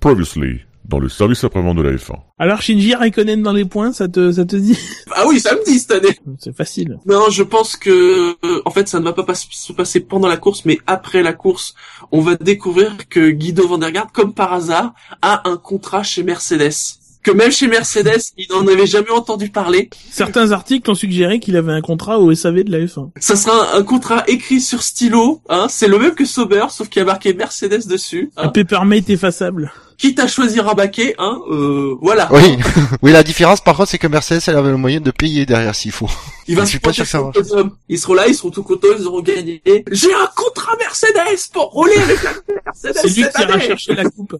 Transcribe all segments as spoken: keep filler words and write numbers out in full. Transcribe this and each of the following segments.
Previously, dans le service après-vente de la F un. Alors Shinji Raikkonen dans les points, ça te ça te dit? Ah oui, ça me dit cette année. C'est facile. Non, je pense que euh, en fait, ça ne va pas pas se passer pendant la course, mais après la course, on va découvrir que Guido van der Garde, comme par hasard, a un contrat chez Mercedes. Que même chez Mercedes, il n'en avait jamais entendu parler. Certains articles ont suggéré qu'il avait un contrat au S A V de la F un. Ça sera un, un contrat écrit sur stylo, hein. C'est le même que Sauber, sauf qu'il y a marqué Mercedes dessus. Hein. Un papermate effaçable. Quitte à choisir un baquet, hein, euh, voilà. Oui, oui, la différence par contre c'est que Mercedes elle avait le moyen de payer derrière s'il faut. Il va je se suis pas sûr que ça marche. Ils seront là, ils seront tout contents, ils auront gagné. J'ai un contrat Mercedes pour rouler avec la Mercedes. C'est lui qui ira chercher la coupe.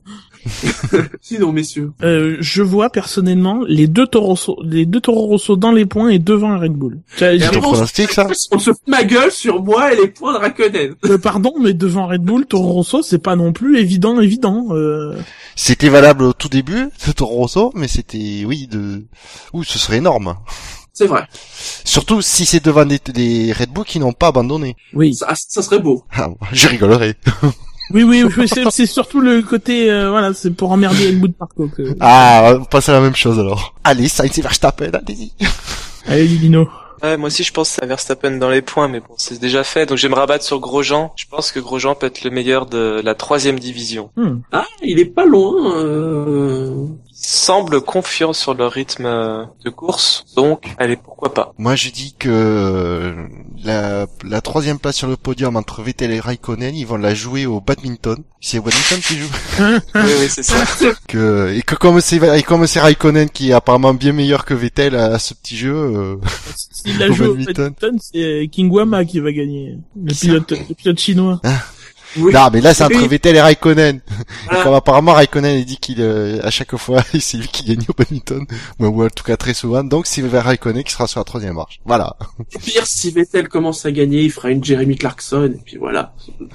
Sinon, messieurs. Euh, je vois personnellement les deux Toro Rosso, les deux Toro Rosso dans les points et devant un Red Bull. C'est ton pronostic ça? On se fout de ma gueule sur moi et les points de Raikkonen. Euh, pardon, mais devant Red Bull, Toro Rosso, c'est pas non plus évident, évident. Euh... C'était valable au tout début de Toro Rosso, mais c'était, oui, de, ouh, ce serait énorme. C'est vrai. Surtout si c'est devant des, des Red Bull qui n'ont pas abandonné. Oui. Ça, ça serait beau. Ah, je rigolerais. Oui, oui, oui c'est, c'est surtout le côté, euh, voilà, c'est pour emmerder Helmut Marko. Que... Ah, on passe à la même chose alors. Allez, Sainz et Verstappen, allez-y. Allez, Lino. Ouais, moi aussi je pense à Verstappen dans les points, mais bon, c'est déjà fait, donc je vais me rabattre sur Grosjean. Je pense que Grosjean peut être le meilleur de la troisième division. Hmm. Ah, il est pas loin. Euh... Il semble confiant sur leur rythme de course, donc allez, pourquoi pas. Moi je dis que la, la troisième place sur le podium entre Vettel et Raikkonen, ils vont la jouer au badminton. C'est au badminton qui joue. Oui, oui, c'est ça. que, et que comme c'est, et comme c'est Raikkonen qui est apparemment bien meilleur que Vettel à, à ce petit jeu, euh, s'il la joue au badminton, c'est King Wama qui va gagner. Le pilote, le pilote chinois. Hein? Oui. Non, mais là, c'est entre oui. Vettel et Raikkonen. Voilà. Comme apparemment, Raikkonen, il dit qu'il, euh, à chaque fois, c'est lui qui gagne au badminton. Ou, ou en tout cas, très souvent. Donc, c'est Raikkonen qui sera sur la troisième marche. Voilà. Et pire, si Vettel commence à gagner, il fera une Jeremy Clarkson, et puis voilà.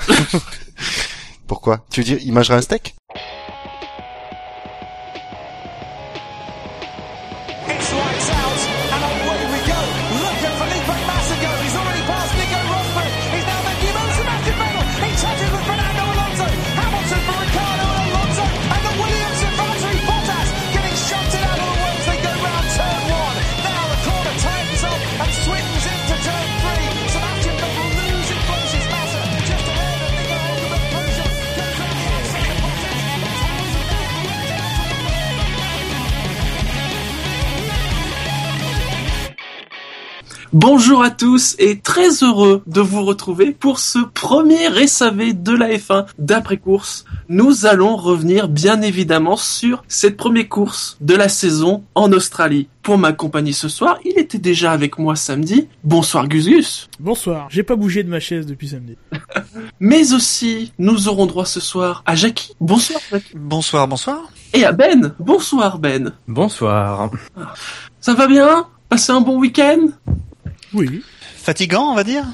Pourquoi? Tu veux dire, il mangera un steak? Bonjour à tous et très heureux de vous retrouver pour ce premier S A V de la F un d'après-course. Nous allons revenir bien évidemment sur cette première course de la saison en Australie. Pour m'accompagner ce soir, il était déjà avec moi samedi. Bonsoir Gus Gus. Bonsoir, j'ai pas bougé de ma chaise depuis samedi. Mais aussi, nous aurons droit ce soir à Jackie. Bonsoir Jackie. Bonsoir, bonsoir. Et à Ben. Bonsoir Ben. Bonsoir. Ça va bien? Passez un bon week-end? Oui. Fatigant, on va dire.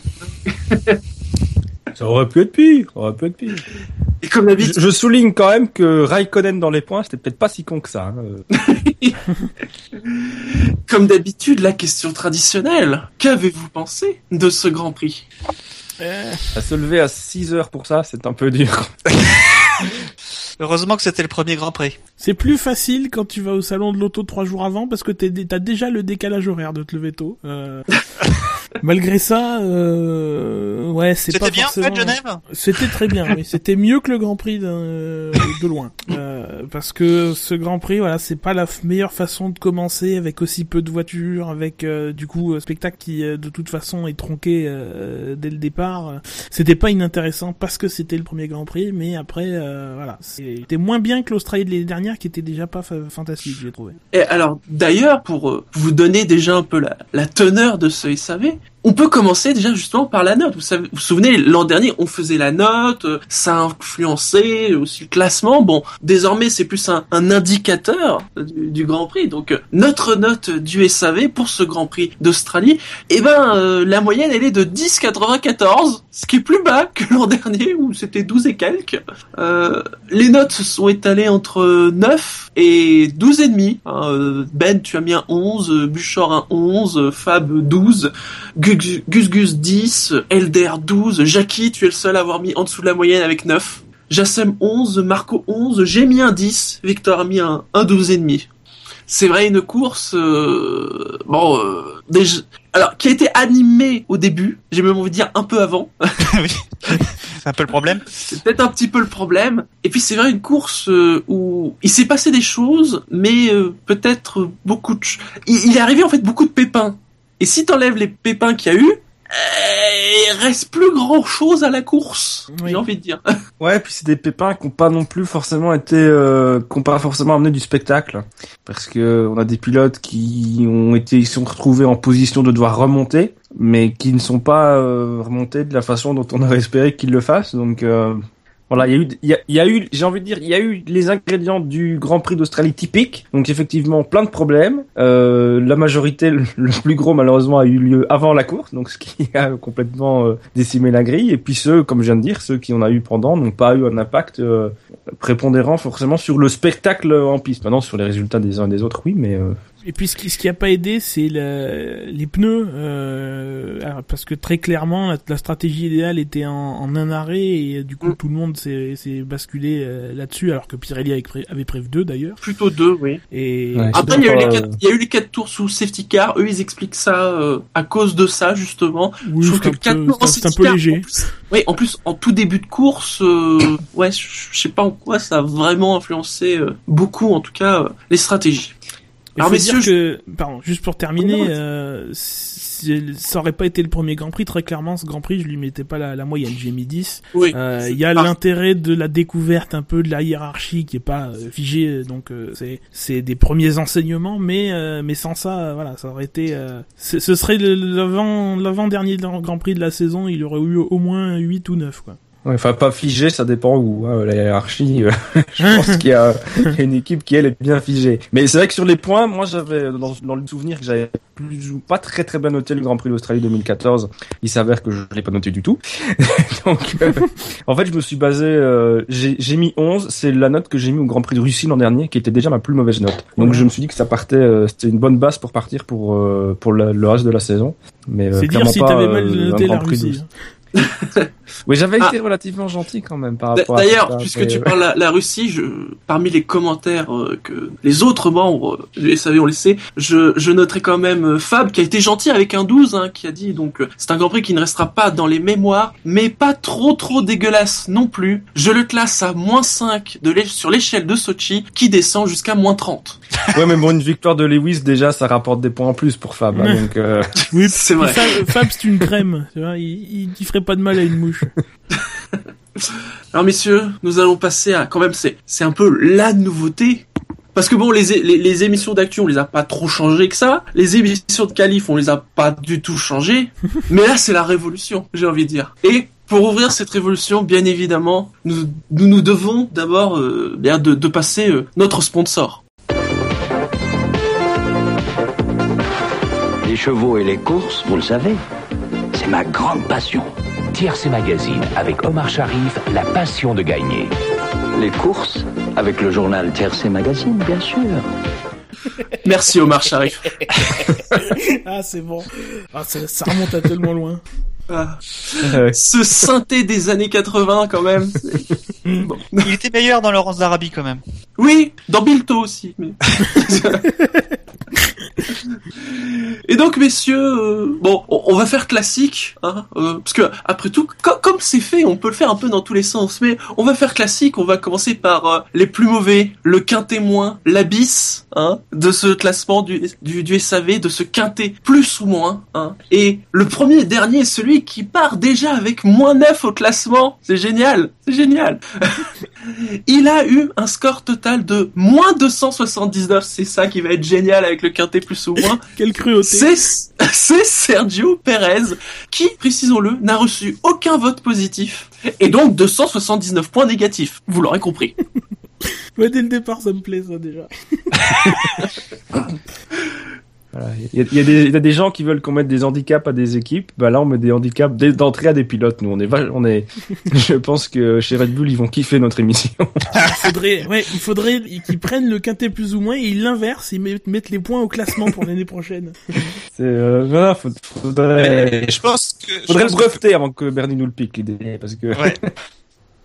Ça aurait pu être pire, ça aurait pu être pire. Et comme d'habitude, je, je souligne quand même que Raikkonen dans les points, c'était peut-être pas si con que ça. Hein. Comme d'habitude, la question traditionnelle. Qu'avez-vous pensé de ce Grand Prix? euh... À se lever à six heures pour ça, c'est un peu dur. Heureusement que c'était le premier Grand Prix. C'est plus facile quand tu vas au salon de l'auto trois jours avant parce que t'es, t'as déjà le décalage horaire de te lever tôt. Euh... Malgré ça, euh... ouais, c'est c'était pas bien, forcément... C'était bien, en fait, Genève. C'était très bien, oui. C'était mieux que le Grand Prix de, de loin. Euh, parce que ce Grand Prix, voilà, c'est pas la meilleure façon de commencer avec aussi peu de voitures, avec euh, du coup un spectacle qui euh, de toute façon est tronqué euh, dès le départ. C'était pas inintéressant parce que c'était le premier Grand Prix, mais après, euh, voilà, c'était moins bien que l'Australie de l'année dernière qui était déjà pas fa- fantastique, j'ai trouvé. Et alors, d'ailleurs, pour euh, vous donner déjà un peu la, la teneur de ce S A V, on peut commencer déjà justement par la note. Vous savez, vous vous souvenez, l'an dernier, on faisait la note, euh, ça influençait aussi le classement. Bon, désormais, c'est plus un, un indicateur du, du Grand Prix. Donc, euh, notre note du S A V pour ce Grand Prix d'Australie, eh ben, euh, la moyenne, elle est de dix virgule quatre-vingt-quatorze, ce qui est plus bas que l'an dernier où c'était douze et quelques. Euh, les notes se sont étalées entre neuf et douze et demi. Euh, Ben, tu as mis un onze, Buchor un onze, Fab douze, Gus Gus dix, Elder douze, Jackie, tu es le seul à avoir mis en dessous de la moyenne avec neuf. Jassem onze, Marco onze, j'ai mis un dix, Victor a mis un, un douze et demi. C'est vrai, une course, euh, bon, euh, déjà, alors, qui a été animée au début, j'ai même envie de dire un peu avant. Oui. C'est un peu le problème. C'est peut-être un petit peu le problème. Et puis c'est vrai, une course euh, où il s'est passé des choses, mais euh, peut-être beaucoup de... Ch- il, il est arrivé en fait beaucoup de pépins. Et si t'enlèves les pépins qu'il y a eu, euh, il reste plus grand chose à la course, Oui. j'ai envie de dire. Ouais, puis c'est des pépins qui ont pas non plus forcément été, euh, qui ont pas forcément amené du spectacle, parce que on a des pilotes qui ont été, ils sont retrouvés en position de devoir remonter, mais qui ne sont pas euh, remontés de la façon dont on aurait espéré qu'ils le fassent. Donc euh, voilà, il y a eu, il y a, il y a eu, j'ai envie de dire, il y a eu les ingrédients du Grand Prix d'Australie typique. Donc effectivement, plein de problèmes. Euh, la majorité, le, le plus gros malheureusement, a eu lieu avant la course, donc ce qui a complètement euh, décimé la grille. Et puis ceux, comme je viens de dire, ceux qui en a eu pendant n'ont pas eu un impact euh, prépondérant forcément sur le spectacle en piste. Maintenant, sur les résultats des uns et des autres, oui, mais euh, Et puis ce qui ce qui a pas aidé, c'est la, les pneus, euh, alors, parce que très clairement la, la stratégie idéale était en, en un arrêt et du coup Mm. tout le monde s'est, s'est basculé euh, là-dessus, alors que Pirelli avait, pré, avait prévu deux d'ailleurs. Plutôt deux, oui. Et Ouais. Après, il y, a eu les pas, quatre, il y a eu les quatre tours sous safety car. Eux, ils expliquent ça euh, à cause de ça, justement. oui, Je trouve c'est que un, quatre peu, tours en c'est un- c'est un safety peu car, léger. en plus- oui, en plus, en tout début de course, euh, ouais, je je sais pas en quoi ça a vraiment influencé euh, beaucoup, en tout cas, euh, les stratégies. Il Alors, faut messieurs, dire que, pardon, juste pour terminer, Non, non, euh, si- ça aurait pas été le premier Grand Prix, très clairement, ce Grand Prix, je lui mettais pas la, la moyenne, j'ai mis dix. oui. Euh, Il y a Ah. l'intérêt de la découverte un peu de la hiérarchie qui est pas euh, figée, donc euh, c'est c'est des premiers enseignements, mais euh, mais sans ça, euh, voilà, ça aurait été, euh, c'est- ce serait le- l'avant l'avant dernier Grand Prix de la saison, il y aurait eu au moins huit ou neuf quoi. ouais, enfin pas figé, ça dépend où. Hein, la hiérarchie, euh, je pense qu'il y a, il y a une équipe qui elle est bien figée. Mais c'est vrai que sur les points, moi j'avais dans, dans le souvenir que j'avais plus ou pas très très bien noté le Grand Prix d'Australie deux mille quatorze. Il s'avère que je l'ai pas noté du tout. Donc euh, en fait je me suis basé, euh, j'ai, j'ai mis onze, c'est la note que j'ai mis au Grand Prix de Russie l'an dernier, qui était déjà ma plus mauvaise note. Donc je me suis dit que ça partait, euh, c'était une bonne base pour partir pour euh, pour la- le reste de la saison. Mais euh, C'est dire clairement si pas, t'avais mal euh, un noté la Grand Prix Russie. de- hein. Oui, j'avais Ah. été relativement gentil quand même par D- rapport à D'ailleurs, ça, puisque mais, tu ouais. parles la, la Russie, je, parmi les commentaires euh, que les autres membres du S A V ont laissé, je, je noterai quand même euh, Fab qui a été gentil avec un douze, hein, qui a dit donc euh, c'est un Grand Prix qui ne restera pas dans les mémoires, mais pas trop trop dégueulasse non plus. Je le classe à moins cinq de l'é- sur l'échelle de Sochi, qui descend jusqu'à moins trente. Ouais, mais bon, une victoire de Lewis, déjà, ça rapporte des points en plus pour Fab. Hein, donc, euh... Oui, C'est puis vrai. Fab, Fab, c'est une crème, tu vois, il, il, il ferait pas de mal à une mouche. Alors messieurs, nous allons passer à quand même c'est c'est un peu la nouveauté. Parce que bon, les, é- les, les émissions d'actu, on les a pas trop changées que ça. Les émissions de qualif, on les a pas du tout changées. Mais là, c'est la révolution, j'ai envie de dire. Et pour ouvrir cette révolution, bien évidemment, nous nous, nous devons d'abord euh, bien de, de passer euh, notre sponsor. Les chevaux et les courses, vous le savez, c'est ma grande passion. Tiercé Magazine avec Omar Sharif, la passion de gagner. Les courses, avec le journal Tiercé Magazine, bien sûr. Merci Omar Sharif. Ah, c'est bon. Ah, ça, ça remonte à tellement loin. Ah, euh, ce synthé des années quatre-vingts quand même. Bon. Il était meilleur dans Laurence d'Arabie quand même. Oui, dans Bilto aussi. Mais... Et donc, messieurs, euh, bon, on, on va faire classique, hein, euh, parce que après tout, co- comme c'est fait, on peut le faire un peu dans tous les sens. Mais on va faire classique. On va commencer par euh, les plus mauvais, le quintet moins, l'abysse, hein, de ce classement du, du du S A V, de ce quintet plus ou moins. Hein. Et le premier et dernier est celui qui part déjà avec moins neuf au classement. C'est génial, c'est génial. Il a eu un score total de moins deux cent soixante-dix-neuf. C'est ça qui va être génial avec le quintet plus ou moins. Quelle cruauté. C'est, c'est Sergio Pérez qui, précisons-le, n'a reçu aucun vote positif et donc deux cent soixante-dix-neuf points négatifs. Vous l'aurez compris. Ouais, dès le départ, ça me plaît, ça, déjà. voilà. Il y, a- il y a des, il y a des gens qui veulent qu'on mette des handicaps à des équipes. Bah là, on met des handicaps dès- d'entrée à des pilotes. Nous, on est, va- on est. Je pense que chez Red Bull, ils vont kiffer notre émission. Il faudrait, ouais, il faudrait qu'ils prennent le quintet plus ou moins et ils l'inversent, ils mettent, mettent les points au classement pour l'année prochaine. C'est, euh, voilà, faut- faudrait, Mais je pense que... je faudrait le pense que- breveter avant que Bernie nous le pique l'idée, parce que. Ouais.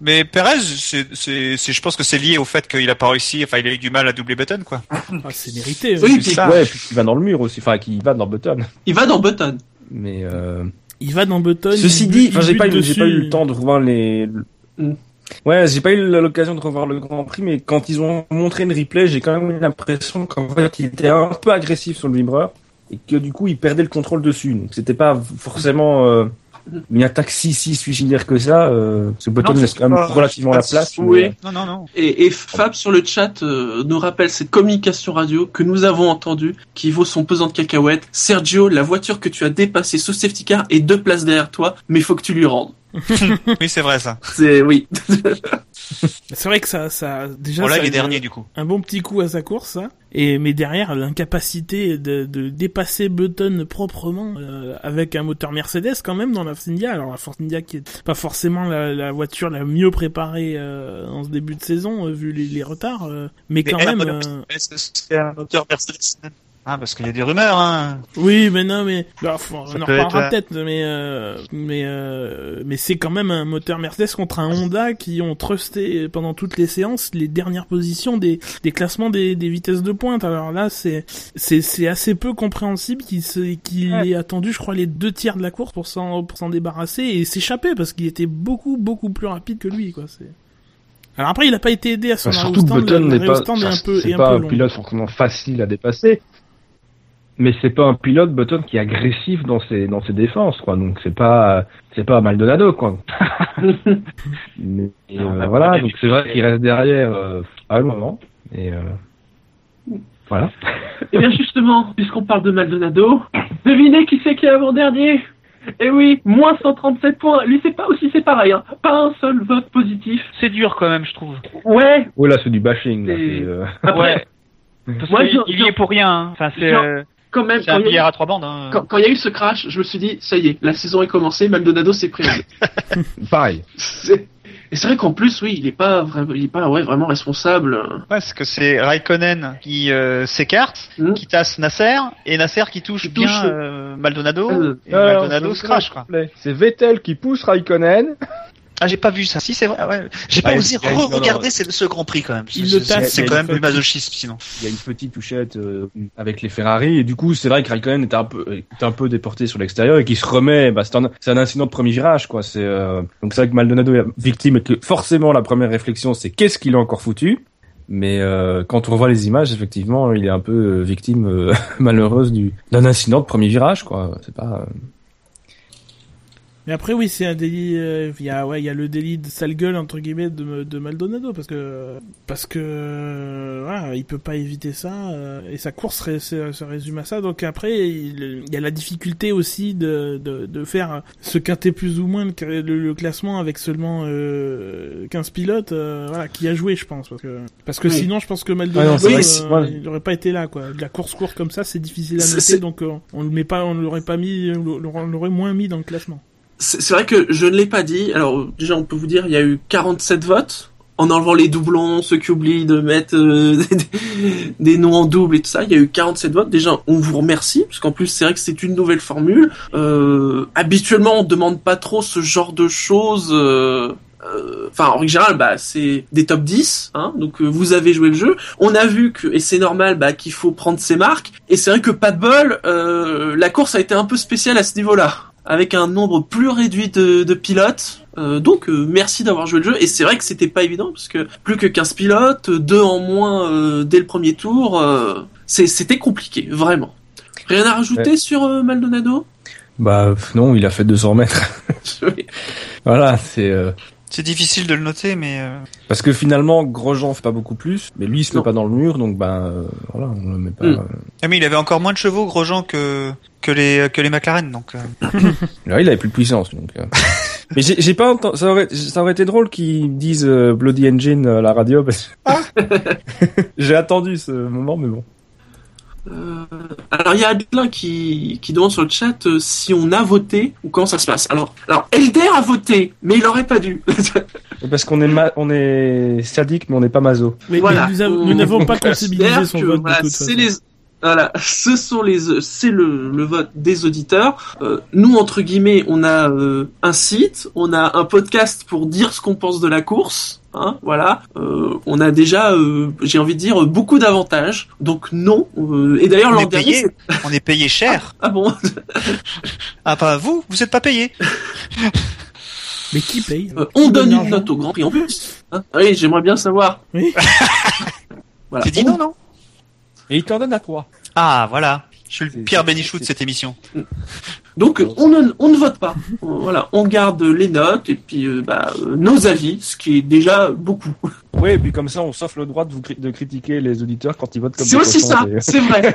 Mais Perez, c'est, c'est, c'est, je pense que c'est lié au fait qu'il a pas réussi, enfin, il a eu du mal à doubler Button, quoi. Ah, c'est mérité. Oui, hein. puis, Ça. Ouais, puis il va dans le mur aussi, enfin, qu'il va dans Button. il va dans Button. Mais euh... Il va dans Button. Ceci il dit, bute- enfin, il j'ai bute pas eu, j'ai dessus. pas eu le temps de revoir les. Mm. Ouais, j'ai pas eu l'occasion de revoir le Grand Prix, mais quand ils ont montré une replay, j'ai quand même eu l'impression qu'en fait, il était un peu agressif sur le vibreur et que du coup, il perdait le contrôle dessus. Donc, c'était pas forcément euh, une attaque si si suicidaire que ça. Euh, parce que Button Non, laisse quand même pas- relativement la place. Oui. mais- Non, non, non. Et, et Fab sur le chat euh, nous rappelle cette communication radio que nous avons entendue, qui vaut son pesant de cacahuètes. Sergio, la voiture que tu as dépassée sous safety car est deux places derrière toi, mais il faut que tu lui rendes. Oui, c'est vrai, ça. C'est oui. C'est vrai que ça, ça, déjà, Bon, là, ça il est a dernier, du coup. un bon petit coup à sa course, ça. Et, mais derrière, l'incapacité de, de dépasser Button proprement, euh, avec un moteur Mercedes quand même dans la Force India. Alors la Force India qui est pas forcément la, la voiture la mieux préparée, euh, en ce début de saison, euh, vu les, les retards, euh, mais quand Mais même, elle, euh, est-ce que c'est un moteur Mercedes? Ah, parce qu'il y a des rumeurs, hein. oui, mais non, mais bah, faut- on Ça en peut reparlera être, peut-être, mais euh, mais euh, mais c'est quand même un moteur Mercedes contre un Honda qui ont trusté pendant toutes les séances les dernières positions des des classements des des vitesses de pointe. Alors là, c'est c'est c'est assez peu compréhensible qu'il se- qu'il Ouais. ait attendu, je crois, les deux tiers de la course pour s'en pour s'en débarrasser et s'échapper parce qu'il était beaucoup beaucoup plus rapide que lui, quoi. C'est alors après, il a pas été aidé à son Enfin, arrêt au surtout stand. Button Le- n'est l'arrêt au pas, stand est enfin, un peu c'est est un pas peu un long. pilote forcément facile à dépasser, mais c'est pas un pilote Button qui est agressif dans ses dans ses défenses, quoi. Donc c'est pas c'est pas Maldonado, quoi. mais Non, euh, bah, voilà, ouais, donc c'est vrai qu'il reste derrière euh, à un moment et euh, voilà. Et bien justement, puisqu'on parle de Maldonado, devinez qui c'est qui est avant-dernier. Eh oui, moins cent trente-sept points. Lui, c'est pas aussi, c'est pareil, hein. Pas un seul vote positif. C'est dur quand même, je trouve. Ouais. Oh là, c'est du bashing. Là, Et- c'est, euh... Après, Ouais. Parce Moi, qu'il je- il y est pour rien. Hein. Enfin, c'est, Genre, euh, quand même, c'est quand un il y a eu- billard à trois bandes. Hein. quand, quand il y a eu ce crash, je me suis dit, ça y est, la saison est commencée, Maldonado s'est pris. pareil. C'est- Et c'est vrai qu'en plus, oui, il est pas vraiment, il est pas, ouais, vraiment responsable. Ouais, parce que c'est Raikkonen qui euh, s'écarte, Hmm. qui tasse Nasser, et Nasser qui touche Qui bien touche, euh, Maldonado, euh, et Alors, Maldonado se crache, quoi. C'est Vettel qui pousse Raikkonen. Ah, j'ai pas vu ça. Si, c'est vrai, ouais. J'ai pas Ah, osé il y a- non, non. re-regarder ce, ce Grand Prix, quand même. Il C'est- le c'est- tasse. C'est Il y a quand une même du petite- masochisme, sinon. Il y a une petite touchette euh, avec les Ferrari et du coup c'est vrai que Raikkonen était un peu était un peu déporté sur l'extérieur et qui se remet. Bah, c'est un c'est un incident de premier virage, quoi. C'est euh, donc c'est vrai que Maldonado est victime et que forcément la première réflexion c'est qu'est-ce qu'il a encore foutu. Mais euh, quand on revoit les images, effectivement, il est un peu euh, victime euh, malheureuse du d'un incident de premier virage, quoi. C'est pas. euh, Mais après, oui, c'est un délit. euh, Il y a, ouais, il y a le délit de sale gueule entre guillemets de, de Maldonado parce que parce que euh, voilà, il peut pas éviter ça euh, et sa course ré- se, se résume à ça. Donc après, il, il y a la difficulté aussi de de, de faire se quinter plus ou moins le, le, le classement avec seulement euh, quinze pilotes. Euh, voilà, qui a joué, je pense, parce que parce que Oui. sinon, je pense que Maldonado, Ah non, c'est vrai, euh, c'est- moi- il aurait pas été là, quoi. De la course courte comme ça, c'est difficile à C'est- noter, c'est- donc euh, on le met pas, on l'aurait pas mis, on l'aurait moins mis dans le classement. C'est c'est vrai que je ne l'ai pas dit. Alors, déjà, on peut vous dire, il y a eu quarante-sept votes. En enlevant les doublons, ceux qui oublient de mettre euh, des, des noms en double et tout ça, il y a eu quarante-sept votes. Déjà, on vous remercie, parce qu'en plus, c'est vrai que c'est une nouvelle formule. Euh, habituellement, on demande pas trop ce genre de choses. euh, euh, Enfin, en règle générale, bah, c'est des top dix, hein, donc euh, vous avez joué le jeu. On a vu que, et c'est normal, bah, qu'il faut prendre ses marques. Et c'est vrai que pas de bol, euh, la course a été un peu spéciale à ce niveau-là, avec un nombre plus réduit de, de pilotes. Euh, donc euh, merci d'avoir joué le jeu. Et c'est vrai que c'était pas évident, parce que plus que quinze pilotes, deux en moins euh, dès le premier tour, euh, c'est, c'était compliqué, vraiment. Rien à rajouter Ouais. sur euh, Maldonado? Bah non, il a fait deux cents mètres. Oui. Voilà, c'est. Euh... C'est difficile de le noter, mais... Euh... Parce que finalement, Grosjean fait pas beaucoup plus, mais lui il se Non. met pas dans le mur, donc ben euh, voilà, on le met pas. Mm. euh. Ah, mais il avait encore moins de chevaux, Grosjean, que, que les, que les McLaren, donc... Euh... Là, il avait plus de puissance, donc. Euh... mais j'ai, j'ai pas entendu. Ça aurait, ça aurait été drôle qu'ils disent euh, Bloody Engine à la radio, parce que j'ai attendu ce moment, mais bon. Euh, alors il y a Adelin qui, qui demande sur le chat euh, si on a voté ou comment ça se passe. Alors, alors Elder a voté, mais il aurait pas dû. Parce qu'on est ma... on est sadique, mais on n'est pas maso. Oui, Voilà. mais nous, av- On- nous n'avons pas on considère comptabilisé son que, vote voilà, de toute c'est façon. les Voilà, ce sont les, c'est le, le vote des auditeurs. Euh, nous, entre guillemets, on a euh, un site, on a un podcast pour dire ce qu'on pense de la course. Hein, voilà, euh, on a déjà, euh, j'ai envie de dire, beaucoup d'avantages. Donc non. Euh, et d'ailleurs, on l'an est dernier, payé. On est payé cher. Ah, ah bon. Ah bah vous, vous êtes pas payé. Mais qui paye euh, On donne une note au Grand Prix en plus. Hein, oui, j'aimerais bien savoir. Oui. Voilà. C'est dit non, non. Et il t'en donne à toi. Ah, voilà. Je suis le Pierre Bénichou de cette émission. Donc, on ne, on ne vote pas. Voilà, on garde les notes et puis euh, bah, euh, nos avis, ce qui est déjà beaucoup. Oui, et puis comme ça, on s'offre le droit de, vous cri- de critiquer les auditeurs quand ils votent comme c'est des aussi cochons, ça, et... c'est vrai.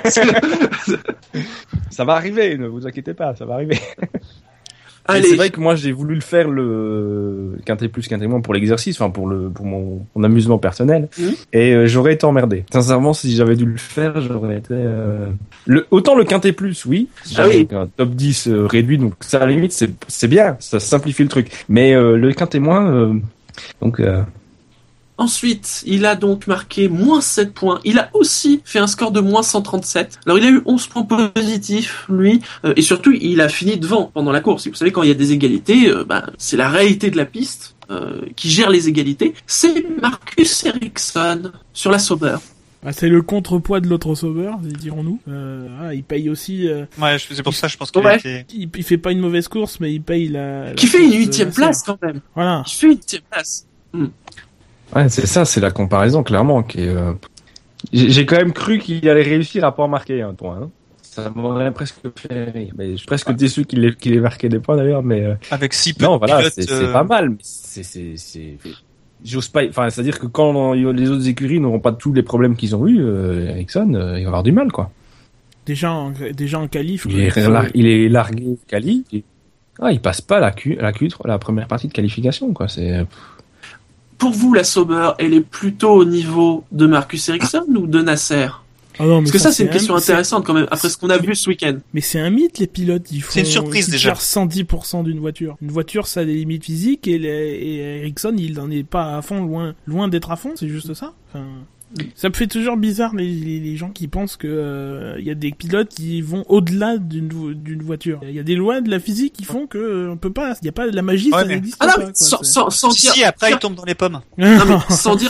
Ça va arriver, ne vous inquiétez pas, ça va arriver. Allez. C'est vrai que moi j'ai voulu le faire le quintet plus quintet moins pour l'exercice, enfin pour le pour mon, mon amusement personnel, mmh. et euh, j'aurais été emmerdé. Sincèrement, si j'avais dû le faire, j'aurais été euh... le autant le quintet plus, oui, ah oui. un top dix euh, réduit, donc ça à la limite c'est c'est bien, ça simplifie le truc. Mais euh, le quintet moins, euh... donc. Euh... Ensuite, il a donc marqué moins sept points. Il a aussi fait un score de moins cent trente-sept. Alors, il a eu onze points positifs, lui. Euh, et surtout, il a fini devant pendant la course. Et vous savez, quand il y a des égalités, euh, bah, c'est la réalité de la piste euh, qui gère les égalités. C'est Marcus Ericsson sur la Sauber. Ah, c'est le contrepoids de l'autre Sauber, dirons-nous. Euh, ah, il paye aussi... Euh... Ouais, c'est pour ça, je pense qu'il ouais. était... il, il fait pas une mauvaise course, mais il paye la... la Qui fait une huitième place, quand même. Voilà. Il fait une huitième place. Hmm. Ouais, c'est ça, c'est la comparaison, clairement, qui est, euh... j'ai, j'ai quand même cru qu'il allait réussir à pas en marquer un point, hein. Ça m'aurait presque fait rire. Mais je suis presque déçu qu'il ait, qu'il ait marqué des points, d'ailleurs, mais, euh... avec si peu non, de voilà, pilotes, c'est, euh... c'est pas mal, mais c'est, c'est, c'est, j'ose pas, enfin, c'est-à-dire que quand les autres écuries n'auront pas tous les problèmes qu'ils ont eu, euh, Ericsson, euh, il va avoir du mal, quoi. Déjà en, déjà en qualif. Il est, lar- il est largué quali. Et... Ah, il passe pas la Q, la Q trois, la première partie de qualification, quoi, c'est... Pour vous, la Sauber, elle est plutôt au niveau de Marcus Ericsson ou de Nasser? Ah non, mais Parce que ça, ça c'est une question un... intéressante quand même, après ce qu'on a vu ce week-end. Mais c'est un mythe, les pilotes. Ils font... C'est une surprise ils déjà. Ils cent dix pour cent d'une voiture. Une voiture, ça a des limites physiques et, les... et Ericsson, il n'en est pas à fond, loin, loin d'être à fond, c'est juste ça. Enfin... Ça me fait toujours bizarre les, les, les gens qui pensent que il euh, y a des pilotes qui vont au-delà d'une, d'une voiture. Il y a des lois de la physique qui font que euh, on peut pas, il y a pas de la magie, ouais, ça mais... n'existe ah non, pas. Mais quoi, sans, sans, sans si, dire... si, après il tombe dans les pommes. Non, mais sans dire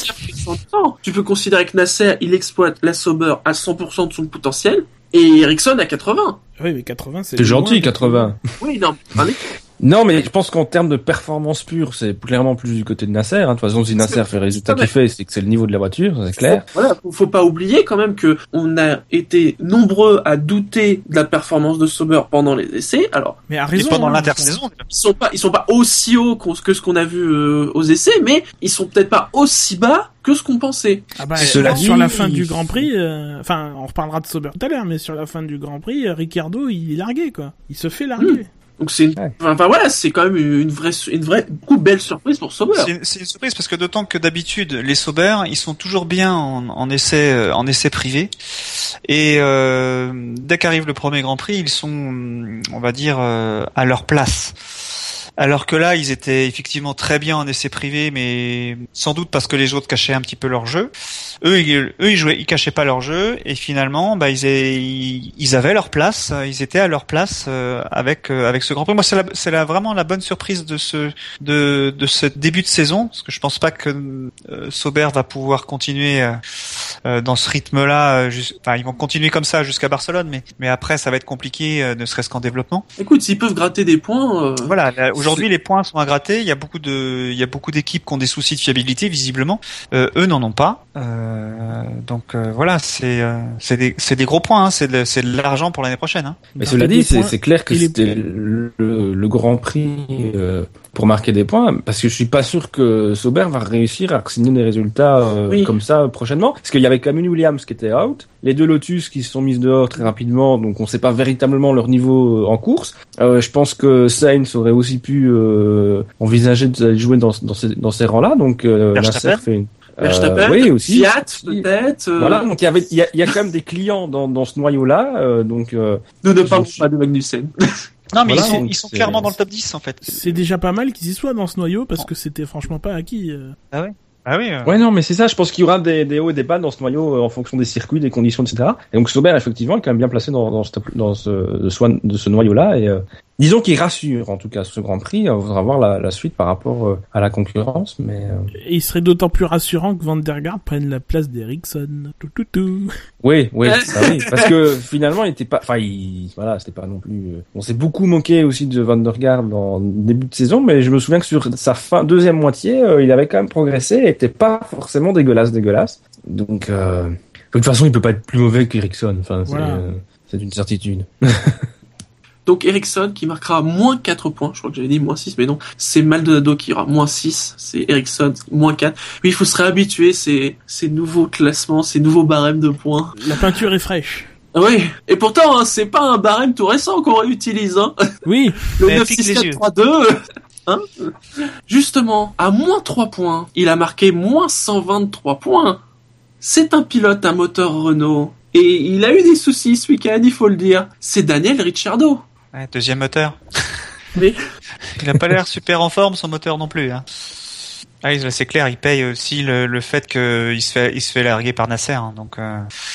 tu peux considérer que Nasser, il exploite la Sauber à cent pour cent de son potentiel et Ericsson à quatre-vingts. Oui, mais quatre-vingts, c'est... C'est gentil, loin, quatre-vingts. Oui, non, allez. Non, mais je pense qu'en termes de performance pure, c'est clairement plus du côté de Nasser. Hein. De toute façon, si Nasser fait le résultat qu'il fait, c'est que c'est le niveau de la voiture, c'est clair. Faut, voilà, faut, faut pas oublier quand même que on a été nombreux à douter de la performance de Sauber pendant les essais. Alors, mais à raison, et pendant hein, l'intersaison, ils sont pas, ils sont pas aussi hauts que ce qu'on a vu euh, aux essais, mais ils sont peut-être pas aussi bas que ce qu'on pensait. Ah bah, sur dit, la fin du Grand Prix, euh, enfin, on reparlera de Sauber tout à l'heure, mais sur la fin du Grand Prix, euh, Ricciardo, il est largué, quoi. Il se fait larguer. Mmh. Donc c'est une... ouais. enfin voilà, c'est quand même une vraie, une vraie, beaucoup belle surprise pour Sauber. C'est, c'est une surprise parce que d'autant que d'habitude les Sauber, ils sont toujours bien en, en essai, en essai privé, et euh, dès qu'arrive le premier Grand Prix, ils sont, on va dire, euh, à leur place. Alors que là, ils étaient effectivement très bien en essai privé, mais sans doute parce que les autres cachaient un petit peu leur jeu. Eux, ils, eux, ils jouaient, ils cachaient pas leur jeu, et finalement, bah, ils, ils, ils avaient leur place, ils étaient à leur place euh, avec euh, avec ce Grand Prix. Moi, c'est, la, c'est la, vraiment la bonne surprise de ce de de ce début de saison, parce que je pense pas que euh, Sauber va pouvoir continuer euh, euh, dans ce rythme-là. Euh, juste, enfin, ils vont continuer comme ça jusqu'à Barcelone, mais mais après, ça va être compliqué, euh, ne serait-ce qu'en développement. Écoute, s'ils peuvent gratter des points. Euh... Voilà. Là, aujourd'hui, les points sont à gratter. Il y a beaucoup de, il y a beaucoup d'équipes qui ont des soucis de fiabilité, visiblement. Euh, eux n'en ont pas. Euh, donc euh, voilà, c'est, euh, c'est des, c'est des gros points. Hein. C'est de, c'est de l'argent pour l'année prochaine. Hein. Mais cela dit, c'est, c'est clair que c'était le, le, le Grand Prix euh, pour marquer des points, parce que je suis pas sûr que Sauber va réussir à signer des résultats euh, oui. comme ça prochainement. Parce qu'il y avait Camille Williams qui était out, les deux Lotus qui se sont mises dehors très rapidement, donc on sait pas véritablement leur niveau en course. Euh, je pense que Sainz aurait aussi pu euh, envisager de jouer dans, dans ces, dans ces rangs-là, donc euh, Nasser fait une... Euh, oui, aussi. Fiat, peut-être. Euh... Voilà, donc il y avait, il y a, il y a quand même des clients dans, dans ce noyau-là, euh, donc. Euh, Nous ne parlons pas de Magnussen. Non, mais voilà, ils sont, donc ils sont c'est... clairement dans le top dix, en fait. C'est déjà pas mal qu'ils y soient dans ce noyau, parce que c'était franchement pas acquis. Euh... Ah ouais? Ah oui. Euh... Ouais, non, mais c'est ça. Je pense qu'il y aura des, des hauts et des bas dans ce noyau euh, en fonction des circuits, des conditions, et cetera. Et donc Sauber, effectivement, est quand même bien placé dans, dans, ce, dans ce, de ce, de ce noyau-là. Et euh, disons qu'il rassure, en tout cas, ce Grand Prix. On faudra voir la, la suite par rapport euh, à la concurrence, mais. Euh... Et il serait d'autant plus rassurant que Van der Garde prenne la place d'Ericsson. Tout, tout, tout. Oui, oui, ça, oui, parce que finalement, il était pas, enfin, il, voilà, c'était pas non plus. Euh... On s'est beaucoup moqué aussi de Van der Garde en début de saison, mais je me souviens que sur sa fin deuxième moitié, euh, il avait quand même progressé et était pas forcément dégueulasse, dégueulasse. Donc, euh... de toute façon, il peut pas être plus mauvais qu'Ericsson. Enfin, c'est, voilà. euh, c'est une certitude. Donc Ericsson qui marquera moins quatre points, je crois que j'avais dit moins six, mais non, c'est Maldonado qui aura moins six, c'est Ericsson moins quatre. Oui, il faut se réhabituer, ces, ces nouveaux classements, ces nouveaux barèmes de points. La peinture est fraîche. Oui, et pourtant, hein, c'est pas un barème tout récent qu'on réutilise, hein. Oui. Le neuf six quatre trois deux, hein. Justement, à moins trois points, il a marqué moins cent vingt-trois points. C'est un pilote à moteur Renault. Et il a eu des soucis ce week-end, il faut le dire. C'est Daniel Ricciardo. Ouais, deuxième moteur. Mais... il a pas l'air super en forme, son moteur non plus, hein. Ah oui, c'est clair, il paye aussi le, le fait qu'il se fait, il se fait larguer par Nasser, hein, donc, euh,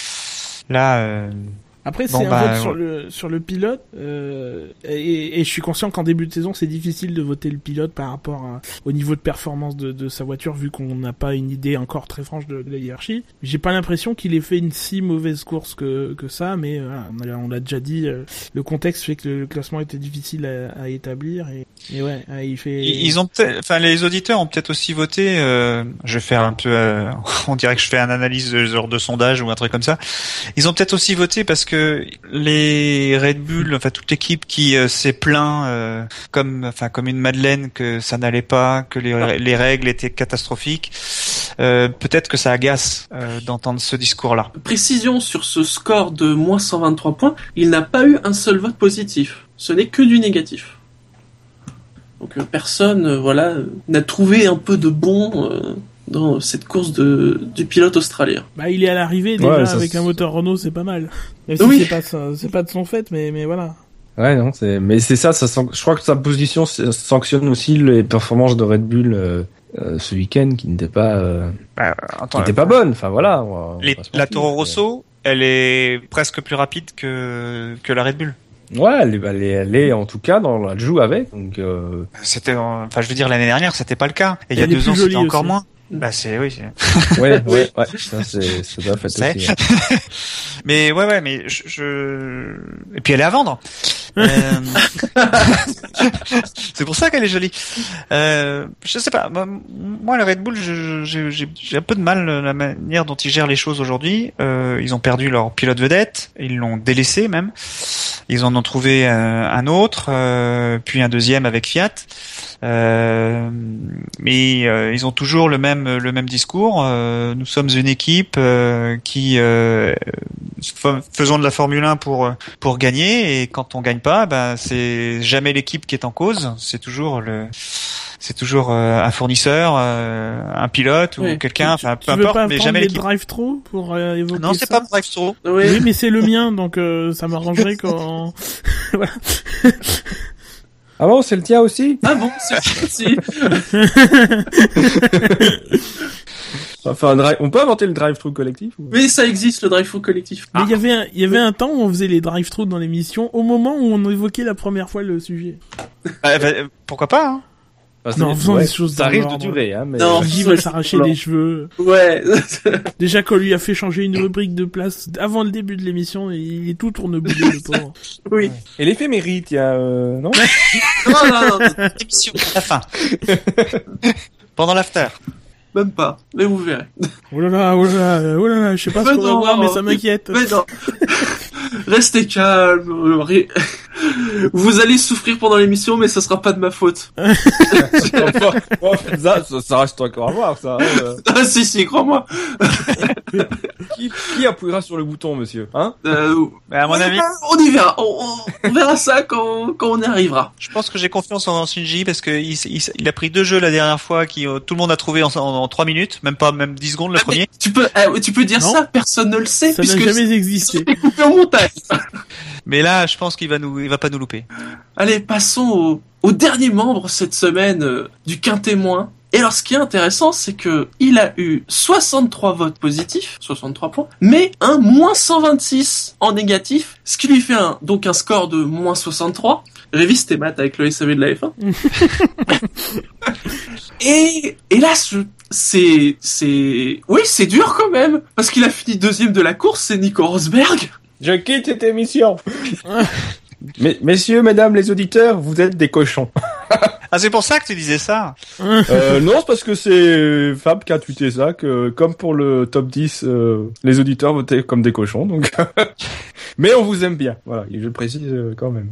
là, euh... Après, bon, c'est un bah, vote sur le, sur le pilote, euh, et, et je suis conscient qu'en début de saison, c'est difficile de voter le pilote par rapport à, au niveau de performance de, de sa voiture, vu qu'on n'a pas une idée encore très franche de, de la hiérarchie. J'ai pas l'impression qu'il ait fait une si mauvaise course que, que ça, mais voilà, on, a, on l'a déjà dit, euh, le contexte fait que le classement était difficile à, à établir, et, et ouais, il fait... Ils ont peut-être, enfin, les auditeurs ont peut-être aussi voté, euh, je vais faire un peu, euh, on dirait que je fais une analyse de genre de sondage ou un truc comme ça. Ils ont peut-être aussi voté parce que les Red Bull, enfin toute l'équipe qui euh, s'est plaint euh, comme, enfin comme une madeleine que ça n'allait pas, que les, les règles étaient catastrophiques. Euh, peut-être que ça agace euh, d'entendre ce discours-là. Précision sur ce score de moins cent vingt-trois points, il n'a pas eu un seul vote positif. Ce n'est que du négatif. Donc euh, personne, euh, voilà, euh, n'a trouvé un peu de bon. Euh... dans cette course de du pilote australien. Bah il est à l'arrivée déjà ouais, avec un moteur Renault, c'est pas mal. Même si oui. c'est pas ça, c'est pas de son fait, mais mais voilà. Ouais non, c'est mais c'est ça, ça je crois que sa position sanctionne aussi les performances de Red Bull euh, euh, ce week-end qui n'étaient pas euh, bah, attends, qui n'étaient pas bonnes. Enfin voilà. On va, on les, la Toro Rosso, mais... elle est presque plus rapide que que la Red Bull. Ouais, elle est, elle est, elle est en tout cas dans la joue avec. Donc euh... c'était, enfin je veux dire l'année dernière c'était pas le cas. Et il y a deux ans c'était encore aussi. Moins. Bah c'est oui. C'est... ouais ouais ouais. Ça c'est ça doit faire aussi. Ouais. Mais ouais ouais mais je, je... et puis elle est à vendre. euh... c'est pour ça qu'elle est jolie. Euh, je sais pas. Moi le Red Bull, je, j'ai, j'ai un peu de mal la manière dont ils gèrent les choses aujourd'hui. Euh, ils ont perdu leur pilote vedette, ils l'ont délaissé même. Ils en ont trouvé euh, un autre, euh, puis un deuxième avec Fiat. Euh, mais euh, ils ont toujours le même le même discours. Euh, nous sommes une équipe euh, qui euh, faisons de la Formule un pour pour gagner, et quand on gagne pas, ben c'est jamais l'équipe qui est en cause. C'est toujours le c'est toujours euh, un fournisseur, euh, un pilote ou oui. quelqu'un, enfin peu importe, pas mais jamais l'équipe. Tu veux pas drive-thru pour euh, évoquer Non, c'est ça pas drive-thru. Oui. oui, mais c'est le mien, donc euh, ça m'arrangerait quand. Voilà. Ah bon, c'est le tien aussi? Ah bon, c'est le tien aussi. Enfin, un drive... On peut inventer le drive-thru collectif ou... Mais ça existe, le drive-thru collectif. Mais il ah. y avait un, il y avait un temps où on faisait les drive-thru dans l'émission, au moment où on évoquait la première fois le sujet. Euh, bah, pourquoi pas, hein? Enfin, non, faisons ouais, des choses ça risque de durer, hein, mais... Non, Guy va s'arracher les cheveux. Ouais. Déjà qu'on lui a fait changer une rubrique de place avant le début de l'émission, il est tout tourneboulé, le pauvre. Oui. Et l'effet mérite, il y a, euh, non? non, non, non, non. Émission, à la fin. Pendant l'after. Même pas, mais vous verrez. Oh là là, oh là là, oh là là, je sais pas mais ce qu'on non, va voir, mais ça m'inquiète. Mais non. Restez calme. Vous allez souffrir pendant l'émission, mais ça sera pas de ma faute. oh, ça, ça, ça reste encore à voir, ça. Hein, ah si, si, crois-moi. qui, qui appuiera sur le bouton, monsieur, hein euh, bah, à mon avis, on y verra. On, on, on verra ça quand, quand on y arrivera. Je pense que j'ai confiance en Shinji parce que il, il, il a pris deux jeux la dernière fois qui tout le monde a trouvé en, en, en trois minutes, même pas même dix secondes le ah, premier. Tu peux, euh, tu peux dire non. ça, personne ne le sait. Ça n'a jamais existé. Coupé en montage. Mais là, je pense qu'il va nous, il va pas nous louper. Allez, passons au, au dernier membre cette semaine euh, du Quintet moins. Et alors, ce qui est intéressant, c'est que il a eu soixante-trois votes positifs, soixante-trois points, mais un moins cent vingt-six en négatif, ce qui lui fait un, donc un score de moins soixante-trois. Révise tes maths avec le S A V de la F un. et, et là, je, c'est, c'est, oui, c'est dur quand même, parce qu'il a fini deuxième de la course, c'est Nico Rosberg. Je quitte cette émission. Mais, messieurs, mesdames les auditeurs, vous êtes des cochons. Ah, c'est pour ça que tu disais ça. euh, non, c'est parce que c'est Fab qui a tweeté ça, que comme pour le top dix, euh, les auditeurs votaient comme des cochons, donc. Mais on vous aime bien, voilà, et je le précise euh, quand même.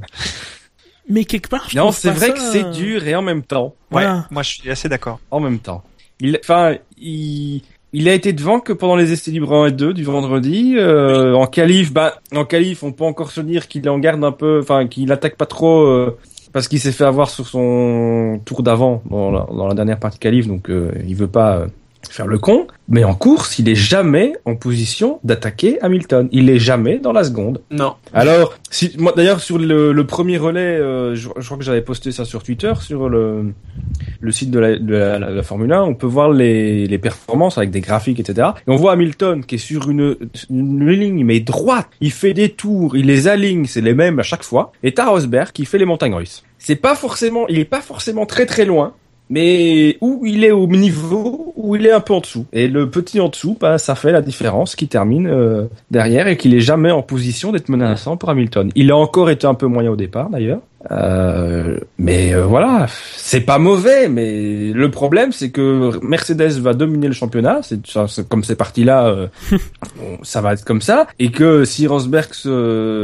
Mais quelque part, je non, trouve c'est pas vrai ça... que c'est dur et en même temps. Voilà. Ouais, moi je suis assez d'accord. En même temps. Il, enfin, il, il a été devant que pendant les essais libres un et deux du vendredi. Euh, en qualif, bah, en qualif, on peut encore se dire qu'il en garde un peu, enfin, qu'il attaque pas trop, euh, parce qu'il s'est fait avoir sur son tour d'avant dans la, dans la dernière partie qualif, donc euh, il veut pas euh, faire le con. Mais en course, il est jamais en position d'attaquer Hamilton. Il est jamais dans la seconde. Non. Alors, si, moi, d'ailleurs, sur le, le premier relais, euh, je, je crois que j'avais posté ça sur Twitter, sur le, le site de la, de la, la, la Formule un, on peut voir les, les performances avec des graphiques, et cetera. Et on voit Hamilton qui est sur une, une ligne, mais droite. Il fait des tours, il les aligne, c'est les mêmes à chaque fois. Et t'as Rosberg qui fait les montagnes russes. C'est pas forcément, il est pas forcément très très loin. Mais où il est au niveau, où il est un peu en dessous. Et le petit en dessous, bah, ça fait la différence qui termine euh, derrière et qu'il est jamais en position d'être menaçant pour Hamilton. Il a encore été un peu moyen au départ, d'ailleurs. Euh, mais euh, voilà, c'est pas mauvais, mais le problème c'est que Mercedes va dominer le championnat, c'est, ça, c'est comme c'est parti là, euh, bon, ça va être comme ça, et que si Rosberg se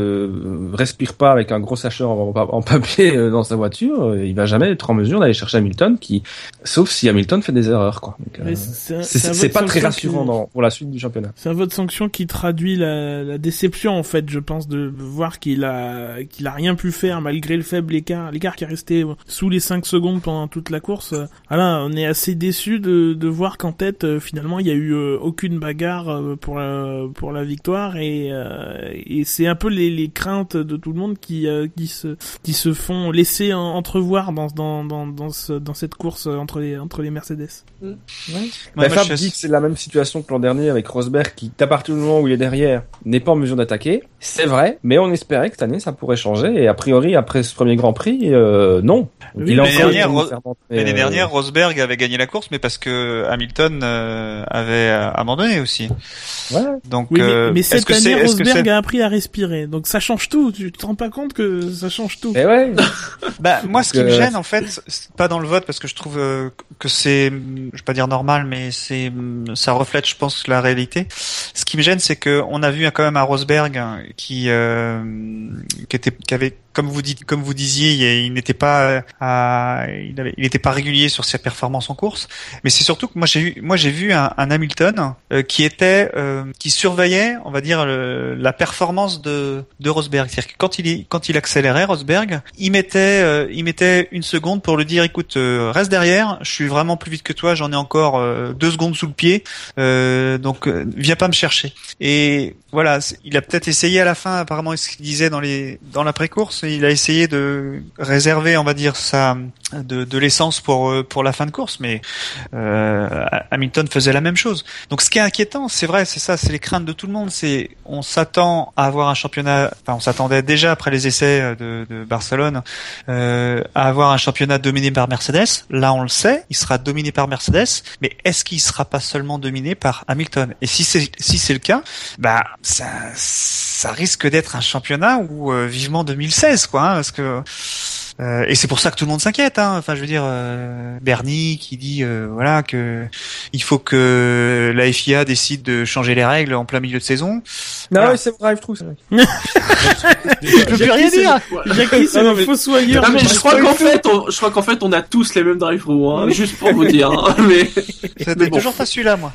euh, respire pas avec un gros sachet en, en papier euh, dans sa voiture, euh, il va jamais être en mesure d'aller chercher Hamilton, qui, sauf si Hamilton fait des erreurs, quoi. Donc, euh, c'est, un, c'est, c'est, c'est pas très rassurant qui... dans, pour la suite du championnat. C'est un vote sanction qui traduit la, la déception en fait, je pense, de voir qu'il a qu'il a rien pu faire malgré le faible écart, l'écart qui est resté sous les cinq secondes pendant toute la course. Voilà, on est assez déçu de, de voir qu'en tête, euh, finalement, il y a eu euh, aucune bagarre euh, pour la, pour la victoire et, euh, et c'est un peu les, les craintes de tout le monde qui, euh, qui se, qui se font laisser en, entrevoir dans, dans, dans, dans, ce, dans cette course entre les, entre les Mercedes. Mmh. Ouais. Bah, Fab je... dit que c'est la même situation que l'an dernier avec Rosberg qui, à partir du moment où il est derrière, n'est pas en mesure d'attaquer. C'est vrai, mais on espérait que cette année ça pourrait changer et a priori après ce premier Grand Prix, euh, non. Oui, il l'année dernière, Ro- l'année euh... dernière, Rosberg avait gagné la course, mais parce que Hamilton euh, avait abandonné aussi. Ouais. Donc, oui, mais, euh, mais cette est-ce que année, c'est, Rosberg est-ce que a appris à respirer, donc ça change tout. Tu te rends pas compte que ça change tout. Eh ouais. Bah moi, ce qui euh... me gêne en fait, c'est pas dans le vote parce que je trouve euh, que c'est, je vais pas dire normal, mais c'est, ça reflète, je pense, la réalité. Ce qui me gêne, c'est que on a vu quand même un Rosberg qui, euh, qui était, qui avait, comme vous dites, comme vous disiez, il n'était pas, à, il avait, il n'était pas régulier sur ses performances en course. Mais c'est surtout que moi j'ai vu, moi j'ai vu un, un Hamilton euh, qui était, euh, qui surveillait, on va dire, le, la performance de, de Rosberg. C'est-à-dire que quand il, quand il accélérait, Rosberg, il mettait, euh, il mettait une seconde pour lui dire, écoute, euh, reste derrière, je suis vraiment plus vite que toi, j'en ai encore euh, deux secondes sous le pied, euh, donc euh, viens pas me chercher. Et voilà, il a peut-être essayé à la fin, apparemment, ce qu'il disait dans les, dans l'après-course, il a essayé de réserver, on va dire, sa, de, de l'essence pour, pour la fin de course, mais euh, Hamilton faisait la même chose. Donc, ce qui est inquiétant, c'est vrai, c'est ça, c'est les craintes de tout le monde. C'est, on s'attend à avoir un championnat, enfin, on s'attendait déjà après les essais de, de Barcelone euh, à avoir un championnat dominé par Mercedes. Là, on le sait, il sera dominé par Mercedes, mais est-ce qu'il sera pas seulement dominé par Hamilton? Et si c'est, si c'est le cas, bah, ça, ça risque d'être un championnat où euh, vivement deux mille seize, quoi, hein, parce que euh, et c'est pour ça que tout le monde s'inquiète, hein. Enfin, je veux dire, euh, Bernie qui dit euh, voilà que il faut que la F I A décide de changer les règles en plein milieu de saison. Non, voilà. c'est drive-through. C'est vrai. Je peux plus rien dire. Jackie, c'est le fossoyeur. Non, mais je crois qu'en fait, on, je crois qu'en fait, on a tous les mêmes drive-through, hein, juste pour vous dire. Hein, mais c'était bon. Toujours pas celui-là, moi.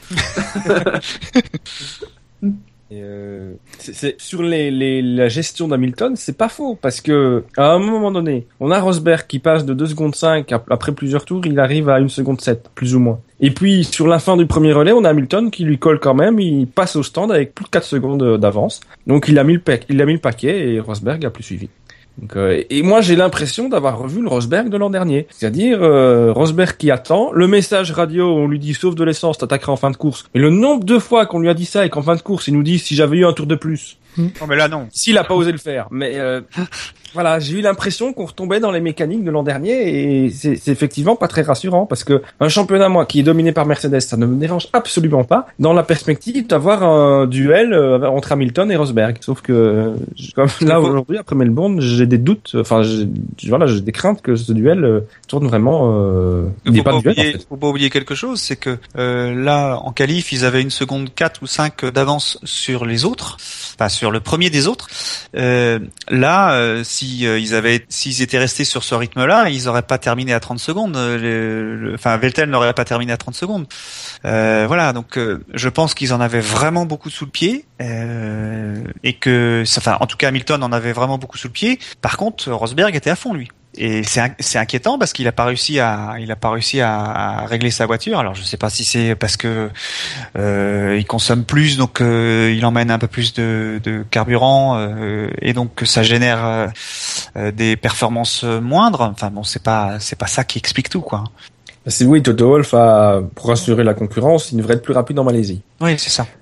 Et euh, c'est, c'est, sur les, les, la gestion d'Hamilton, c'est pas faux, parce que à un moment donné, on a Rosberg qui passe de deux secondes cinq, après plusieurs tours, il arrive à une seconde sept, plus ou moins. Et puis, sur la fin du premier relais, on a Hamilton qui lui colle quand même, il passe au stand avec plus de quatre secondes d'avance. Donc, il a mis le, pa- il a mis le paquet et Rosberg a plus suivi. Donc, euh, et moi, j'ai l'impression d'avoir revu le Rosberg de l'an dernier. C'est-à-dire, euh, Rosberg qui attend, le message radio, on lui dit, sauf de l'essence, t'attaqueras en fin de course. Mais le nombre de fois qu'on lui a dit ça et qu'en fin de course, il nous dit, si j'avais eu un tour de plus. Non, mais là, non. S'il a pas osé le faire. Mais, euh, voilà, j'ai eu l'impression qu'on retombait dans les mécaniques de l'an dernier et c'est, c'est effectivement pas très rassurant parce que un championnat, moi, qui est dominé par Mercedes, ça ne me dérange absolument pas dans la perspective d'avoir un duel euh, entre Hamilton et Rosberg. Sauf que, euh, comme là, aujourd'hui, après Melbourne, j'ai des doutes, enfin, j'ai, voilà, j'ai des craintes que ce duel euh, tourne vraiment, euh, il n'y ait pas de duel, oublier, en fait. Faut pas oublier quelque chose, c'est que, euh, là, en qualif, ils avaient une seconde quatre ou cinq d'avance sur les autres, enfin, sur le premier des autres. Euh, là, euh, si euh, ils avaient, s'ils étaient restés sur ce rythme-là, ils auraient pas terminé à trente secondes. Le, le, enfin, Vettel n'aurait pas terminé à trente secondes. Euh, voilà, donc euh, je pense qu'ils en avaient vraiment beaucoup sous le pied, euh, et que, enfin, en tout cas, Hamilton en avait vraiment beaucoup sous le pied. Par contre, Rosberg était à fond, lui. Et c'est c'est inquiétant parce qu'il a pas réussi à il a pas réussi à, à régler sa voiture. Alors je sais pas si c'est parce que euh, il consomme plus, donc euh, il emmène un peu plus de, de carburant euh, et donc ça génère euh, des performances moindres. Enfin bon, c'est pas c'est pas ça qui explique tout, quoi. C'est oui, Toto Wolff a, pour assurer la concurrence, il devrait être plus rapide en Malaisie. Oui, c'est ça.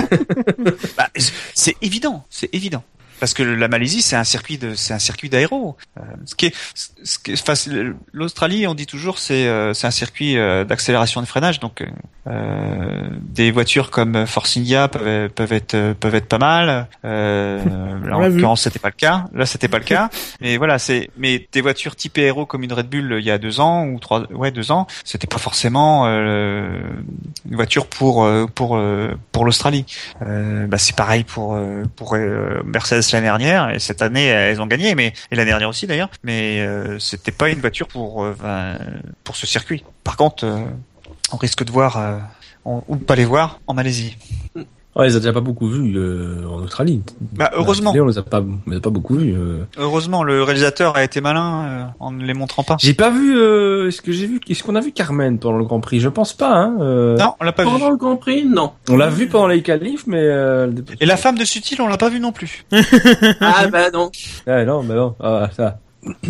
Bah, c'est évident, c'est évident. Parce que la Malaisie, c'est un circuit de, c'est un circuit d'aéro. Euh, ce qui est, ce qui est, enfin, l'Australie, on dit toujours, c'est, euh, c'est un circuit euh, d'accélération et de freinage. Donc, euh, des voitures comme Force India peuvent, peuvent être, peuvent être pas mal. Euh, là, en l'occurrence, c'était pas le cas. Là, c'était pas le cas. Mais voilà, c'est, mais des voitures type aéro comme une Red Bull il y a deux ans ou trois, ouais, deux ans, c'était pas forcément euh, une voiture pour, pour, pour l'Australie. Euh, bah, c'est pareil pour, pour euh, Mercedes l'année dernière, et cette année elles ont gagné, mais et l'année dernière aussi d'ailleurs, mais euh, c'était pas une voiture pour euh, ben, pour ce circuit. Par contre, euh, on risque de voir euh, on, ou de pas les voir en Malaisie. Ouais, ils ont déjà pas beaucoup vus euh, en Australie. Bah heureusement. Télé, on les a pas, on les a pas beaucoup vus. Euh. Heureusement, le réalisateur a été malin euh, en ne les montrant pas. J'ai pas vu. Euh, est-ce que j'ai vu Est-ce qu'on a vu Carmen pendant le Grand Prix? Je pense pas. Hein, euh... Non, on l'a pas pendant vu. Pendant le Grand Prix, non. On l'a vu pendant les qualifs, mais. Euh... Et la femme de Sutil, on l'a pas vu non plus. Ah bah non. Ah non, bah non. Ah ça.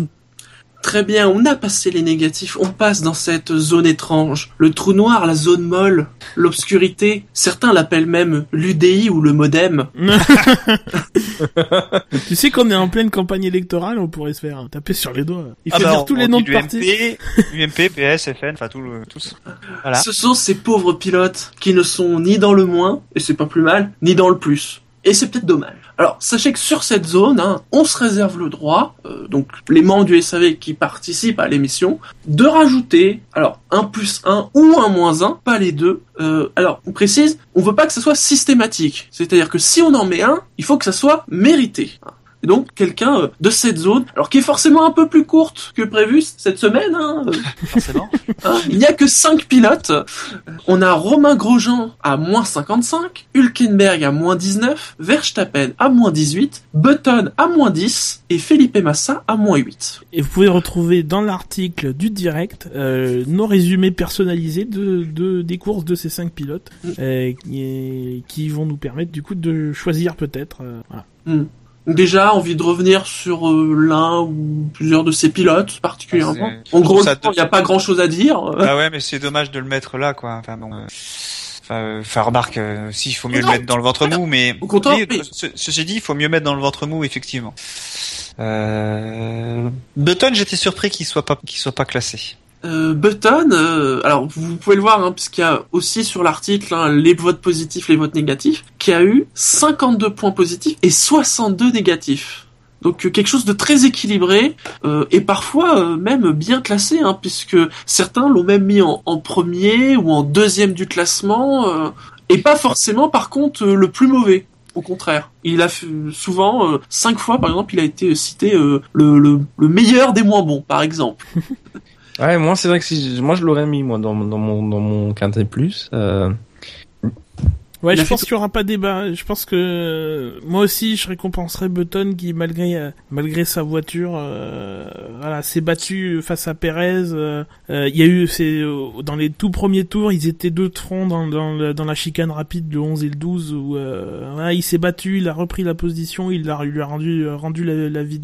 Très bien, on a passé les négatifs, on passe dans cette zone étrange. Le trou noir, la zone molle, l'obscurité. Certains l'appellent même l'U D I ou le modem. Tu sais qu'on est en pleine campagne électorale, on pourrait se faire taper sur les doigts. Il ah fait bah, dire tous les noms de U M P, partis. U M P, P S, F N, enfin tout le, tous. Voilà. Ce sont ces pauvres pilotes qui ne sont ni dans le moins, et c'est pas plus mal, ni dans le plus. Et c'est peut-être dommage. Alors, sachez que sur cette zone, hein, on se réserve le droit, euh, donc les membres du S A V qui participent à l'émission, de rajouter, alors, un plus un ou un moins un, pas les deux. Euh, alors, on précise, on veut pas que ça soit systématique. C'est-à-dire que si on en met un, il faut que ça soit mérité. Et donc, quelqu'un euh, de cette zone, alors qui est forcément un peu plus courte que prévu cette semaine, hein, euh, forcément. Hein, il n'y a que cinq pilotes. On a Romain Grosjean à moins cinquante-cinq, Hülkenberg à moins dix-neuf, Verstappen à moins dix-huit, Button à moins dix et Felipe Massa à moins huit. Et vous pouvez retrouver dans l'article du direct euh, nos résumés personnalisés de, de des courses de ces cinq pilotes euh, qui, qui vont nous permettre du coup de choisir peut-être. Euh, voilà. Mm. Déjà, envie de revenir sur euh, l'un ou plusieurs de ces pilotes particulièrement. Ah, en gros, il de... n'y a pas grand-chose à dire. Ah ouais, mais c'est dommage de le mettre là, quoi. Enfin bon, euh... enfin, enfin remarque, euh, si il faut mieux non, le mettre dans le ventre mou, mais au contraire, oui, ce, ceci dit, il faut mieux mettre dans le ventre mou, effectivement. Euh... Button, j'étais surpris qu'il soit pas, qu'il soit pas classé. Euh, Button, euh, alors vous pouvez le voir, hein, puisqu'il y a aussi sur l'article hein, les votes positifs, les votes négatifs, qui a eu cinquante-deux points positifs et soixante-deux négatifs. Donc euh, quelque chose de très équilibré euh, et parfois euh, même bien classé, hein, puisque certains l'ont même mis en, en premier ou en deuxième du classement, euh, et pas forcément par contre euh, le plus mauvais. Au contraire, il a fait, souvent euh, cinq fois par exemple, il a été cité euh, le, le, le meilleur des moins bons, par exemple. Ouais, moi c'est vrai que si moi je l'aurais mis moi dans, dans mon dans mon quintet plus. Euh... Ouais, je pense qu'il y aura pas débat. Je pense que euh, moi aussi je récompenserais Button qui malgré euh, malgré sa voiture euh, voilà, s'est battu face à Perez. Il euh, euh, y a eu c'est euh, dans les tout premiers tours, ils étaient deux de front dans dans, le, dans la chicane rapide le onze et le douze où euh, voilà, il s'est battu, il a repris la position, il a lui a rendu rendu la, la vie dure.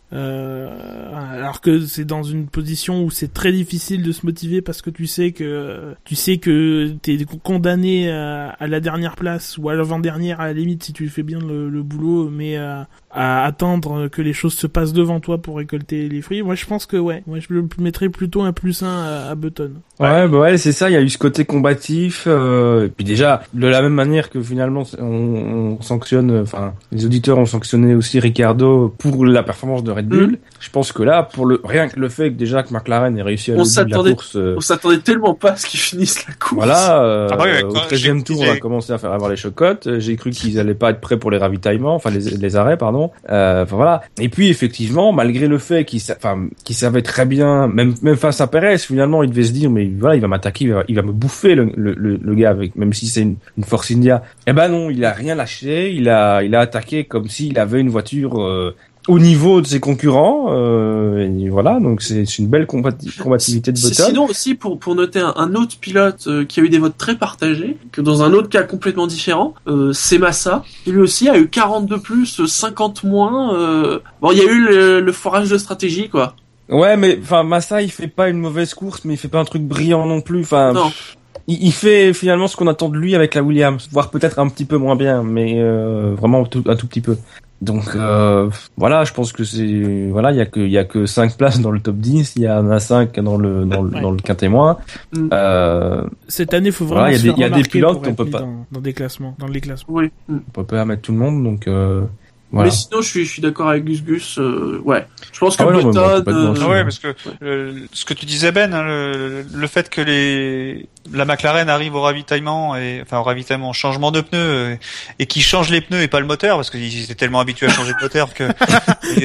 Euh, alors que c'est dans une position où c'est très difficile de se motiver parce que tu sais que tu sais que t'es condamné à, à la dernière place ou à l'avant-dernière à la limite si tu fais bien le, le boulot, mais à, à attendre que les choses se passent devant toi pour récolter les fruits. Moi je pense que ouais, moi je le mettrais plutôt un plus un à, à Button. Ouais, bah ouais, c'est ça. Il y a eu ce côté combatif. Euh, et puis déjà, de la même manière que finalement on, on sanctionne, enfin les auditeurs ont sanctionné aussi Ricciardo pour la performance de Red Bull. Mmh. Je pense que là, pour le rien que le fait que déjà que McLaren ait réussi à on le la course, euh, on s'attendait tellement pas à ce qu'ils finissent la course. Voilà, euh, ah bah oui, au treizième tour, j'ai... on a commencé à faire avoir les chocottes. J'ai cru qu'ils allaient pas être prêts pour les ravitaillements, enfin les, les arrêts, pardon. Euh, enfin voilà. Et puis effectivement, malgré le fait qu'ils, enfin, qu'ils savaient très bien, même même face à Perez, finalement, ils devaient se dire, mais voilà, il va m'attaquer, il va, il va me bouffer le, le, le, le gars, avec, même si c'est une, une Force India. Eh ben non, il a rien lâché, il a, il a attaqué comme s'il avait une voiture euh, au niveau de ses concurrents. Euh, et voilà, donc c'est, c'est une belle combati- combativité de Button. Sinon aussi, pour, pour noter un, un autre pilote euh, qui a eu des votes très partagés, que dans un autre cas complètement différent, euh, c'est Massa, qui lui aussi a eu quarante-deux plus, cinquante moins. Euh... Bon, il y a eu le, le forage de stratégie, quoi. Ouais, mais enfin Massa, il fait pas une mauvaise course, mais il fait pas un truc brillant non plus. Enfin, non. Il, il fait finalement ce qu'on attend de lui avec la Williams, voire peut-être un petit peu moins bien, mais euh, vraiment tout, un tout petit peu. Donc euh, voilà, je pense que c'est voilà, il y a que il y a que cinq places dans le top dix, il y en a cinq dans le dans le ouais. dans le quintet moins. Mm. Euh, Cette année, il faut vraiment voilà, se il y a des, faire il y a des pilotes qu'on peut pas dans, dans des classements, dans les classements. Oui. Mm. On peut pas mettre tout le monde, donc euh, voilà. Mais sinon, je suis, je suis d'accord avec Gus Gus. Euh, ouais, je pense que ah ouais, Button. Non, bon, euh... ah ouais, parce que ouais. le, ce que tu disais Ben, hein, le, le fait que les la McLaren arrive au ravitaillement et enfin au ravitaillement, changement de pneus et, et qui change les pneus et pas le moteur parce qu'ils étaient tellement habitués à changer de moteur que ils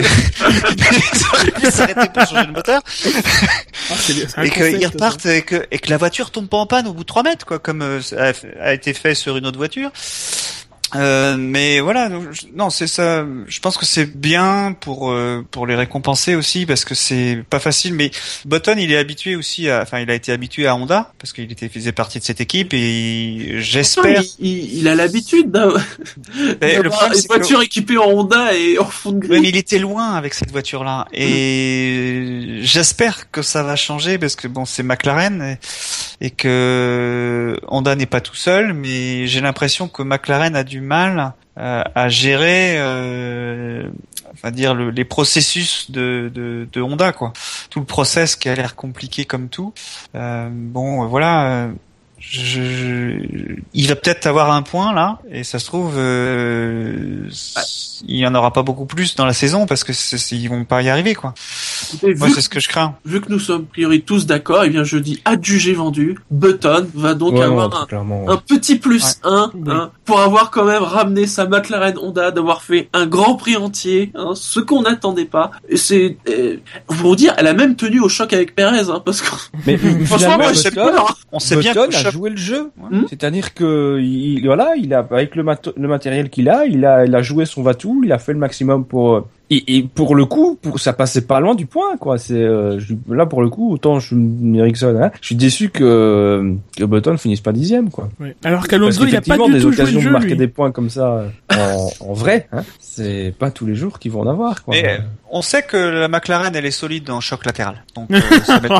auraient pu s'arrêter pour changer de moteur. Ah, c'est bien, c'est et qu'ils repartent et que et que la voiture tombe pas en panne au bout de trois mètres quoi, comme euh, a, a été fait sur une autre voiture. Euh, mais voilà, non, c'est ça. Je pense que c'est bien pour euh, pour les récompenser aussi parce que c'est pas facile. Mais Button, il est habitué aussi, à, enfin, il a été habitué à Honda parce qu'il était faisait partie de cette équipe et j'espère. Enfin, il, il, il a l'habitude d'avoir, d'avoir une voiture que... équipée en Honda et en fond de grille. Oui, mais il était loin avec cette voiture-là et mmh. j'espère que ça va changer parce que bon, c'est McLaren et, et que Honda n'est pas tout seul, mais j'ai l'impression que McLaren a du mal euh, à gérer, euh, enfin dire le, les processus de, de, de Honda quoi. Tout le process qui a l'air compliqué comme tout. Euh, bon, voilà. Je, je, il va peut-être avoir un point là, et ça se trouve, euh, ouais. il y en aura pas beaucoup plus dans la saison parce que c'est, c'est, ils vont pas y arriver quoi. Écoutez, Moi, c'est ce que je crains. Vu que nous sommes a priori tous d'accord, et eh bien je dis adjugé vendu. Button va donc ouais, avoir non, un, clairement, un petit plus ouais. un oui. hein, pour avoir quand même ramené sa McLaren Honda, d'avoir fait un Grand Prix entier, hein, ce qu'on n'attendait pas. Et c'est, euh, pour vous dire, elle a même tenu au choc avec Perez, hein, parce que mais franchement, moi, je sais pas. Hein. On sait Button bien que a joué le jeu, hmm c'est-à-dire que il, voilà, il a avec le, mat- le matériel qu'il a, il a, il a joué son va-tout, il a fait le maximum pour. Et, et pour le coup, pour ça passait pas loin du point, quoi. C'est euh, je, là pour le coup, autant je suis Ericsson, hein, je suis déçu que que Button finisse pas dixième, quoi. Oui. Alors qu'Alonso, il a pas du des tout joué occasions le jeu, de marquer lui. des points comme ça en, en vrai, hein, c'est pas tous les jours qu'ils vont en avoir, quoi. Mais on sait que la McLaren, elle est solide en choc latéral, donc euh, ça va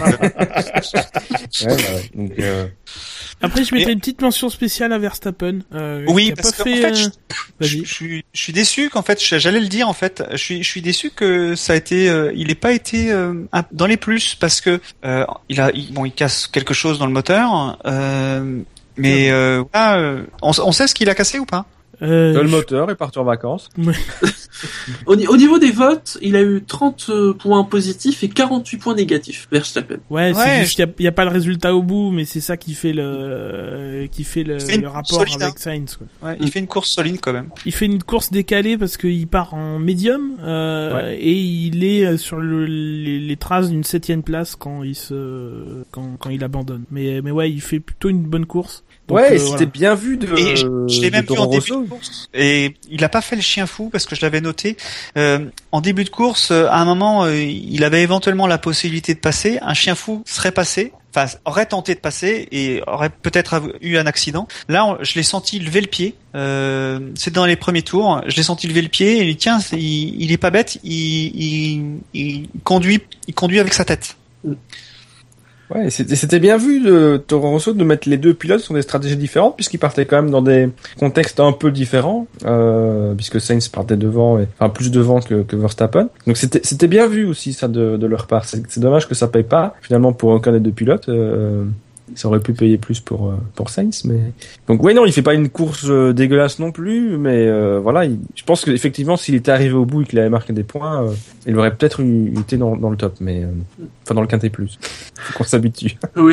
ouais, bah ouais. Donc, euh... Après, je mettrais Et... une petite mention spéciale à Verstappen. Euh, oui, qui a parce pas que fait, en fait, euh... je, je, je suis, je suis déçu qu'en fait, j'allais le dire en fait, je suis, je suis déçu que ça a été, euh, il n'ait pas été euh, dans les plus parce que euh, il a, il, bon, il casse quelque chose dans le moteur, euh, mais euh, voilà, euh, on, on sait ce qu'il a cassé ou pas? Euh, le moteur est parti en vacances. au, au niveau des votes, il a eu trente points positifs et quarante-huit points négatifs, Verstappen. Ouais, c'est ouais, juste qu'il n'y a, a pas le résultat au bout, mais c'est ça qui fait le, qui fait le, le rapport solide, avec hein. Sainz, quoi. Ouais, il fait une course solide quand même. Il fait une course décalée parce qu'il part en médium, euh, ouais. et il est sur le, les, les traces d'une septième place quand il se, quand, quand il abandonne. Mais, mais ouais, il fait plutôt une bonne course. Donc, ouais, euh, c'était voilà. bien vu de. Et je, je l'ai même vu en début Rosso. de course. Et il a pas fait le chien fou parce que je l'avais noté. Euh, en début de course, à un moment, euh, il avait éventuellement la possibilité de passer. Un chien fou serait passé. enfin, aurait tenté de passer et aurait peut-être eu un accident. Là, on, je l'ai senti lever le pied. Euh, c'est dans les premiers tours. Je l'ai senti lever le pied et il dit, tiens, c'est, il, il est pas bête. Il, il, il conduit, il conduit avec sa tête. Ouais, c'était, c'était bien vu de Toro Rosso de mettre les deux pilotes sur des stratégies différentes puisqu'ils partaient quand même dans des contextes un peu différents, euh, puisque Sainz partait devant, et, enfin plus devant que, que Verstappen. Donc c'était, c'était bien vu aussi ça de, de leur part. C'est, c'est dommage que ça paye pas finalement pour aucun des deux pilotes. Euh, ça aurait pu payer plus pour pour Sainz, mais donc ouais non, il fait pas une course euh, dégueulasse non plus, mais euh, voilà, il... je pense que effectivement s'il était arrivé au bout et qu'il avait marqué des points, euh, il aurait peut-être eu, été dans, dans le top, mais euh, enfin dans le quintet plus. Faut qu'on s'habitue. Oui.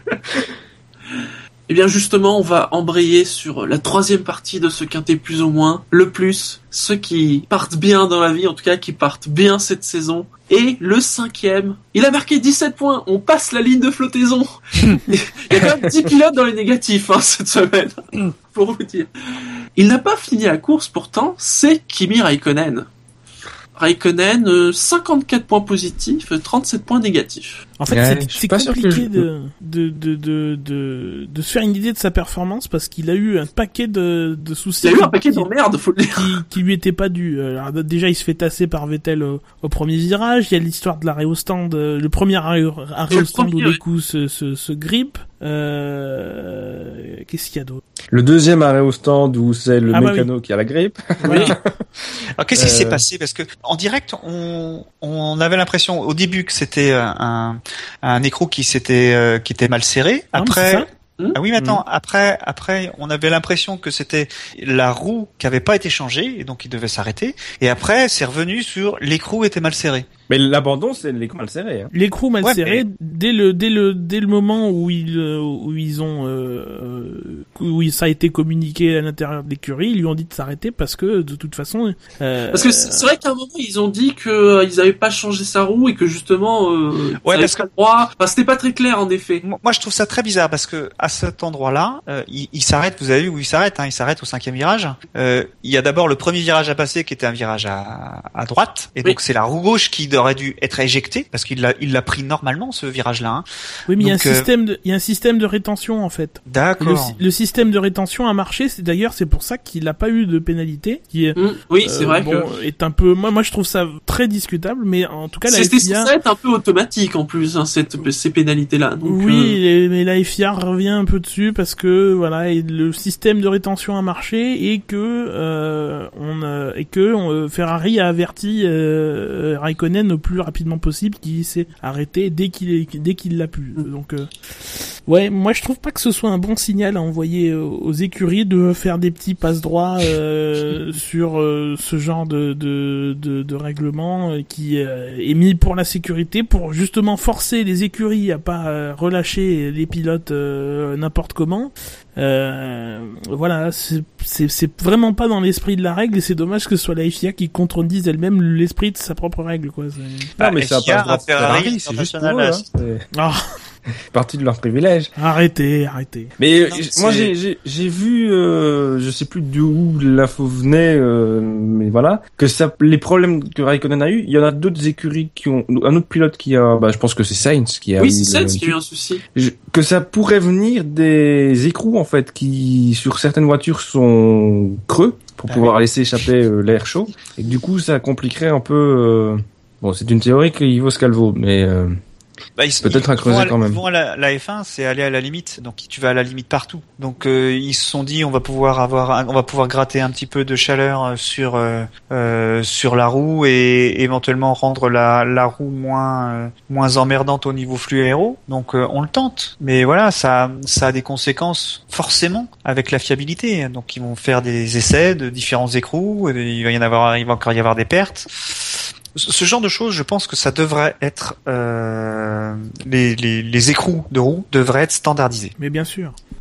Eh bien justement, on va embrayer sur la troisième partie de ce quintet plus ou moins, le plus, ceux qui partent bien dans la vie, en tout cas qui partent bien cette saison. Et le cinquième, il a marqué dix-sept points, on passe la ligne de flottaison. Il y a quand même dix pilotes dans les négatifs hein, cette semaine, pour vous dire. Il n'a pas fini la course pourtant, c'est Kimi Raikkonen. Raikkonen, euh, cinquante-quatre points positifs, trente-sept points négatifs. En fait, Ouais, c'est, c'est compliqué je... de, de, de, de, de, de se faire une idée de sa performance parce qu'il a eu un paquet de, de soucis. Il a eu un paquet d'emmerdes, faut le dire. Qui, qui lui étaient pas dus. Alors, déjà, il se fait tasser par Vettel au, au premier virage. Il y a l'histoire de l'arrêt au stand, le premier arrêt, arrêt au stand où les coups se, se, se grippent. Euh, qu'est-ce qu'il y a d'autre? Le deuxième arrêt au stand où c'est le ah mécano bah oui. qui a la grippe. Oui. Alors qu'est-ce qui euh... s'est passé? Parce que en direct, on, on avait l'impression au début que c'était un, un écrou qui s'était, euh, qui était mal serré. Ah, Après, ah oui, maintenant, mmh. après, après, on avait l'impression que c'était la roue qui avait pas été changée et donc il devait s'arrêter. Et après, c'est revenu sur l'écrou était mal serré. Mais l'abandon, c'est l'écrou mal serré. Hein. L'écrou mal ouais, serré, mais... dès le dès le dès le moment où ils où ils ont euh, où ça a été communiqué à l'intérieur de l'écurie, ils lui ont dit de s'arrêter parce que de toute façon. Euh, parce que c'est vrai qu'à un moment ils ont dit que euh, ils avaient pas changé sa roue et que justement. Euh, ouais, parce que droit. Enfin, c'était pas très clair en effet. Moi, je trouve ça très bizarre parce que à cet endroit-là, euh, il, il s'arrête. Vous avez vu où il s'arrête hein, il s'arrête au cinquième virage. Euh, il y a d'abord le premier virage à passer qui était un virage à à droite et donc oui. C'est la roue gauche qui aurait dû être éjectée parce qu'il l'a il l'a pris normalement ce virage-là. Hein. Oui, mais donc, il y a un euh... système de il y a un système de rétention en fait. D'accord. Le, le système de rétention a marché. C'est d'ailleurs c'est pour ça qu'il n'a pas eu de pénalité. Qui est, mmh, oui, euh, c'est vrai bon, que est un peu. Moi, moi, je trouve ça très discutable, mais en tout cas, la c'était F I A... censé être un peu automatique en plus hein, cette ces pénalités-là. Donc, oui, euh... mais la F I A revient un peu dessus parce que voilà, et le système de rétention a marché et que euh, on euh, et que on, Ferrari a averti euh, Raikkonen au plus rapidement possible qui s'est arrêté dès qu'il dès qu'il l'a pu. Donc euh, ouais, moi je trouve pas que ce soit un bon signal à envoyer aux écuries de faire des petits passe droits euh, sur euh, ce genre de de de, de règlement euh, qui euh, est mis pour la sécurité pour justement forcer les écuries à pas euh, relâcher les pilotes euh, n'importe comment. Euh, voilà, c'est, c'est, c'est vraiment pas dans l'esprit de la règle et c'est dommage que ce soit la F I A qui contredise elle-même l'esprit de sa propre règle, quoi. C'est... Non, mais ça passe droit Ferrari, c'est juste pour eux, hein. C'est... Ah. partie de leur privilège. Arrêtez, arrêtez. Mais non, moi j'ai j'ai j'ai vu, euh, je sais plus d'où l'info venait, euh, mais voilà, que ça, les problèmes que Raikkonen a eu, il y en a d'autres écuries qui ont, un autre pilote qui a, bah je pense que c'est Sainz qui a. Oui, c'est Sainz qui a eu un souci. Je, que ça pourrait venir des écrous en fait qui sur certaines voitures sont creux pour ah pouvoir oui. laisser échapper euh, l'air chaud et que, du coup ça compliquerait un peu. Euh... Bon, c'est une théorie qui vaut ce qu'elle vaut, mais. Euh... Bah, ils, peut-être un creuset quand même. Ils vont à la, la F un, c'est aller à la limite. Donc tu vas à la limite partout. Donc euh, ils se sont dit on va pouvoir avoir, on va pouvoir gratter un petit peu de chaleur sur euh, euh, sur la roue et éventuellement rendre la la roue moins euh, moins emmerdante au niveau flux aéro. Donc euh, on le tente. Mais voilà, ça ça a des conséquences forcément avec la fiabilité. Donc ils vont faire des essais de différents écrous. Il va y en avoir, il va encore y avoir des pertes. Ce genre de choses, je pense que ça devrait être euh, les, les les écrous de roue devraient être standardisés. Mais bien sûr.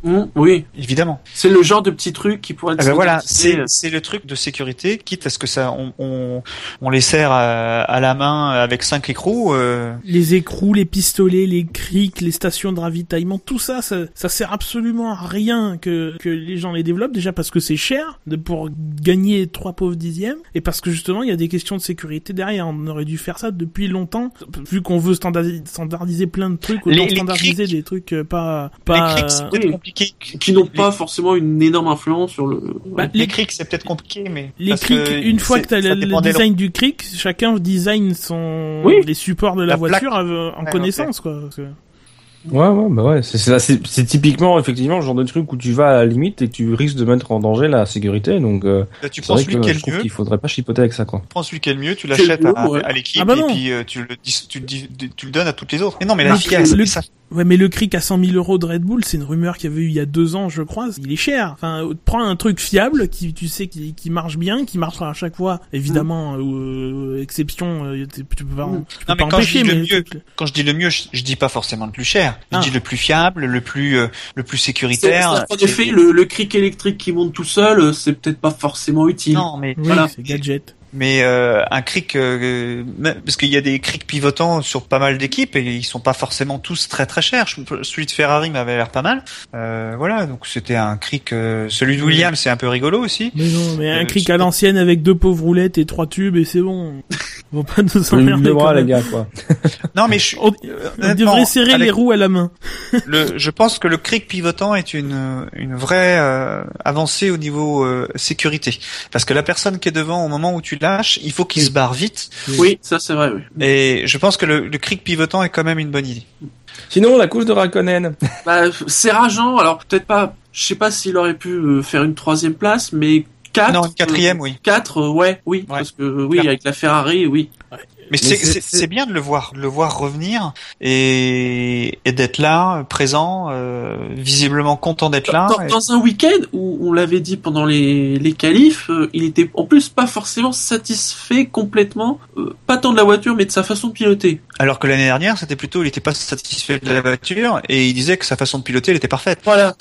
Mmh, oui, évidemment. C'est le genre de petit truc qui pourrait être. Ah ben voilà, c'est c'est c'est le truc de sécurité, quitte à ce que ça, on on, on les sert à, à la main avec cinq écrous. Euh... Les écrous, les pistolets, les crics, les stations de ravitaillement, tout ça, ça, ça sert absolument à rien que que les gens les développent. Déjà parce que c'est cher de pour gagner trois pauvres dixièmes, et parce que justement il y a des questions de sécurité derrière. On aurait dû faire ça depuis longtemps, vu qu'on veut standardiser, standardiser plein de trucs, autant Les- les standardiser crics- des trucs euh, pas pas. les crics, c'est peut-être oui. compliqué. qui n'ont pas forcément une énorme influence sur le. Bah, les les- crics, c'est peut-être compliqué, mais Les parce crics, que une fois c'est- que t'as ça le, dépend le des design du cric, chacun design son Oui. les supports de la, La voiture plaque. euh, en Ouais, connaissance quoi. Parce que- Ouais, ouais, bah ouais, c'est, c'est, là, c'est, c'est typiquement, effectivement, le genre de truc où tu vas à la limite et que tu risques de mettre en danger la sécurité, donc, euh, Là, tu c'est prends vrai celui que qui est je le trouve mieux, qu'il faudrait pas chipoter avec ça, quoi. tu prends celui qui est le mieux, tu Quel l'achètes mieux, à, ouais. à l'équipe Ah bah et non. puis euh, tu le dis- tu le dis- tu le donnes à toutes les autres. Mais non, mais la Le- F I A, le- ça, Ouais, mais le cric à cent mille euros de Red Bull, c'est une rumeur qu'il y avait eu il y a deux ans, je crois. Il est cher. Enfin, euh, prends un truc fiable qui, tu sais, qui, qui marche bien, qui marchera à chaque fois. Évidemment, euh, exception, euh, tu tu peux pas, Mm. tu peux Non, mais pas quand je empêcher, dis le mais mieux, truc- quand je dis le mieux, je, je dis pas forcément le plus cher. Je Ah. dis le plus fiable, le plus euh, le plus C'est- sécuritaire. c'est- En effet, le, le cric électrique qui monte tout seul, euh, c'est peut-être pas forcément utile. Non, mais oui, voilà. c'est gadget. mais euh, un cric, euh, même- parce qu'il y a des crics pivotants sur pas mal d'équipes et ils sont pas forcément tous très très chers. Je- Celui de Ferrari m'avait l'air pas mal. Euh, voilà, donc c'était un cric. euh, celui de Williams, c'est un peu rigolo aussi. Mais non, mais un Euh, cric je- à l'ancienne avec deux pauvres roulettes et trois tubes et c'est bon. Faut pas nous Le emmerder bras, quand les même. gars, quoi. Non, mais je, On, euh, on honnêtement, devrait serrer avec- les roues à la main. Le, je pense que le cric pivotant est une une vraie euh, avancée au niveau euh, sécurité, parce que la personne qui est devant au moment où tu lâches, il faut qu'il se barre vite. Oui, ça c'est vrai, oui. Et je pense que le, le cric pivotant est quand même une bonne idée. Sinon, la couche de Raikkonen. Bah, c'est rageant, alors peut-être pas, je sais pas s'il aurait pu euh, faire une troisième place, mais quatre. Non, une quatrième, oui. Quatre, euh, ouais, oui, parce que euh, oui, Claire. avec la Ferrari, oui. Mais, c'est, c'est- c'est, c'est- c'est bien de le voir, de le voir revenir et, et d'être là, présent, euh, visiblement content d'être là. Dans, Et- dans un week-end où on l'avait dit pendant les, les qualifs, euh, il était en plus pas forcément satisfait complètement, euh, pas tant de la voiture, mais de sa façon de piloter. Alors que l'année dernière, c'était plutôt, il était pas satisfait de la voiture et il disait que sa façon de piloter, elle était parfaite. Voilà.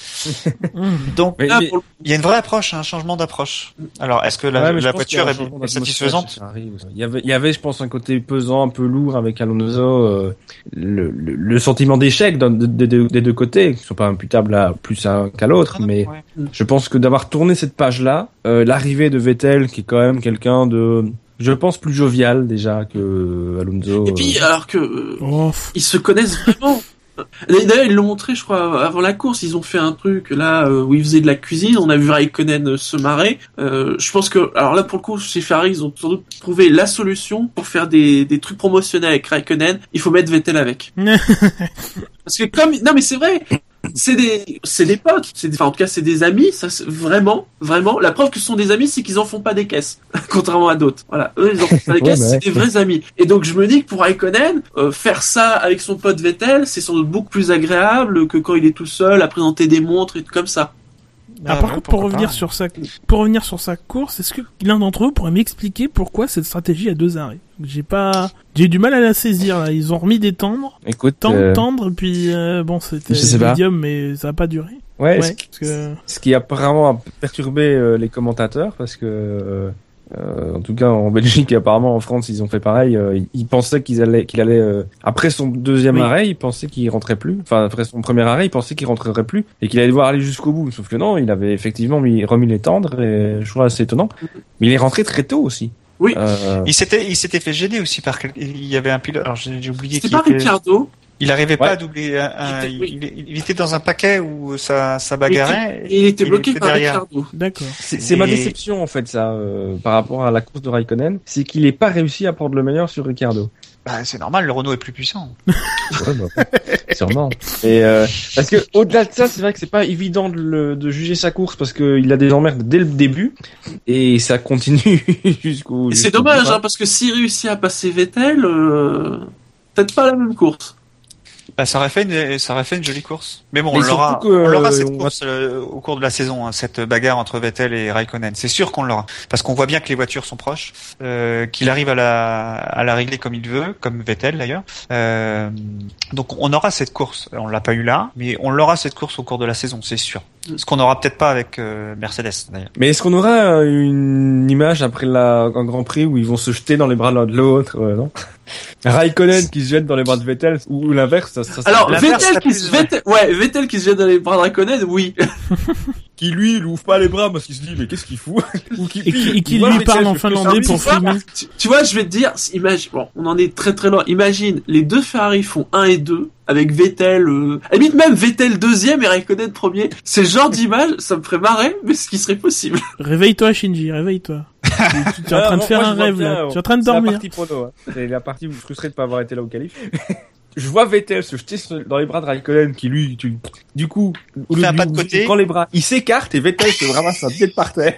Donc Mais- Là, mais- pour le- il y a une vraie approche, un changement d'approche. Alors, est-ce que la, Ouais, mais je la pense qu'il y a voiture un est, changement est d'atmosphère satisfaisante? chez Ferrari aussi. Il y avait, il y avait, je pense, un côté pesant, un peu lourd avec Alonso, euh, le, le, le sentiment d'échec d'un- de- de- de- des deux côtés, qui sont pas imputables à plus à un qu'à l'autre, mais Ouais. je pense que d'avoir tourné cette page-là, euh, l'arrivée de Vettel, qui est quand même quelqu'un de, je pense, plus jovial déjà que Alonso. Et puis, euh, alors que euh, Oh, pff. ils se connaissent vraiment. D'ailleurs, ils l'ont montré, je crois, avant la course. Ils ont fait un truc là euh, où ils faisaient de la cuisine. On a vu Raikkonen euh, se marrer. Euh, je pense que, alors là, pour le coup, chez Ferrari, ils ont sans doute trouvé la solution pour faire des, des trucs promotionnels avec Raikkonen. Il faut mettre Vettel avec. Parce que comme, non mais c'est vrai. C'est des, c'est des potes, c'est des, enfin en tout cas c'est des amis, ça c'est vraiment, vraiment. La preuve que ce sont des amis, c'est qu'ils en font pas des caisses, contrairement à d'autres. Voilà, eux ils en font pas des Ouais, caisses, bah c'est ouais. des vrais amis. Et donc je me dis que pour Raikkonen, euh, faire ça avec son pote Vettel, c'est sans doute beaucoup plus agréable que quand il est tout seul à présenter des montres et tout comme ça. Ah, Ah par ouais, contre, pour pourquoi revenir pas. sur sa, pour revenir sur sa course, est-ce que l'un d'entre eux pourrait m'expliquer pourquoi cette stratégie a deux arrêts? J'ai pas, j'ai eu du mal à la saisir, là. Ils ont remis des tendres, écoute, tendre, euh, tendre, puis euh, bon, c'était Je sais pas. médium, mais ça a pas duré. ouais, Ouais, ce, parce que... ce qui a apparemment perturbé euh, les commentateurs, parce que, euh, euh, en tout cas en Belgique et apparemment en France, ils ont fait pareil. Euh, ils, ils pensaient qu'ils allaient, qu'il allait euh, après son deuxième Oui. arrêt, ils pensaient qu'il rentrait plus. Enfin après son premier arrêt, ils pensaient qu'il rentrerait plus et qu'il allait devoir aller jusqu'au bout. Sauf que non, il avait effectivement mis, remis les tendres et je trouve assez étonnant. Mais il est rentré très tôt aussi. Oui. Euh, Il s'était, il s'était fait gêner aussi par quel... il y avait un pilote. Alors j'ai, j'ai oublié C'était qui pas était. Ricardo. Il arrivait pas Ouais. à doubler. Un, un- Il était- oui. il, il était dans un paquet où ça, ça bagarrait. Et il était bloqué était par derrière. Ricardo. D'accord. C'est c'est ma Et- déception en fait ça euh, par rapport à la course de Raikkonen, c'est qu'il n'ait pas réussi à prendre le meilleur sur Ricciardo. Bah, c'est normal, le Renault est plus puissant. Ouais, bah, sûrement. Et euh, parce que au-delà de ça, c'est vrai que c'est pas évident de, le, de juger sa course parce que il a des emmerdes dès le début et ça continue jusqu'au. Et c'est jusqu'au dommage, bout, hein, parce que s'il réussit à passer Vettel, euh, peut-être pas la même course. Bah, ça aurait fait une, ça aurait fait une jolie course. Mais bon, Mais on l'aura, surtout que, on l'aura euh, cette on va- course euh, au cours de la saison, hein, cette bagarre entre Vettel et Raikkonen. C'est sûr qu'on l'aura, parce qu'on voit bien que les voitures sont proches, euh, qu'il arrive à la, à la régler comme il veut, comme Vettel d'ailleurs. Euh, donc on aura cette course. On l'a pas eu là, mais on l'aura cette course au cours de la saison, c'est sûr. Ce qu'on n'aura peut-être pas avec euh, Mercedes d'ailleurs. Mais est-ce qu'on aura euh, une image après la, un Grand Prix où ils vont se jeter dans les bras l'un de l'autre, euh, non? Raikkonen qui se jette dans les bras de Vettel, ou l'inverse, ça, ça, ça Alors, l'inverse, Vettel ça qui, plus- se, Vettel, ouais, Vettel qui se jette dans les bras de Raikkonen, oui. qui lui, il ouvre pas les bras parce qu'il se dit, mais qu'est-ce qu'il fout? Ou qui, Et qui, et qui il voit lui Vettel parle en se fait finlandais servir, pour il fait, filmer. Tu, tu vois, je vais te dire, imagine, bon, on en est très très loin. Imagine, les deux Ferrari font un et deux, avec Vettel, euh, à la limite même Vettel deuxième et Raikkonen premier. C'est le genre d'image, ça me ferait marrer, mais ce qui serait possible. Réveille-toi, Shinji, réveille-toi. tu, tu es en Ah, train de moi, faire moi, un je vois rêve, bien, là. euh, Tu es en train de C'est la dormir. partie prono, hein. C'est la partie où je suis frustré de pas avoir été là au qualif. Je vois Vettel se jeter sur- dans les bras de Raikkonen qui lui, tu, du coup, au Il lieu fait un de pas lui- de côté. il prend les bras, il s'écarte et Vettel se ramasse sa tête par terre.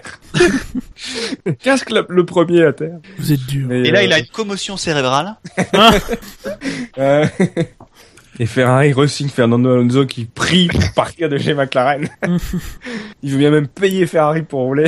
Casque le, le premier à terre. Vous êtes dur. Mais, Et là, euh, il a une commotion cérébrale. euh, et Ferrari re-signe Fernando Alonso qui prie pour partir de chez McLaren. Il veut bien même payer Ferrari pour rouler.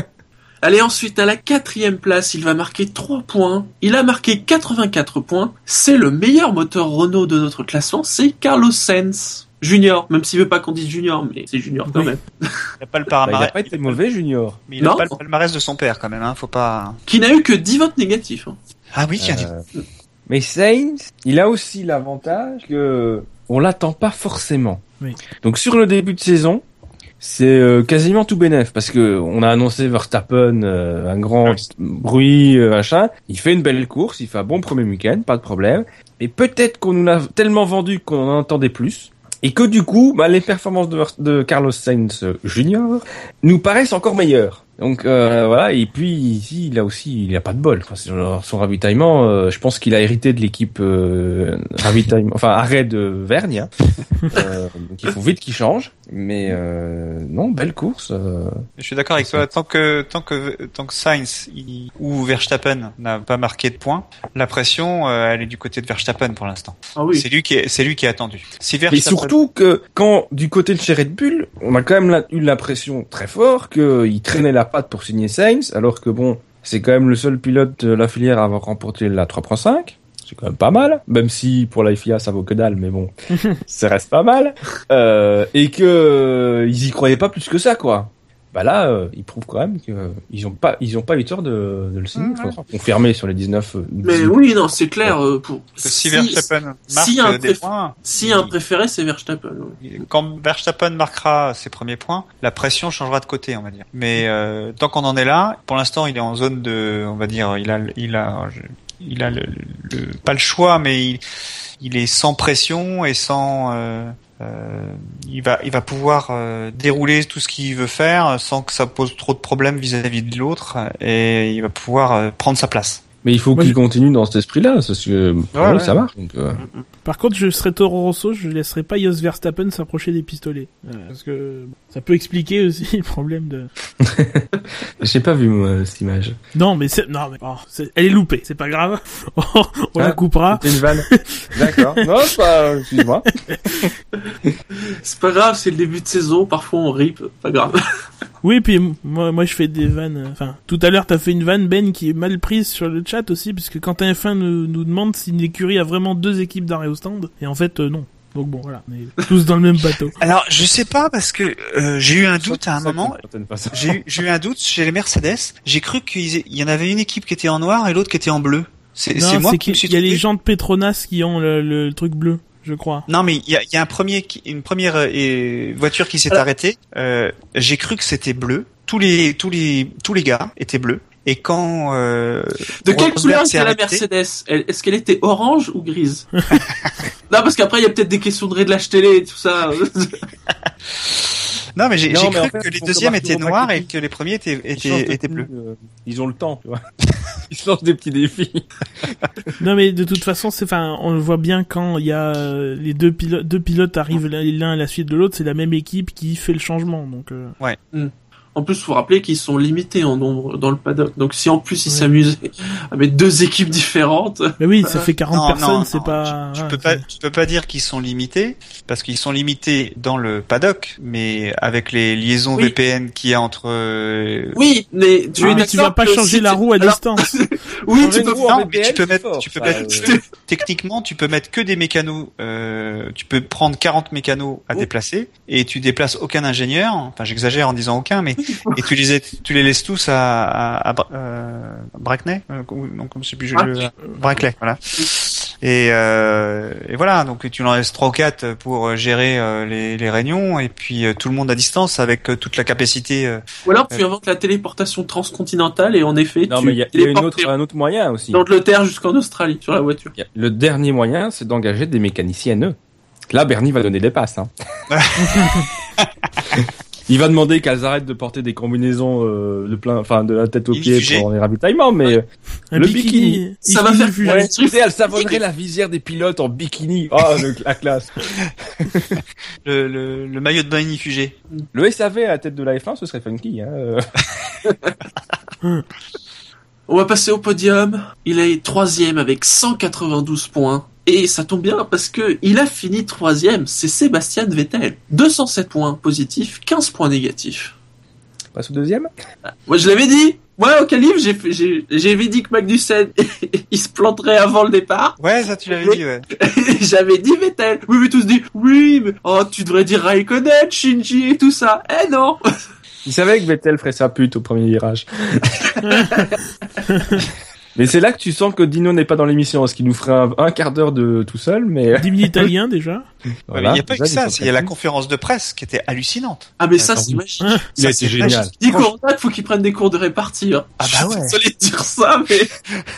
Allez, ensuite, à la quatrième place, il va marquer trois points. Il a marqué quatre-vingt-quatre points. C'est le meilleur moteur Renault de notre classement, c'est Carlos Sainz. Junior, même s'il veut pas qu'on dise junior, mais c'est junior quand Oui. même. Il n'a pas le Bah, il a palmarès. pas été mauvais, Junior. Mais il n'a Non. pas le palmarès de son père quand même, hein. Faut pas. Qui n'a eu que dix votes négatifs. hein. Ah oui, tiens. Euh, Mais Sainz, il a aussi l'avantage que on l'attend pas forcément. Oui. Donc sur le début de saison, c'est euh, quasiment tout bénef parce que on a annoncé Verstappen, euh, un grand bruit, euh, machin. Il fait une belle course, il fait un bon premier week-end, pas de problème. Mais peut-être qu'on nous l'a tellement vendu qu'on en entendait plus. Et que du coup, bah, les performances de, Vers- de Carlos Sainz Junior nous paraissent encore meilleures. Donc euh, voilà, et puis ici, il a aussi, il a pas de bol. Enfin, c'est genre, son ravitaillement, euh, je pense qu'il a hérité de l'équipe euh, ravitaillement, enfin arrêt de Vergne. Hein. Euh, donc il faut vite qu'il change. Mais euh, non, belle course. Euh... Je suis d'accord avec toi. Tant que tant que tant que Sainz il- ou Verstappen n'a pas marqué de points, la pression euh, elle est du côté de Verstappen pour l'instant. Ah oui. C'est lui qui est c'est lui qui est attendu. Si Mais Verstappen surtout que quand du côté de chez Red Bull, on a quand même la- eu l'impression très fort qu'il traînait la patte pour signer Sainz, alors que bon, c'est quand même le seul pilote de la filière à avoir remporté la trois point cinq. C'est quand même pas mal, même si pour la F I A ça vaut que dalle, mais bon, ça reste pas mal. Euh, et que euh, ils y croyaient pas plus que ça, quoi. Bah là, euh, ils prouvent quand même que euh, ils ont pas, ils ont pas eu tort de, de le signer. Il faudra confirmer sur les dix-neuf. euh, Mais dix-huit. oui, non, c'est clair. euh, pour... que si Verstappen marque si un euh, des préf- points, Si un préféré, c'est Verstappen. ouais. quand Verstappen marquera ses premiers points, la pression changera de côté, on va dire. Mais euh, tant qu'on en est là, pour l'instant, il est en zone de, on va dire, il a, il a, il a le, le- pas le choix, mais il, il est sans pression et sans, euh, euh, il va, il va pouvoir euh, dérouler tout ce qu'il veut faire sans que ça pose trop de problèmes vis-à-vis de l'autre, et il va pouvoir euh, prendre sa place. Mais il faut Moi, qu'il je- continue dans cet esprit-là, parce que pour Ouais, eux, ouais. ça marche. Donc, euh... Par contre, je serais Toro Rosso, je laisserais pas Jos Verstappen s'approcher des pistolets. Euh, parce que ça peut expliquer aussi le problème de... j'ai pas vu moi cette image. Non, mais c'est... Non, mais... oh, c'est- elle est loupée, c'est pas grave. On la Ah, coupera. C'était une vanne. D'accord. Non, c'est pas. Excuse-moi. C'est pas grave, c'est le début de saison. Parfois on rip, pas grave. Oui, puis m- moi, moi je fais des vannes. euh, Enfin, tout à l'heure, t'as fait une vanne, Ben, qui est mal prise sur le chat aussi, puisque Quentin F un nous, nous demande si une écurie a vraiment deux équipes d'arrêt au stand. Et en fait, euh, non. Donc bon, voilà, on est tous dans le même bateau. Alors, je sais pas parce que euh, j'ai eu un doute à un moment. J'ai eu, j'ai eu un doute chez les Mercedes. J'ai cru qu'il y en avait une équipe qui était en noir et l'autre qui était en bleu. C'est, Non, c'est moi c'est qui me suis qu'il y a trompé. les gens de Petronas qui ont le, le truc bleu, je crois. Non, mais il y a, il y a un premier, qui- une première euh, voiture qui s'est Alors- arrêtée. Euh, j'ai cru que c'était bleu. Tous les, tous les, tous les gars étaient bleus. Et quand euh, De quelle Rosberg couleur s'est était la arrêté- Mercedes Elle- Est-ce qu'elle était orange ou grise Non, parce qu'après il y a peut-être des questions de réglage télé et tout ça. Non, mais j'ai, Non, j'ai mais cru en fait, que les faut deuxièmes savoir étaient toujours noirs et marketing. que les premiers étaient, Ils changent de étaient, étaient tenue, bleus. euh, ils ont le temps, tu vois. Ils se lancent des petits défis. Non, mais de toute façon, c'est, enfin, on le voit bien quand il y a euh, les deux pilotes, deux pilotes arrivent l'un l'un à la suite de l'autre, c'est la même équipe qui fait le changement. Donc, euh... En En plus, faut rappeler qu'ils sont limités en nombre dans le paddock. Donc si en plus ils ouais. s'amusaient à mettre deux équipes différentes. Mais oui, ça fait quarante non, personnes, non, c'est non, pas. Tu, tu ah, peux pas, tu peux pas dire qu'ils sont limités parce qu'ils sont limités dans le paddock, mais avec les liaisons oui. V P N qu'il y a entre. Euh... Oui, mais tu, ah, mais tu vas pas changer si la tu... roue à Alors... distance. oui, tu peux. Non, mais tu peux mettre, fort, tu peux ça, mettre. euh... Techniquement, tu peux mettre que des mécanos. Euh, tu peux prendre quarante mécanos à oh. déplacer et tu déplaces aucun ingénieur. Enfin, j'exagère en disant aucun, mais et tu les tu les laisses tous à à, à euh, Brackney, euh, non comme je sais plus, je, je, Brackley, voilà. Et, euh, et voilà, donc tu en laisses trois ou quatre pour gérer euh, les, les réunions et puis euh, tout le monde à distance avec euh, toute la capacité. Euh, ou alors tu euh, inventes la téléportation transcontinentale et en effet non, tu mais il y a, y a une autre, un autre moyen aussi. D'Angleterre jusqu'en Australie sur la voiture. Le dernier moyen, c'est d'engager des mécaniciennes. Là, Bernie va donner des passes. Hein. Il va demander qu'elles arrêtent de porter des combinaisons euh, de plein, enfin de la tête aux pieds pour les ravitaillements, mais ouais. le bikini, bikini ça va faire ouais, tu sais, elle savonnerait la visière des pilotes en bikini. Oh, le, la classe. le, le, le maillot de bain inifugé. Le S A V à la tête de la F un, ce serait funky. Hein. On va passer au podium. Il est troisième avec cent quatre-vingt-douze points. Et ça tombe bien parce que il a fini troisième, c'est Sébastien Vettel. deux cent sept points positifs, quinze points négatifs. Passe au deuxième. Moi je l'avais dit. Moi au calife, j'ai j'ai j'avais dit que Magnussen il se planterait avant le départ. Ouais, ça tu l'avais dit, ouais. J'avais dit Vettel. Oui, mais tous dit oui, mais oh tu devrais dire Raikkonen, Shinji et tout ça. Eh non. Il savait que Vettel ferait sa pute au premier virage. Mais c'est là que tu sens que Dino n'est pas dans l'émission, parce qu'il nous ferait un, un quart d'heure de tout seul, mais... dix minutes italien, déjà. Voilà, il n'y a pas que ça, il y a la conférence de presse qui était hallucinante. Ah, mais ça, c'est magique. Il a été génial. Dis qu'on il faut qu'il prenne des cours de répartie, hein. Ah bah ouais. Je suis désolé de dire ça, mais...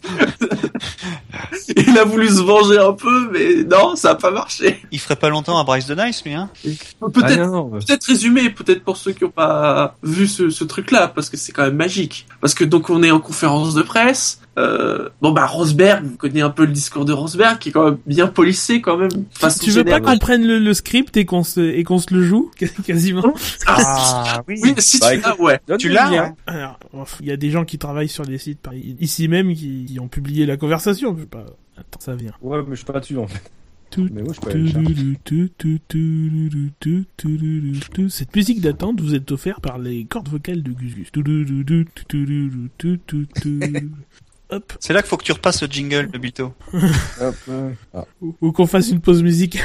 il a voulu se venger un peu, mais non, ça a pas marché. Il ferait pas longtemps à Bryce de Nice, lui, hein. Peut-être, ah non, peut-être résumer, peut-être pour ceux qui ont pas vu ce, ce truc-là, parce que c'est quand même magique. Parce que donc on est en conférence de presse, Euh, bon bah Rosberg, vous connaissez un peu le discours de Rosberg qui est quand même bien policé quand même. Tu veux pas qu'on prenne le, le script et qu'on se et qu'on se le joue quasiment? Ah oui, oui si bah, tu l'as, ouais. Tu l'as. Hein. Alors, il y a des gens qui travaillent sur des sites par ici même qui, qui ont publié la conversation. Je sais pas. Attends, ça vient. Ouais, mais je suis pas dessus en fait. Mais moi, je peux Cette musique d'attente vous est offerte par les cordes vocales de Gus Gus. Hop. C'est là qu'il faut que tu repasses le jingle de Bilto. Hop, euh... ah. ou, ou qu'on fasse une pause musicale.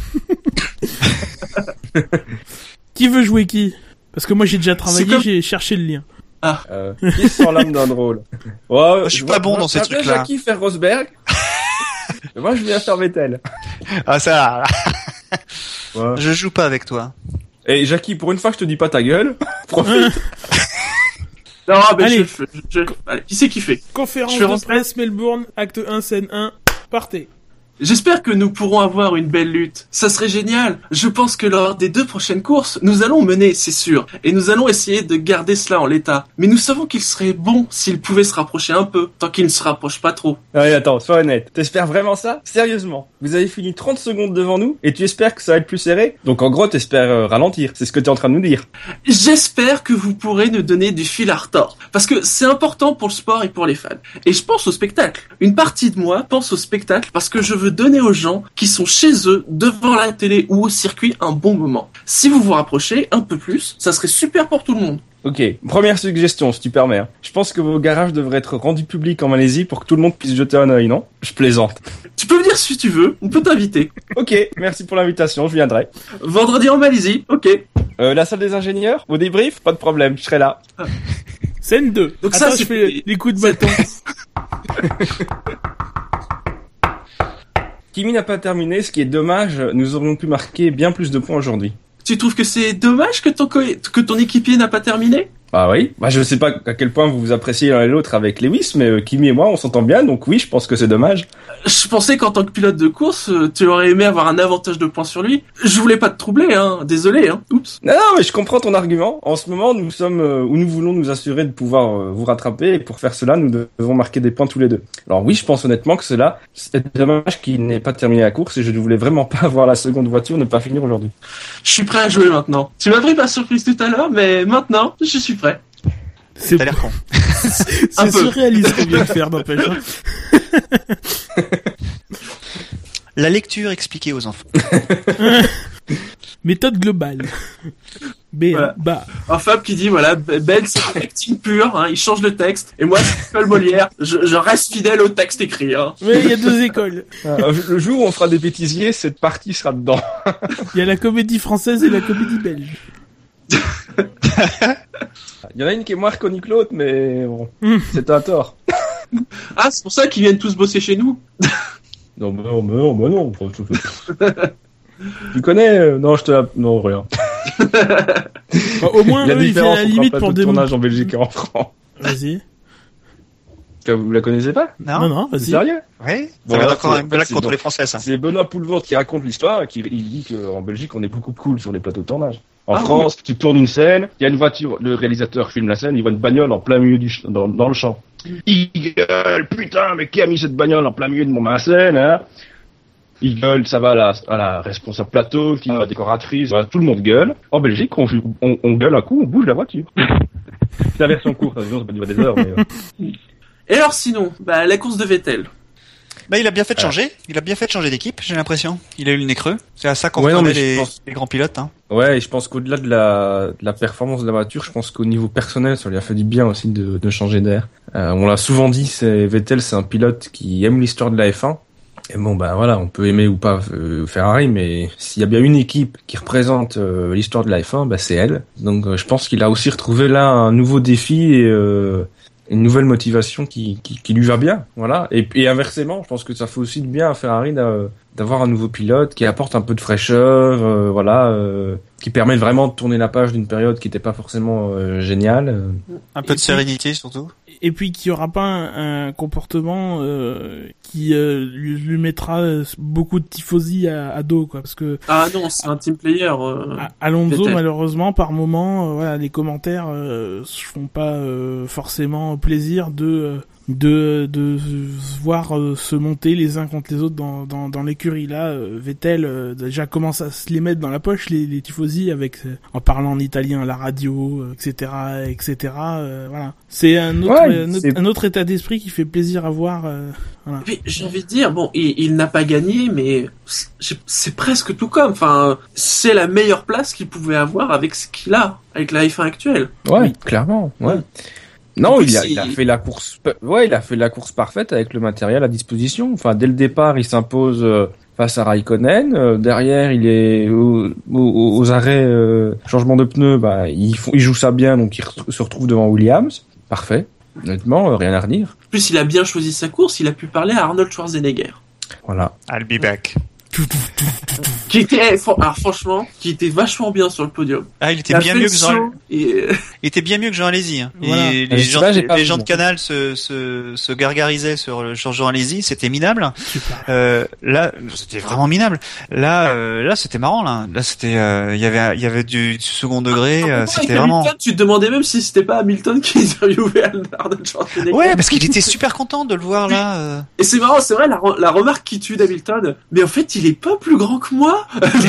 Qui veut jouer qui? Parce que moi j'ai déjà travaillé, comme... j'ai cherché le lien. Ah. Euh, qui sort l'âme d'un drôle? Ouais, je suis pas bon dans ces trucs-là. Jackie faire Rosberg. Moi je viens faire Vettel. Ah ça. Ouais. Je joue pas avec toi. Et Jackie, pour une fois je te dis pas ta gueule. Profite. Non, mais allez. Je, je, je, allez, qui c'est qui fait? Conférence de presse Melbourne, acte un, scène un, partez. J'espère que nous pourrons avoir une belle lutte. Ça serait génial. Je pense que lors des deux prochaines courses, nous allons mener, c'est sûr. Et nous allons essayer de garder cela en l'état. Mais nous savons qu'il serait bon s'il pouvait se rapprocher un peu, tant qu'il ne se rapproche pas trop. Allez, attends, sois honnête. T'espères vraiment ça? Sérieusement. Vous avez fini trente secondes devant nous, et tu espères que ça va être plus serré? Donc en gros, t'espères euh, ralentir. C'est ce que t'es en train de nous dire. J'espère que vous pourrez nous donner du fil à retordre. Parce que c'est important pour le sport et pour les fans. Et je pense au spectacle. Une partie de moi pense au spectacle parce que je veux donner aux gens qui sont chez eux, devant la télé ou au circuit, un bon moment. Si vous vous rapprochez un peu plus, ça serait super pour tout le monde. Ok, première suggestion, si tu permets. Je pense que vos garages devraient être rendus publics en Malaisie pour que tout le monde puisse jeter un œil, non? Je plaisante. Tu peux venir si tu veux, on peut t'inviter. Ok, merci pour l'invitation, je viendrai. Vendredi en Malaisie, ok. Euh, la salle des ingénieurs, au débrief, pas de problème, je serai là. Ah. Scène deux. Donc Attends, ça, je fais les coups de bâton. Kimi n'a pas terminé, ce qui est dommage, nous aurions pu marquer bien plus de points aujourd'hui. Tu trouves que c'est dommage que ton, co- que ton équipier n'a pas terminé? Bah oui, bah je sais pas à quel point vous vous appréciez l'un et l'autre avec Lewis, mais euh, Kimi et moi on s'entend bien, donc oui, je pense que c'est dommage. Je pensais qu'en tant que pilote de course, tu aurais aimé avoir un avantage de points sur lui. Je voulais pas te troubler, hein, désolé, hein, oups. Non, non, mais je comprends ton argument. En ce moment, nous sommes euh, où nous voulons nous assurer de pouvoir euh, vous rattraper, et pour faire cela, nous devons marquer des points tous les deux. Alors oui, je pense honnêtement que cela, c'est dommage qu'il n'ait pas terminé la course, et je ne voulais vraiment pas avoir la seconde voiture, ne pas finir aujourd'hui. Je suis prêt à jouer maintenant. Tu m'as pris par surprise tout à l'heure, mais maintenant, je suis prêt. vrai. C'est T'as l'air con. C'est Un peu. surréaliste qu'on vient de faire, n'empêche. hein. La lecture expliquée aux enfants. Méthode globale. B, Voilà. bah. Un Fab qui dit, voilà, Ben, c'est du acting pur, hein, il change le texte, et moi, c'est Paul Molière, je, je reste fidèle au texte écrit. Hein. Mais il y a deux écoles. Euh, Le jour où on fera des bêtisiers, cette partie sera dedans. Il y a la comédie française et la comédie belge. Il y en a une qui est moins reconnue que l'autre, mais bon, Mm. c'est un tort. Ah, c'est pour ça qu'ils viennent tous bosser chez nous. Non, mais non, mais non, mais non. Tu connais euh, Non, je te la... Non, rien. Bah, au moins, Il y a eux, ils viennent à différence la entre un limite plateau pour de des... tournage en Belgique et en France. Vas-y. Vous la connaissez pas? Non, Non, non, C'est vas-y. sérieux? Oui. Bon, Ça va alors, encore c'est- une blague c'est contre bon. les Français, ça. C'est Benoît Poulvord qui raconte l'histoire et qui il dit qu'en Belgique, on est beaucoup cool sur les plateaux de tournage. En Ah France, tu tournes une scène, il y a une voiture, le réalisateur filme la scène, il voit une bagnole en plein milieu du ch- dans, dans le champ. Il gueule, putain, mais qui a mis cette bagnole en plein milieu de mon ma scène, hein? Il gueule, ça va à la, à la responsable plateau, qui à la décoratrice, voilà, tout le monde gueule. En Belgique, on, on, on gueule un coup, on bouge la voiture. C'est la version courte, sinon ça peut durer des heures, mais... euh. Et alors sinon, bah, la course de Vettel. Bah, il a bien fait de changer. Il a bien fait de changer d'équipe, j'ai l'impression. Il a eu le nez creux. C'est à ça qu'on Ouais, non, reconnaît mais je les, pense- les grands pilotes, hein. Ouais, et je pense qu'au-delà de la, de la performance de la voiture, je pense qu'au niveau personnel, ça lui a fait du bien aussi de, de changer d'air. Euh, on l'a souvent dit, c'est Vettel, c'est un pilote qui aime l'histoire de la F un. Et bon, bah voilà, on peut aimer ou pas euh, Ferrari, mais s'il y a bien une équipe qui représente euh, l'histoire de la F un, bah c'est elle. Donc euh, je pense qu'il a aussi retrouvé là un nouveau défi et euh, une nouvelle motivation qui, qui, qui lui va bien, voilà. Et, et inversement, je pense que ça fait aussi du bien à Ferrari d'a- d'avoir un nouveau pilote qui apporte un peu de fraîcheur, euh, voilà, euh, qui permet vraiment de tourner la page d'une période qui n'était pas forcément euh, géniale. euh. Un peu de sérénité, surtout. Et puis qu'il n'y aura pas un, un comportement euh, qui euh, lui, lui mettra beaucoup de tifosi à, à dos, quoi. Parce que Ah non, c'est un team player. Euh, à- Alonso, Vettel. malheureusement, par moment, euh, voilà, les commentaires euh, se font pas euh, forcément plaisir de euh, de de se voir euh, se monter les uns contre les autres dans dans, dans l'écurie. Là, euh, Vettel euh, déjà commence à se les mettre dans la poche, les, les tifosi, avec euh, en parlant en italien à la radio, euh, et cetera, et cetera. Euh, voilà, c'est un autre Ouais, un, autre, c'est- un autre état d'esprit qui fait plaisir à voir. Euh, voilà. Et puis, j'ai envie de dire, bon, il, il n'a pas gagné, mais c'est c'est presque tout comme. Enfin, c'est la meilleure place qu'il pouvait avoir avec ce qu'il a, avec la F un actuelle. Ouais, Oui. clairement, ouais. Oui. Non, Et puis il a, si- il a fait la course, ouais, il a fait la course parfaite avec le matériel à disposition. Enfin, dès le départ, il s'impose euh, face à Raikkonen. Euh, derrière, il est au- au- aux arrêts, euh, changement de pneus, bah, il, font- il joue ça bien, donc il re- se retrouve devant Williams. Parfait. Honnêtement, euh, rien à redire. En plus, il a bien choisi sa course, il a pu parler à Arnold Schwarzenegger. Voilà. I'll be back. Qui était, fran- alors franchement, qui était vachement bien sur le podium. Ah, il était Il a bien fait mieux le que Jean, saut, et, il était bien mieux que Jean Alési, hein. Voilà. Et Ah, les je sais gens, pas, j'ai pas les vu, gens de moi. Canal se, se, se gargarisaient sur le, sur Jean Alési, c'était minable. Super. Euh, là, c'était vraiment minable. Là, euh, là, c'était marrant, là. Là, c'était, euh, il y avait, il y avait du, du second degré, euh, Avec c'était vraiment. Hamilton, tu te demandais même si c'était pas Hamilton qui interviewait Arnold Schwarzenegger. Ouais, parce qu'il était super content de le voir, là. euh. Et c'est marrant, c'est vrai, la, re- la remarque qui tue d'Hamilton. Mais en fait, il est pas plus grand que moi.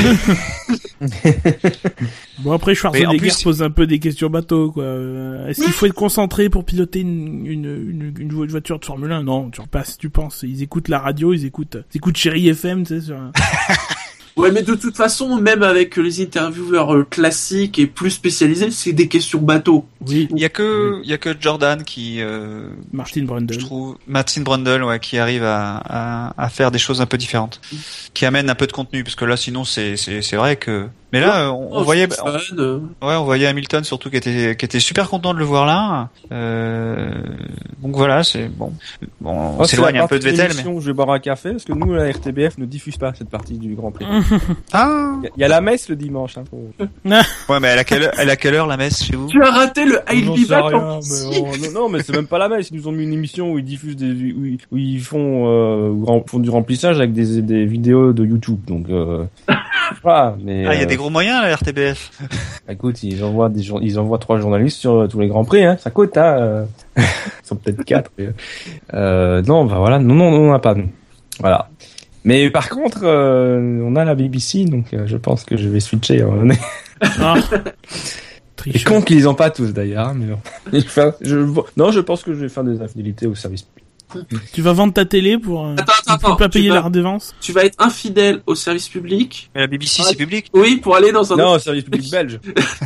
Bon, après, Mais Schwarzenegger en plus- pose un peu des questions bateau, quoi. Euh, Est-ce qu'il faut être concentré pour piloter une, une, une, une vo- voiture de Formule un? Non, tu repasses, tu penses. Ils écoutent la radio, ils écoutent, ils écoutent Chéri F M, tu sais, sur un... Ouais, mais de toute façon, même avec les intervieweurs euh, classiques et plus spécialisés, c'est des questions bateau. Oui, Il y a que, il y a que Jordan qui, euh, Martin Brundle. je trouve, Martin Brundle, ouais, qui arrive à, à, à faire des choses un peu différentes, qui amène un peu de contenu, parce que là, sinon, c'est, c'est, c'est vrai que. Mais là, on, on Oh, voyait, c'est on, fun, euh. ouais, on voyait Hamilton surtout qui était, qui était super content de le voir là. Euh, donc voilà, c'est bon. Bon, on Oh, c'est s'éloigne la un peu de partie Vettel, mais. l'émission où je vais boire un café, parce que nous, la R T B F ne diffuse pas cette partie du Grand Prix. Ah. Il y a- il y a la messe le dimanche, hein. Faut... Ouais, mais à laquelle heure, à quelle heure la messe chez vous? Tu as raté le I'll J'en be sais back rien, en mais si. on- non, non, mais c'est même pas la messe. Ils nous ont mis une émission où ils diffusent des, où ils, où ils font, euh, où rem- font du remplissage avec des, des vidéos de YouTube. Donc, euh, voilà. Mais, Ah, il y a euh, des gros moyens à la R T B F. écoute, ils envoient des, jour- ils envoient trois journalistes sur euh, tous les grands prix, hein. Ça coûte, hein. euh. Ils sont peut-être quatre. mais, euh, non, bah voilà. Non, non, non, on n'a pas, nous. Voilà. Mais par contre, euh, on a la B B C, donc euh, je pense que je vais switcher. Hein. Ah. Et con qu'ils les ont pas tous d'ailleurs, mais bon. Enfin, je, non, je pense que je vais faire des infidélités au service public. Tu vas vendre ta télé pour, euh, Attends, attends, pour attends, pas tu payer vas- la redevance? Tu vas être infidèle au service public. Mais la B B C, Ah, c'est public. Oui, pour aller dans un Non, autre- au service public belge.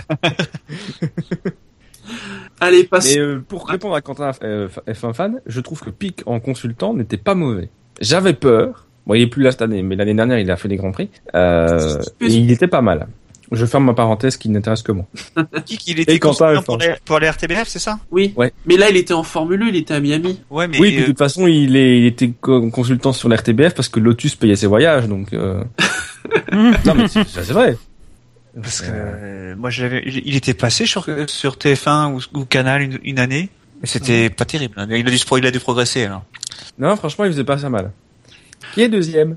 Allez, passe. Mais euh, pour répondre à Quentin euh, F un fan, je trouve que Pic en consultant n'était pas mauvais. J'avais peur. Bon, il est plus là cette année, mais l'année dernière, il a fait des grands prix. Euh, et il était pas mal. Je ferme ma parenthèse qui n'intéresse que moi. Il était Et Quentin consultant F un. pour les, pour les R T B F, c'est ça? Oui. Ouais. Mais là, il était en Formule un, il était à Miami. Ouais, mais Oui, de euh, toute façon, il, est, il était co- consultant sur l'R T B F parce que Lotus payait ses voyages, donc. Euh... non, mais c'est, ça, c'est vrai. parce que euh, moi, j'avais, il était passé sur sur T F un ou, ou Canal une, une année, mais c'était pas terrible. hein. Il a dû se pro- il a dû progresser alors. Non, franchement, il faisait pas ça mal. Qui est deuxième?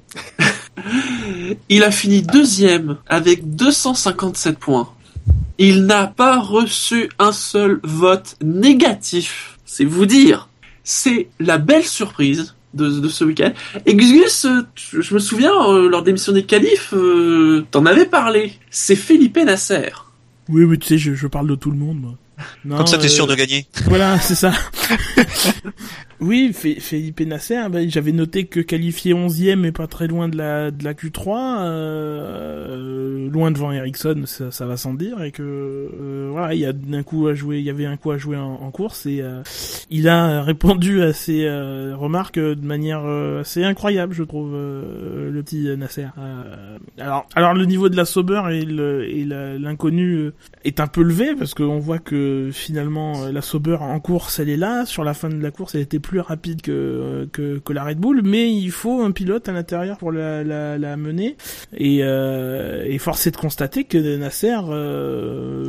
Il a fini deuxième avec deux cent cinquante-sept points. Il n'a pas reçu un seul vote négatif. C'est vous dire. C'est la belle surprise de, de ce week-end. Et Gus Gus, euh, tu- je me souviens, euh, lors d'émission des qualifs, euh, t'en avais parlé. C'est Felipe Nasser. Oui, mais tu sais, je, je parle de tout le monde, moi. Non, Comme ça, t'es euh, sûr de gagner. Voilà, c'est ça. Oui, Fe- Felipe Nasser, ben, j'avais noté que qualifié onzième mais pas très loin de la de la Q trois, euh, loin devant Ericsson, ça, ça va sans dire, et que euh, voilà, il y a d'un coup à jouer, il y avait un coup à jouer en, en course, et euh, il a répondu à ces euh, remarques de manière euh, assez incroyable, je trouve, euh, le petit Nasser. Euh, alors, alors le niveau de la Sauber et le et la- l'inconnu euh, est un peu levé parce qu'on voit que finalement euh, la Sauber en course elle est là, sur la fin de la course elle était plus rapide que euh, que, que la Red Bull, mais il faut un pilote à l'intérieur pour la, la, la mener, et, euh, et force est de constater que Nasser euh,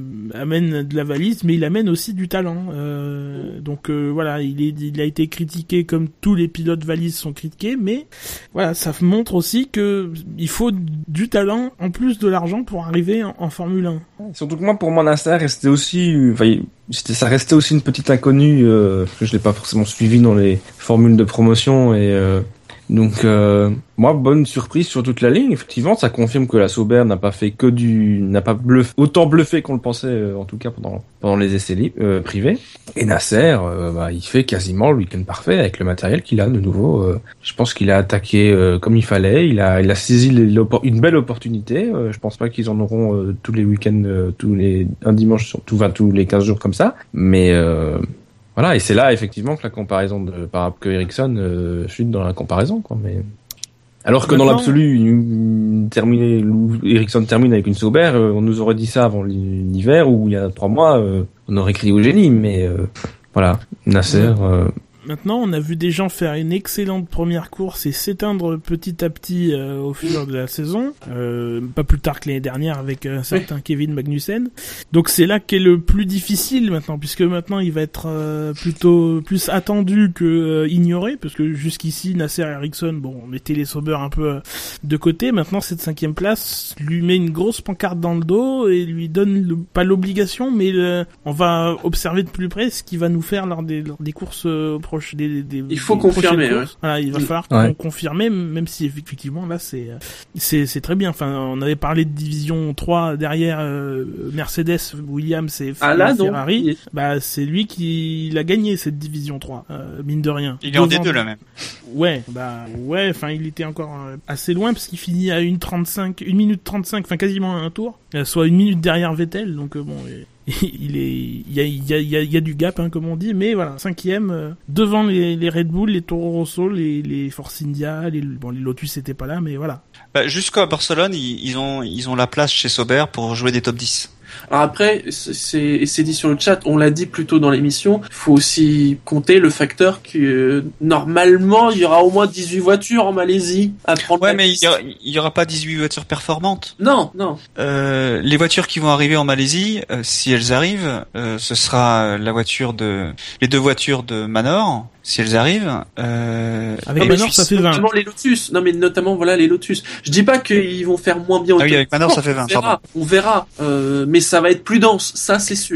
amène de la valise, mais il amène aussi du talent, euh, donc euh, voilà, il, est, il a été critiqué comme tous les pilotes valises sont critiqués, mais voilà, ça montre aussi que il faut du talent en plus de l'argent pour arriver en, en Formule un. Surtout que moi, pour moi, Nasser restait aussi, enfin, il- c'était, ça restait aussi une petite inconnue, euh, parce que je l'ai pas forcément suivi dans les formules de promotion, et euh, donc euh, moi, bonne surprise sur toute la ligne. Effectivement, ça confirme que la Sauber n'a pas fait que du, n'a pas bluff, autant bluffé qu'on le pensait, euh, en tout cas pendant pendant les essais li- euh, privés. Et Nasser, euh, bah, il fait quasiment le week-end parfait avec le matériel qu'il a de nouveau. Euh, je pense qu'il a attaqué euh, comme il fallait. Il a, il a saisi les- l'oppor- une belle opportunité. Euh, je pense pas qu'ils en auront euh, tous les week-ends, euh, tous les un dimanche sur tout, enfin, tous les quinze jours comme ça. Mais euh, voilà, et c'est là effectivement que la comparaison de par que Ericsson euh, chute dans la comparaison, quoi. Mais alors que dans Maintenant- l'absolu, une- terminer, Ericsson termine avec une Sauber, euh, on nous aurait dit ça avant l'hiver, ou il y a trois mois, euh, on aurait crié au génie, mais euh, voilà, Nasser. Euh, Maintenant, on a vu des gens faire une excellente première course et s'éteindre petit à petit euh, au fur de la saison, euh, pas plus tard que l'année dernière avec un certain Kevin Magnussen. Donc c'est là qu'est le plus difficile maintenant, puisque maintenant il va être euh, plutôt plus attendu que euh, ignoré, parce que jusqu'ici Nasser et Ericsson, bon, on mettait les Sauber un peu euh, de côté. Maintenant cette cinquième place lui met une grosse pancarte dans le dos et lui donne le, pas l'obligation, mais le, on va observer de plus près ce qu'il va nous faire lors des, lors des courses euh, proches. Des, des, Il faut des confirmer, prochaines courses. ouais. Voilà, il va falloir Ouais. con- confirmer, même si effectivement là c'est euh, c'est c'est très bien. Enfin, on avait parlé de division trois derrière euh, Mercedes, Williams et, Ah là, et non. Ferrari. Il est- Bah c'est lui qui l'a gagné cette division trois, euh, mine de rien. Il est en Devant- D deux là même. Ouais, bah ouais, enfin il était encore euh, assez loin parce qu'il finit à une trente-cinq, une minute trente-cinq, enfin quasiment à un tour, euh, soit une minute derrière Vettel, donc euh, bon, euh, il est, il y a, il y a, il y a, il y a du gap, hein, comme on dit, mais voilà, cinquième, euh, devant les, les Red Bull, les Toro Rosso, les, les Force India, les, bon, les Lotus étaient pas là, mais voilà. Bah, jusqu'à Barcelone, ils, ils ont ils ont la place chez Sauber pour jouer des top dix. Alors après, c'est, c'est, et c'est dit sur le chat, on l'a dit plus tôt dans l'émission, il faut aussi compter le facteur que euh, normalement il y aura au moins dix-huit voitures en Malaisie à prendre. Ouais, la mais il piste. y, aura, il y aura pas dix-huit voitures performantes. Non, non. Euh, les voitures qui vont arriver en Malaisie, euh, si elles arrivent, euh, ce sera la voiture de les deux voitures de Manor, si elles arrivent. Euh, Avec et Manor, puis- ça fait vingt. Notamment les Lotus. Non, mais notamment voilà les Lotus. Je dis pas qu'ils vont faire moins bien. au Ah oui, top avec Manor, dix. ça fait vingt, On verra. pardon. On verra. Euh, mais ça va être plus dense, ça c'est sûr.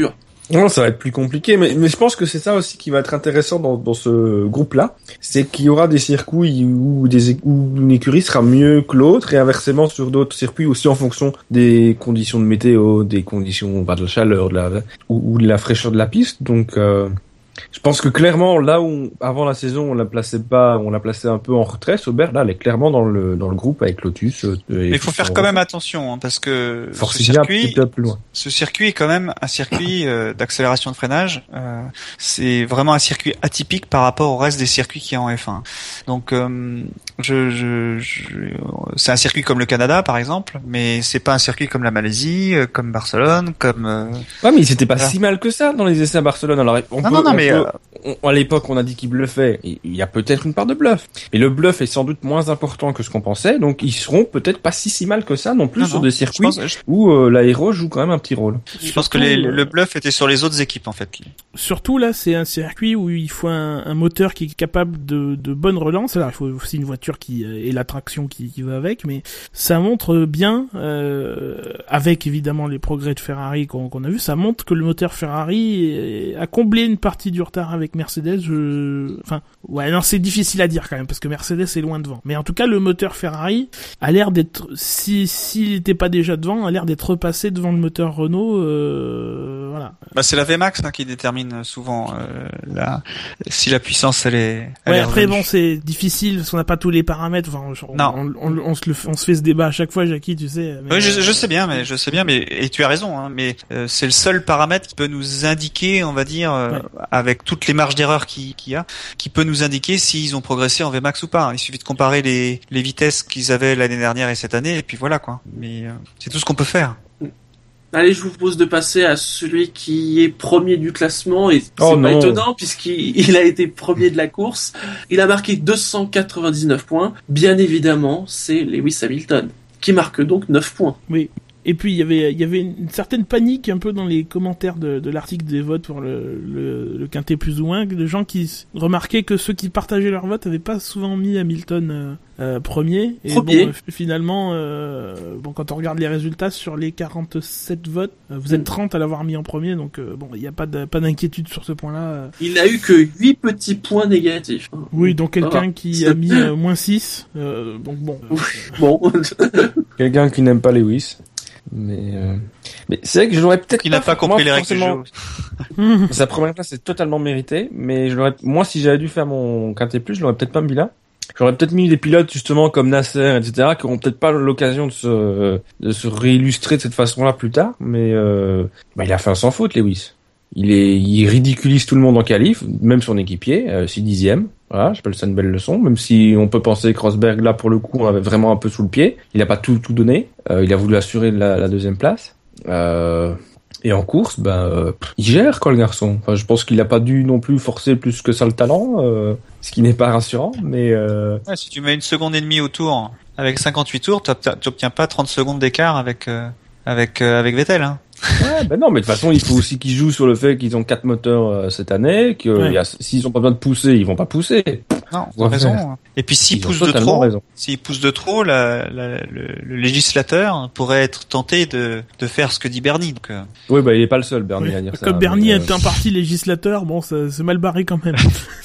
Non, ça va être plus compliqué, mais, mais je pense que c'est ça aussi qui va être intéressant dans, dans ce groupe-là, c'est qu'il y aura des circuits où, des, où une écurie sera mieux que l'autre, et inversement sur d'autres circuits aussi en fonction des conditions de météo, des conditions bah, de la chaleur, de la, ou, ou de la fraîcheur de la piste. Donc, euh, je pense que clairement, là où avant la saison on la plaçait pas, on la plaçait un peu en retrait, Sauber, là, elle est clairement dans le dans le groupe avec Lotus. Euh, Mais il faut faire quand même attention, hein, parce que Force ce circuit, un petit peu plus loin. ce circuit est quand même un circuit euh, d'accélération de freinage. Euh, c'est vraiment un circuit atypique par rapport au reste des circuits qu'il y a en F un. Donc, euh, je, je, je, c'est un circuit comme le Canada, par exemple, mais c'est pas un circuit comme la Malaisie, euh, comme Barcelone, comme. Euh... Ouais, mais c'était pas voilà. si mal que ça dans les essais à Barcelone. Alors, on non, peut, non, non, on mais peut, euh... on, à l'époque, on a dit qu'il bluffait. Il y a peut-être une part de bluff, mais le bluff est sans doute moins important que ce qu'on pensait. Donc, ils seront peut-être pas si si mal que ça non plus non, sur non, des circuits pense, je... où euh, l'aéro joue quand même un petit rôle. Je pense que les, le bluff était sur les autres équipes en fait. Surtout là, c'est un circuit où il faut un, un moteur qui est capable de, de bonne relance. Alors, il faut aussi une voiture qui et la traction qui, qui va avec, mais ça montre bien, euh, avec évidemment les progrès de Ferrari qu'on, qu'on a vu, ça montre que le moteur Ferrari a comblé une partie du retard avec Mercedes. Je... Enfin, ouais, non, c'est difficile à dire quand même parce que Mercedes est loin devant. Mais en tout cas, le moteur Ferrari a l'air d'être, si s'il n'était pas déjà devant, a l'air d'être repassé devant le moteur Renault. Euh, voilà. Bah, c'est la V MAX hein, qui détermine souvent euh, la, si la puissance elle est. Elle ouais, est après revenue. bon, c'est difficile parce qu'on n'a pas tous les paramètres. Enfin, on, non. On, on, on, se le, on se fait ce débat à chaque fois, Jackie, tu sais. Mais... Oui, je, je sais bien, mais je sais bien, mais et tu as raison, hein, mais euh, c'est le seul paramètre qui peut nous indiquer, on va dire, euh, ouais. avec toutes les marges d'erreur qu'il, qu'il y a, qui peut nous indiquer s'ils ont progressé en V MAX ou pas. Il suffit de comparer les, les vitesses qu'ils avaient l'année dernière et cette année, et puis voilà quoi. Mais euh, c'est tout ce qu'on peut faire. Allez, je vous propose de passer à celui qui est premier du classement, et c'est oh pas non. étonnant puisqu'il il a été premier de la course. Il a marqué deux cent quatre-vingt-dix-neuf points. Bien évidemment, c'est Lewis Hamilton, qui marque donc neuf points. Oui. Et puis il y avait il y avait une certaine panique un peu dans les commentaires de, de l'article des votes pour le, le, le quintet plus ou moins, de gens qui remarquaient que ceux qui partageaient leur vote avaient pas souvent mis Hamilton euh, euh, premier. Et premier. bon, euh, finalement, euh, bon quand on regarde les résultats sur les quarante-sept votes, euh, vous êtes trente à l'avoir mis en premier, donc euh, bon il y a pas de, pas d'inquiétude sur ce point-là. Euh. Il n'a eu que huit petits points négatifs. Oui, donc quelqu'un ah, qui c'est... a mis euh, moins six, euh, donc bon. Euh, bon. Quelqu'un qui n'aime pas Lewis. Mais, euh... mais c'est vrai que je l'aurais peut-être qui n'a pas compris les règles forcément... du jeu. Sa première place est totalement méritée, mais je l'aurais, moi si j'avais dû faire mon quintet plus, je l'aurais peut-être pas mis là. J'aurais peut-être mis des pilotes justement comme Nasser, et cetera, qui auront peut-être pas l'occasion de se de se réillustrer de cette façon-là plus tard, mais euh... bah, il a fait un sans faute, Lewis. Il est, il ridiculise tout le monde en qualif, même son équipier, euh, six dixièmes. Voilà, j'appelle ça une belle leçon, même si on peut penser que Rosberg, là, pour le coup, on avait vraiment un peu sous le pied. Il a pas tout, tout donné. Euh, il a voulu assurer la, la deuxième place. Euh, et en course, ben, euh, il gère, quoi, le garçon. Enfin, je pense qu'il a pas dû non plus forcer plus que ça le talent, euh, ce qui n'est pas rassurant, mais, euh... ouais, si tu mets une seconde et demie au tour, avec cinquante-huit tours, tu obtiens pas trente secondes d'écart avec, euh, avec, euh, avec Vettel, hein. Ouais, ben non, mais de toute façon, il faut aussi qu'ils jouent sur le fait qu'ils ont quatre moteurs euh, cette année, que ouais. y a, s'ils ont pas besoin de pousser, ils vont pas pousser. Non, t'as raison. Faire. Et puis s'ils poussent de trop, raison. s'ils poussent de trop, la, la, le, le législateur pourrait être tenté de, de faire ce que dit Bernie. Donc, euh... oui, bah il est pas le seul, Bernie, oui. à dire Comme ça. Comme Bernie euh... est un parti législateur, bon, ça, c'est mal barré quand même.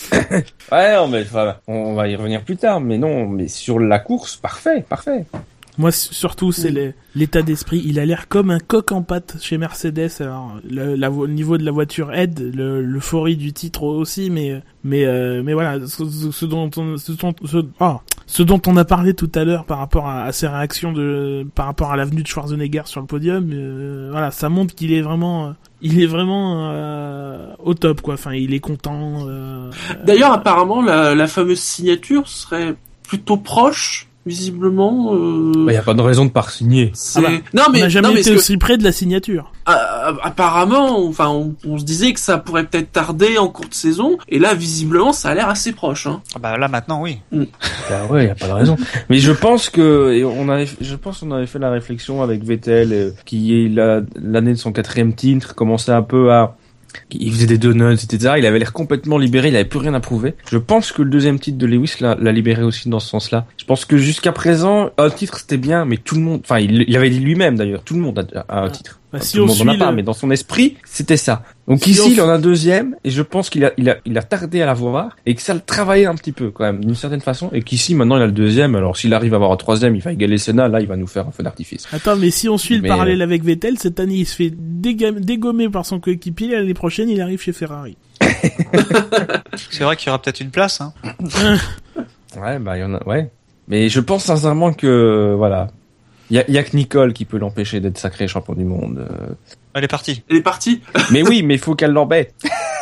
Ouais, non, mais enfin, on va y revenir plus tard, mais non, mais sur la course, parfait, parfait. Moi, surtout, c'est oui. les, l'état d'esprit. Il a l'air comme un coq en pâte chez Mercedes. Alors, le, la, le niveau de la voiture aide, le, l'euphorie du titre aussi, mais, mais, euh, mais voilà, ce, ce dont on, ce, ce, oh, ce dont on a parlé tout à l'heure par rapport à, à ses réactions de, par rapport à l'avenue de Schwarzenegger sur le podium, euh, voilà, ça montre qu'il est vraiment, euh, il est vraiment euh, au top, quoi. Enfin, il est content. Euh, D'ailleurs, euh, apparemment, la, la fameuse signature serait plutôt proche. Visiblement, il euh... bah, y a pas de raison de pas signer. Ah bah, non mais on n'a jamais non, mais été que... aussi près de la signature. Ah, apparemment, enfin, on, on se disait que ça pourrait peut-être tarder en cours de saison, et là, visiblement, ça a l'air assez proche. Hein. Ah bah là maintenant, oui. Mm. Bah ouais, y a pas de raison. Mais je pense que et on avait, je pense qu'on avait fait la réflexion avec Vettel, euh, qui est la, l'année de son quatrième titre, commençait un peu à il faisait des donuts, et cetera. Il avait l'air complètement libéré, il avait plus rien à prouver. Je pense que le deuxième titre de Lewis l'a, l'a libéré aussi dans ce sens-là. Je pense que jusqu'à présent, un titre c'était bien, mais tout le monde, enfin, il, il avait dit lui-même d'ailleurs, tout le monde a, a un titre. Bah, si tout le on monde suit en a pas, le- mais dans son esprit, c'était ça. Donc Si ici, on il en suit- a un deuxième, et je pense qu'il a, il a, il a tardé à l'avoir, et que ça le travaillait un petit peu, quand même, d'une certaine façon, et qu'ici, maintenant, il a le deuxième, alors s'il arrive à avoir un troisième, il va égaler Senna, là, il va nous faire un feu d'artifice. Attends, mais si on suit le Mais, parallèle avec Vettel, cette année, il se fait déga- dégommer par son coéquipier, l'année prochaine, il arrive chez Ferrari. C'est vrai qu'il y aura peut-être une place. Hein. Ouais, bah, il y en a, ouais. Mais je pense sincèrement que, voilà. Il y a, il y a que Nicole qui peut l'empêcher d'être sacré champion du monde. euh. Elle est partie. Elle est partie. Mais oui, mais il faut qu'elle l'embête.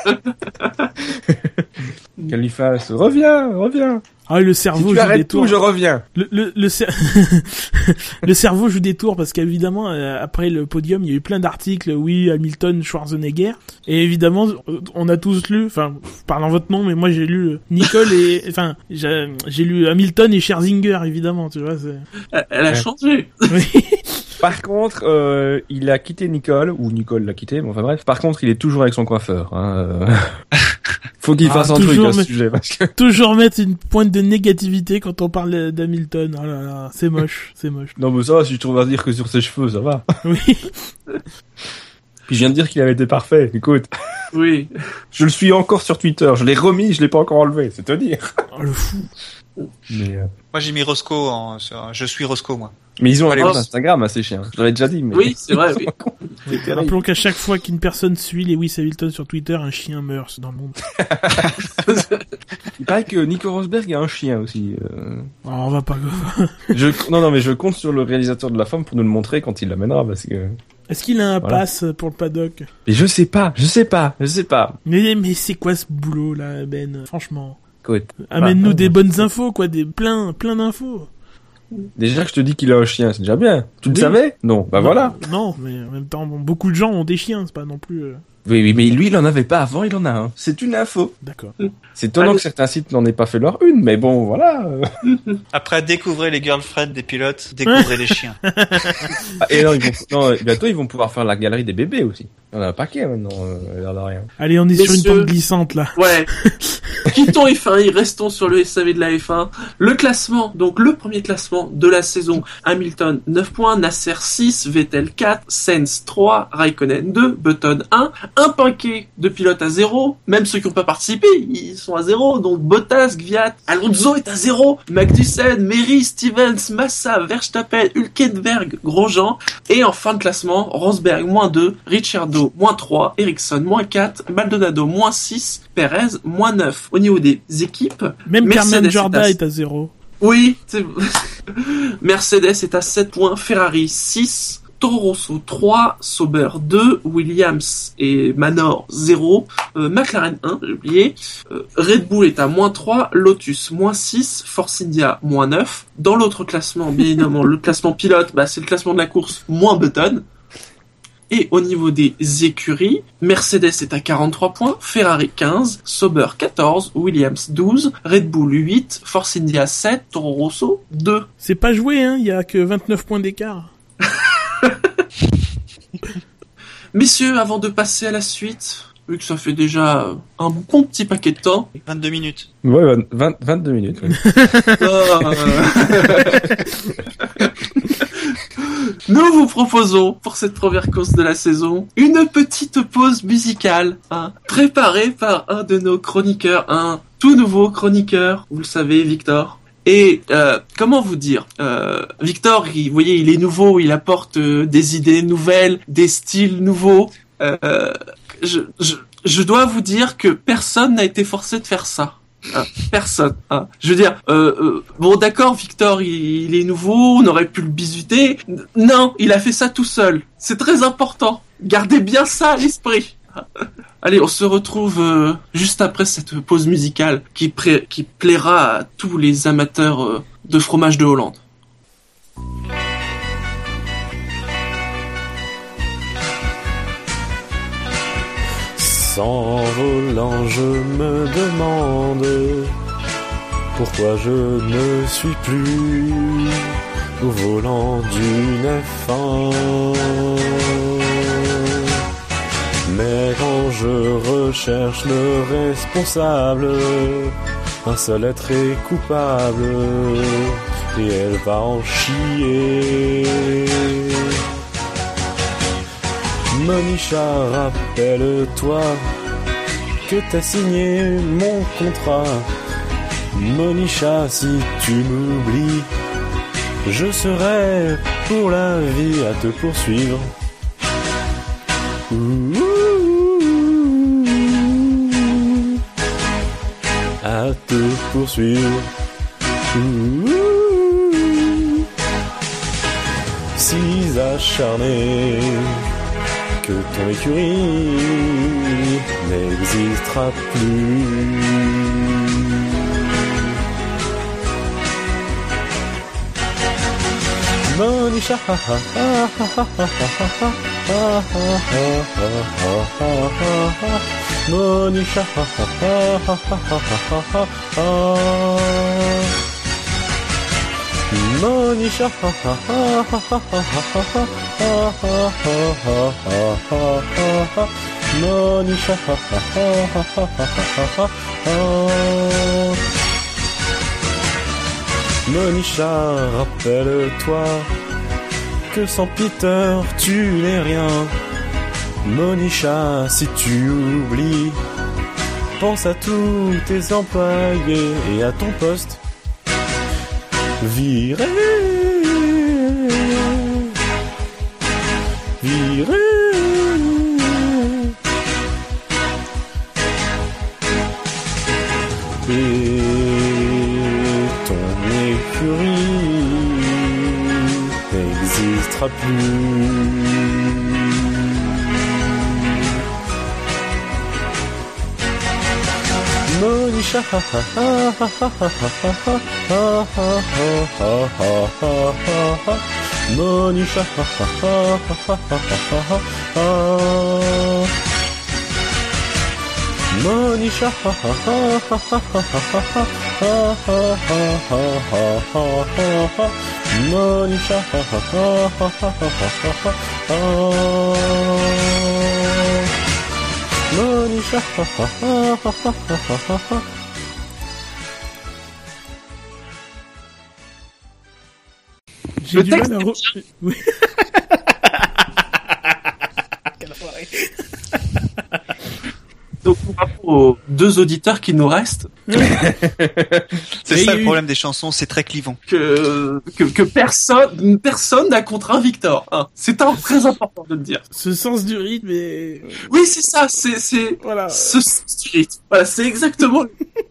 Qu'elle lui fasse, reviens, reviens. Ah, le Si cerveau tu joue arrêtes des tours. tout, je reviens. Le, le, le, cer- le cerveau joue des tours parce qu'évidemment, euh, après le podium, il y a eu plein d'articles, oui, Hamilton, Schwarzenegger. Et évidemment, euh, on a tous lu, enfin, je parle en votre nom, mais moi j'ai lu euh, Nicole et, enfin, j'ai, j'ai lu Hamilton et Scherzinger, évidemment, tu vois. C'est... Elle, elle a Ouais. changé. Oui. Par contre, euh, il a quitté Nicole, ou Nicole l'a quitté, mais enfin bref. Par contre, il est toujours avec son coiffeur. Hein. euh. Faut qu'il Ah, fasse un truc toujours, à ce mais- sujet. Parce que... Toujours mettre une pointe de négativité quand on parle d'Hamilton. Oh là là, c'est moche, c'est moche. Non mais ça, si je trouve à dire que sur ses cheveux, ça va. Oui. Puis je viens de dire qu'il avait été parfait, écoute. Oui. Je le suis encore sur Twitter, je l'ai remis, je l'ai pas encore enlevé, c'est te dire. Oh, le fou. Mais, euh... Moi, j'ai mis Roscoe en, sur- je suis Roscoe, moi. mais ils ont un Allez, compte oh. Instagram à ces chiens, je l'avais déjà dit. Mais... Oui, c'est vrai, oui. C'est terrible. Rappelons qu'à chaque fois qu'une personne suit Lewis Hamilton sur Twitter, un chien meurt dans le monde. Il paraît que Nico Rosberg a un chien aussi. Euh... Oh, on va pas... je... Non, non, mais je compte sur le réalisateur de la femme pour nous le montrer quand il l'amènera, parce que... Est-ce qu'il a un Voilà. pass pour le paddock? Mais je sais pas, je sais pas, je sais pas. Mais, mais c'est quoi ce boulot là, Ben? Franchement. Écoute, Amène-nous bah, des bah, bonnes infos, quoi, des plein, plein d'infos. déjà que je te dis qu'il a un chien, c'est déjà bien. Tu le Oui. savais? Non, bah Non, voilà. Non, mais en même temps, bon, beaucoup de gens ont des chiens, c'est pas non plus... euh, Oui, oui, mais lui, il en avait pas avant, il en a un. C'est une info. D'accord. C'est étonnant Allez. que certains sites n'en aient pas fait leur une, mais bon, voilà. euh. Après, découvrez les girlfriends des pilotes, découvrez les chiens. Ah, et non, ils vont... non, bientôt, ils vont pouvoir faire la galerie des bébés aussi. Il y en a un paquet maintenant, euh, l'air de rien. Allez, on est sur une Messieurs. pente glissante, là. Ouais. Quittons F un et restons sur le S A V de la F un. Le classement, donc le premier classement de la saison. Hamilton neuf points, Nasser six, Vettel quatre, Sainz trois, Raikkonen deux, Button un. Un paquet de pilotes à zéro. Même ceux qui n'ont pas participé, ils sont à zéro. Donc Bottas, Gviat, Alonso est à zéro. Magnussen, Meri, Stevens, Massa, Verstappen, Hülkenberg, Grosjean. Et en fin de classement, Rosberg moins deux, Ricciardo moins trois, Ericsson moins quatre, Maldonado moins six, Perez moins neuf. Au niveau des équipes, Même Mercedes Carmen est Jorda à- est à zéro. oui, c'est... Mercedes est à sept points, Ferrari six, Toro Rosso trois, Sauber deux, Williams et Manor zéro, euh, McLaren un, j'ai oublié, euh, Red Bull est à moins trois, Lotus moins six, Force India moins neuf. Dans l'autre classement, bien évidemment, le classement pilote, bah, c'est le classement de la course moins Button. Et au niveau des écuries, Mercedes est à quarante-trois points, Ferrari quinze, Sauber quatorze, Williams douze, Red Bull huit, Force India sept, Toro Rosso deux. C'est pas joué, hein, il y a que vingt-neuf points d'écart. Messieurs, avant de passer à la suite, vu que ça fait déjà un bon petit paquet de temps, vingt-deux minutes. Ouais, vingt, vingt-deux minutes. Ouais. euh, nous vous proposons, pour cette première course de la saison, une petite pause musicale, hein, préparée par un de nos chroniqueurs, un tout nouveau chroniqueur, vous le savez, Victor. Et euh, comment vous dire, euh, Victor, il, vous voyez, il est nouveau, il apporte euh, des idées nouvelles, des styles nouveaux. Euh, je, je, je dois vous dire que personne n'a été forcé de faire ça. Hein, personne. Hein. Je veux dire, euh, euh, bon d'accord, Victor, il, il est nouveau, on aurait pu le bisuter. N- Non, il a fait ça tout seul. C'est très important. Gardez bien ça à l'esprit. Allez, on se retrouve euh, juste après cette pause musicale qui, pré- qui plaira à tous les amateurs euh, de fromage de Hollande. S'envolant, je me demande pourquoi je ne suis plus au volant d'une F un. Mais quand je recherche le responsable, un seul être est coupable et elle va en chier. Monisha, rappelle-toi que t'as signé mon contrat. Monisha, si tu m'oublies, je serai pour la vie à te poursuivre. Ouh, à te poursuivre. Ouh, si acharné que ton écurie n'existera plus. Monisha, ha ha ha ha ha ha ha ha ha ha. Monisha, ha ha ha ha ha ha ha ha. Monisha, ha ha ha ha ha ha ha ha. Monisha, ha ha ha ha ha ha. Monisha, rappelle-toi que sans Peter tu n'es rien. Monisha, si tu oublies, pense à tous tes employés et à ton poste. Viré, viré. Et ton écurie n'existera plus. Monisha, ha ha ha ha ha ha ha ha ha ha ha. Monisha, ha ha ha ha ha ha ha. Monisha, ha ha ha ha ha ha ha ha. Monisha, ha ha ha ha ha ha. Monisha, ha ha ha ha ha ha. J'ai Le du texte mal à re... Oui. Quelle soirée. Donc, par rapport aux deux auditeurs qui nous restent, C'est Et ça il y a le eu- problème des chansons, c'est très clivant. que, que, que personne, personne n'a contre un Victor, hein. C'est un, très important de le dire. Ce sens du rythme et... Oui, c'est ça, c'est, c'est, Voilà. ce spirit. Voilà, c'est exactement.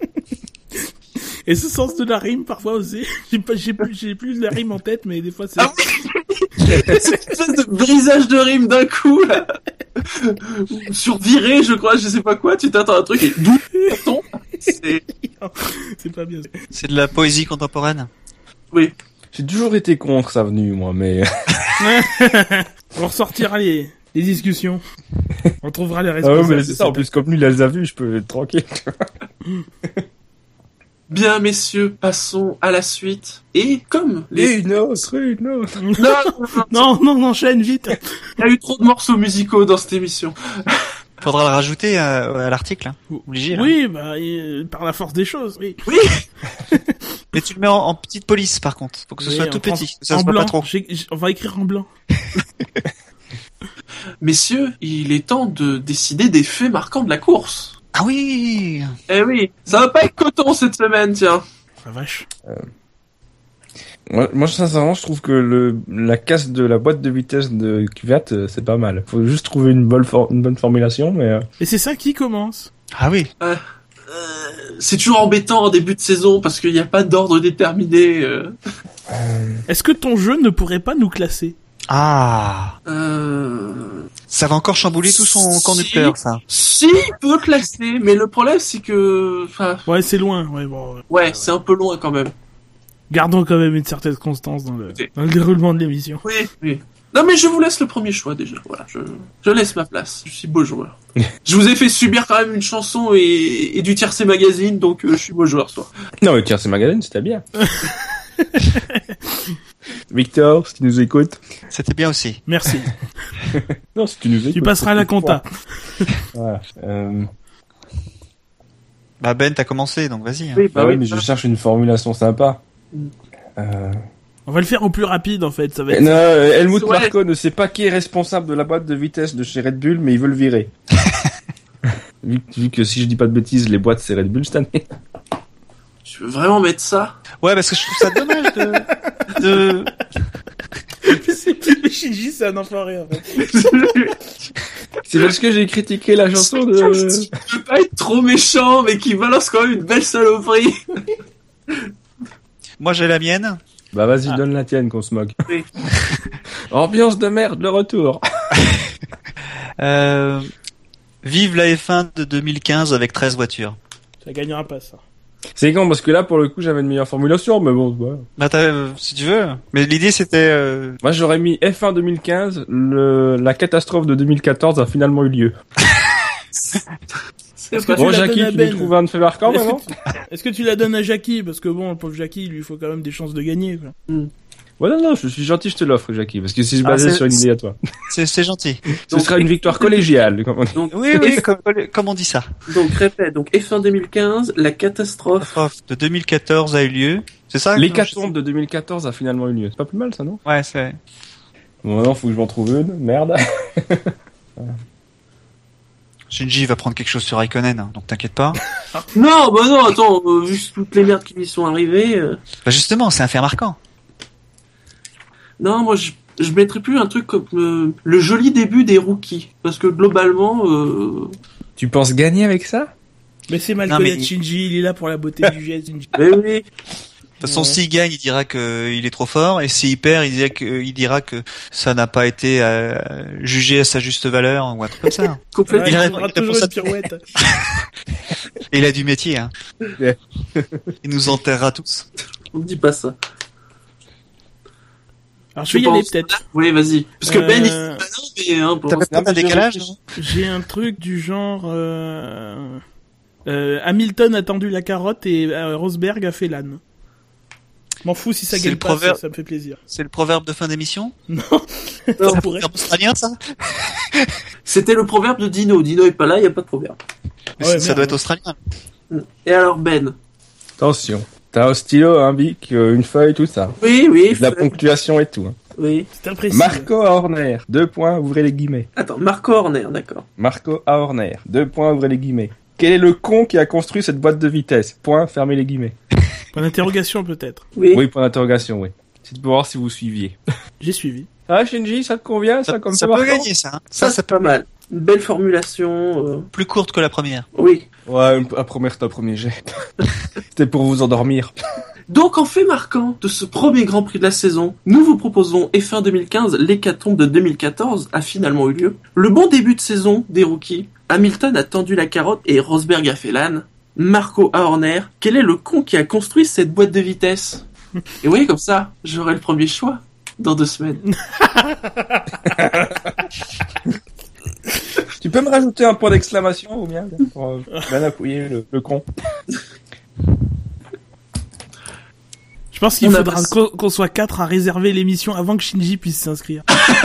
Et ce sens de la rime, parfois aussi. J'ai pas, j'ai plus, j'ai plus la rime en tête, mais des fois c'est... Ah Cette espèce de brisage de rime d'un coup, là. Sur viré, je crois, je sais pas quoi, tu t'attends à un truc et d'où ça tombe. C'est, c'est pas bien. C'est de la poésie contemporaine. oui. J'ai toujours été contre sa venue, moi, mais... On ressortira les, les discussions. On trouvera les Ah ouais, responsables. mais c'est ça, en plus, comme lui, il les a vus, je peux être tranquille. Bien, messieurs, passons à la suite. Et comme Et les... une autre, une autre. Non, non, non, Non, non, non, enchaîne vite. il y a eu trop de morceaux musicaux dans cette émission. Faudra le rajouter à, à l'article, hein. Obligé, là. Oui, bah, et, par la force des choses, oui. Oui. Mais tu le mets en, en petite police, par contre. Faut que ce Oui, soit en tout France- petit. Que ça en se voit blanc. pas trop. J'ai- j'ai- on va écrire en blanc. Messieurs, il est temps de décider des faits marquants de la course. Ah oui! Eh oui, ça va pas être coton cette semaine, tiens. La vache. Moi, moi, sincèrement, je trouve que le, la casse de la boîte de vitesse de Kvyat, euh, c'est pas mal. Faut juste trouver une bonne, for- une bonne formulation, mais... euh, Et c'est ça qui commence. Ah oui. Euh, c'est toujours embêtant en début de saison parce qu'il n'y a pas d'ordre déterminé. euh. Est-ce que ton jeu ne pourrait pas nous classer? Ah! Euh... Ça va encore chambouler tout son Si. conducteur, ça. Si, il peut classer, mais le problème c'est que... Enfin, Ouais, c'est loin. Ouais, bon. ouais. ouais, c'est un peu loin quand même. Gardons quand même une certaine constance dans le, dans le déroulement de l'émission. Oui, oui. Non mais je vous laisse le premier choix déjà, voilà, je, je laisse ma place, je suis beau joueur. Je vous ai fait subir quand même une chanson et, et du Tiercé Magazine, donc euh, je suis beau joueur, toi. Non, mais tiens, c'est Magazine, c'était bien. Victor, si tu nous écoutes. C'était bien aussi. Merci. Non, si tu nous écoutes. Tu passeras à la compta. Voilà. Euh... Bah Ben, t'as commencé, donc vas-y. Hein. Oui, Bah oui, mais je cherche une formulation sympa. Mm. Euh... On va le faire au plus rapide en fait, ça va être... Non, Helmut Ouais. Marko ne sait pas qui est responsable de la boîte de vitesse de chez Red Bull, mais il veut le virer. vu, vu que si je dis pas de bêtises, les boîtes c'est Red Bull cette année. Tu veux vraiment mettre ça? Ouais, parce que je trouve ça dommage de... de... C'est- Shinji, c'est un enfoiré en fait. C'est parce que j'ai critiqué la chanson de... Tu veux pas être trop méchant, mais qui balance quand même une belle saloperie. Moi, j'ai la mienne. Bah vas-y, Ah. donne la tienne qu'on se moque. Oui. Ambiance de merde, le retour. Euh... Vive la F un de deux mille quinze avec treize voitures. Ça gagnera pas ça. C'est con, parce que là, pour le coup, j'avais une meilleure formulation, mais bon, ouais. Bah, t'as, euh, si tu veux. Mais l'idée, c'était... Euh... Moi, j'aurais mis F un deux mille quinze, le... la catastrophe de deux mille quatorze a finalement eu lieu. Est-ce que tu Bon, la Jackie, donnes à tu Ben nous trouves un fait marquant, Est-ce que, maintenant tu... Est-ce que tu la donnes à Jackie? Parce que bon, le pauvre Jackie, il lui faut quand même des chances de gagner, quoi. Ouais, non, non, je suis gentil, je te l'offre, Jackie, parce que si je Ah, basais c'est- sur une idée à toi. C'est, c'est gentil. Ce sera une victoire collégiale, comme on dit. Donc, Oui, oui, F- comme, comme on dit ça. donc répète, donc F un deux mille quinze, la catastrophe. Prof de deux mille quatorze a eu lieu. C'est ça? L'hécatombe de deux mille quatorze a finalement eu lieu. C'est pas plus mal, ça, non? Ouais, c'est... Bon, maintenant, faut que je m'en trouve une. Merde. Shinji va prendre quelque chose sur Raikkonen, hein, donc t'inquiète pas. Non, bah non, attends, euh, vu toutes les merdes qui lui sont arrivées. euh, Bah justement, c'est un fait marquant. Non, moi je, je mettrais plus un truc comme euh, le joli début des rookies. Parce que globalement, euh... Tu penses gagner avec ça? Mais c'est mal Non, connaître mais- Shinji, il est là pour la beauté du geste, Shinji. mais oui. De toute façon, s'il gagne, il dira qu'il est trop fort, et s'il perd, il dira que, il dira que ça n'a pas été euh, jugé à sa juste valeur, ou un truc comme ça. Complètement. Ouais, il il a- faudra il toujours répond une pirouette. Et il a du métier, hein. Ouais. Il nous enterrera tous. On ne dit pas ça. Alors je Je vais y aller pense. peut-être. Oui, vas-y. Parce que Euh, Ben, il fait pas non, mais hein, pour T'as l'instant, pas un j'ai décalage, réfléchi. J'ai un truc du genre... Euh... Euh, Hamilton a tendu la carotte et euh, Rosberg a fait l'âne. M'en fous si ça C'est gagne le pas, proverbe. ça, ça me fait plaisir. C'est le proverbe de fin d'émission? Non, Non. ça pourrait. C'est australien, ça? C'était le proverbe de Dino. Dino est pas là, il y a pas de proverbe. Ouais, ça merde. doit être australien. Et alors Ben? Attention. T'as un stylo, un bic, euh, une feuille, tout ça. Oui, oui. De la fait- ponctuation et tout. hein. Oui. C'est imprécis. Marco à Horner. Deux points, ouvrez les guillemets. Attends, Marco Horner, d'accord. Marco à Horner. Deux points, ouvrez les guillemets. Quel est le con qui a construit cette boîte de vitesse? Point, fermez les guillemets. Point d'interrogation peut-être. Oui. Oui, point d'interrogation, oui. C'est pour voir si vous suiviez. J'ai suivi. Ah, Shinji, ça te convient, ça, Ça, comme ça ça peut gagner, ça. Hein. Ça, c'est pas mal. Une belle formulation. euh, Plus courte que la première. Oui. Ouais, une- la première, c'était un premier jet. C'était pour vous endormir. Donc, en fait marquant de ce premier Grand Prix de la saison, nous vous proposons F un deux mille quinze, l'hécatombe de deux mille quatorze a finalement eu lieu. Le bon début de saison des rookies, Hamilton a tendu la carotte et Rosberg a fait l'âne. Marco à Horner, quel est le con qui a construit cette boîte de vitesse? Et oui, comme ça, j'aurai le premier choix dans deux semaines. Tu peux me rajouter un point d'exclamation ou bien pour euh, bien appuyer le, le con. Je pense qu'il On a faudra pas- qu'on qu'on soit quatre à réserver l'émission avant que Shinji puisse s'inscrire.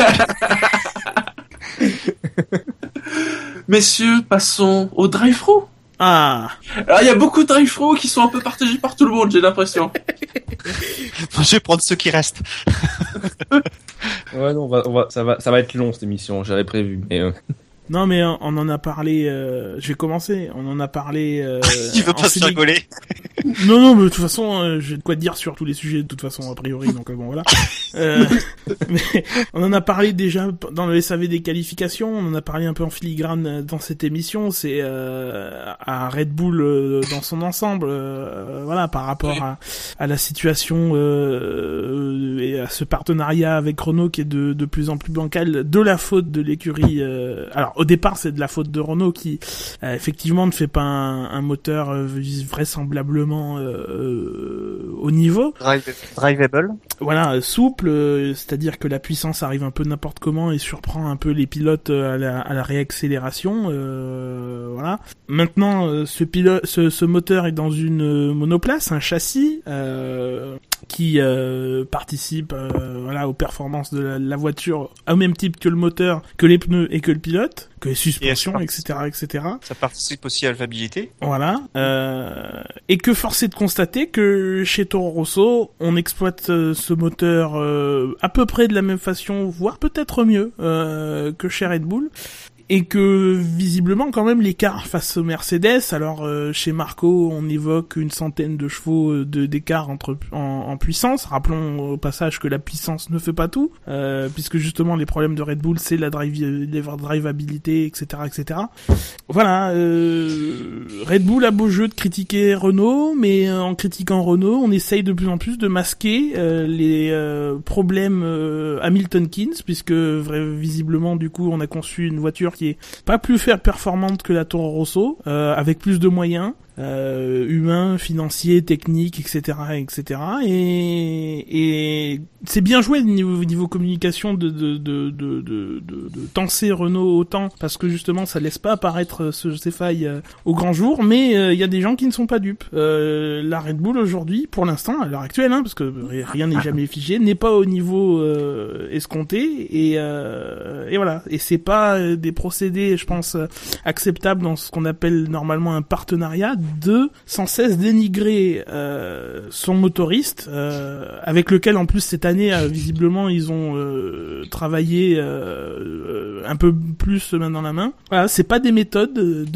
Messieurs, passons au drive-thru. Ah, Alors, il y a beaucoup de drive-thru qui sont un peu partagés par tout le monde, j'ai l'impression. Je vais prendre ceux qui restent. Ouais, non, on va, on va, ça va, ça va être long cette émission, j'avais prévu. Mais euh, non mais on on en a parlé, euh, je vais commencer, on en a parlé... Euh, Il veut en pas se Séné- rigoler. Non, non, mais de toute façon, euh, j'ai de quoi dire sur tous les sujets, de toute façon, a priori, donc euh, bon, voilà. Euh, mais on en a parlé déjà dans le S A V des qualifications, on en a parlé un peu en filigrane euh, dans cette émission, c'est euh, à Red Bull euh, dans son ensemble, euh, voilà, par rapport à, à la situation euh, et à ce partenariat avec Renault qui est de, de plus en plus bancal, de la faute de l'écurie... Euh, alors, au départ, c'est de la faute de Renault qui, euh, effectivement, ne fait pas un, un moteur euh, vraisemblablement euh, euh, au niveau. Drive, drivable. Voilà, euh, souple, euh, c'est-à-dire que la puissance arrive un peu n'importe comment et surprend un peu les pilotes euh, à la, à la réaccélération. Euh, voilà. Maintenant, euh, ce pilote, ce, ce moteur est dans une euh, monoplace, un châssis euh, qui euh, participe euh, voilà aux performances de la, la voiture au même type que le moteur, que les pneus et que le pilote, que les suspensions, et cetera, et cetera. Ça participe aussi à la fiabilité. Voilà. Euh, et que force est de constater que chez Toro Rosso, on exploite euh, ce moteur euh, à peu près de la même façon, voire peut-être mieux euh, que chez Red Bull. Et que visiblement quand même l'écart face au Mercedes, alors euh, chez Marco on évoque une centaine de chevaux de d'écart entre en, en puissance. Rappelons au passage que la puissance ne fait pas tout, euh, puisque justement les problèmes de Red Bull c'est la drive, la drivabilité, et cetera, et cetera. Voilà, euh, Red Bull a beau jeu de critiquer Renault, mais euh, en critiquant Renault, on essaye de plus en plus de masquer euh, les euh, problèmes euh, Hamilton-Keynes, puisque vrai, visiblement du coup on a conçu une voiture qui est pas plus faire performante que la Toro Rosso, euh, avec plus de moyens euh, humains, financiers, techniques, et cetera, et cetera. Et, et c'est bien joué niveau niveau communication de de de de de, de, de tenser Renault autant, parce que justement ça laisse pas apparaître ce, ces failles euh, au grand jour. Mais il euh, y a des gens qui ne sont pas dupes. Euh, la Red Bull aujourd'hui, pour l'instant, à l'heure actuelle, hein, parce que rien n'est jamais figé, n'est pas au niveau euh, escompté. Et euh, et voilà. Et c'est pas euh, des procédés, je pense, euh, acceptables dans ce qu'on appelle normalement un partenariat, de sans cesse dénigrer euh, son motoriste, euh, avec lequel en plus cette année euh, visiblement ils ont euh, travaillé euh, un peu plus main dans la main. Voilà, c'est pas des méthodes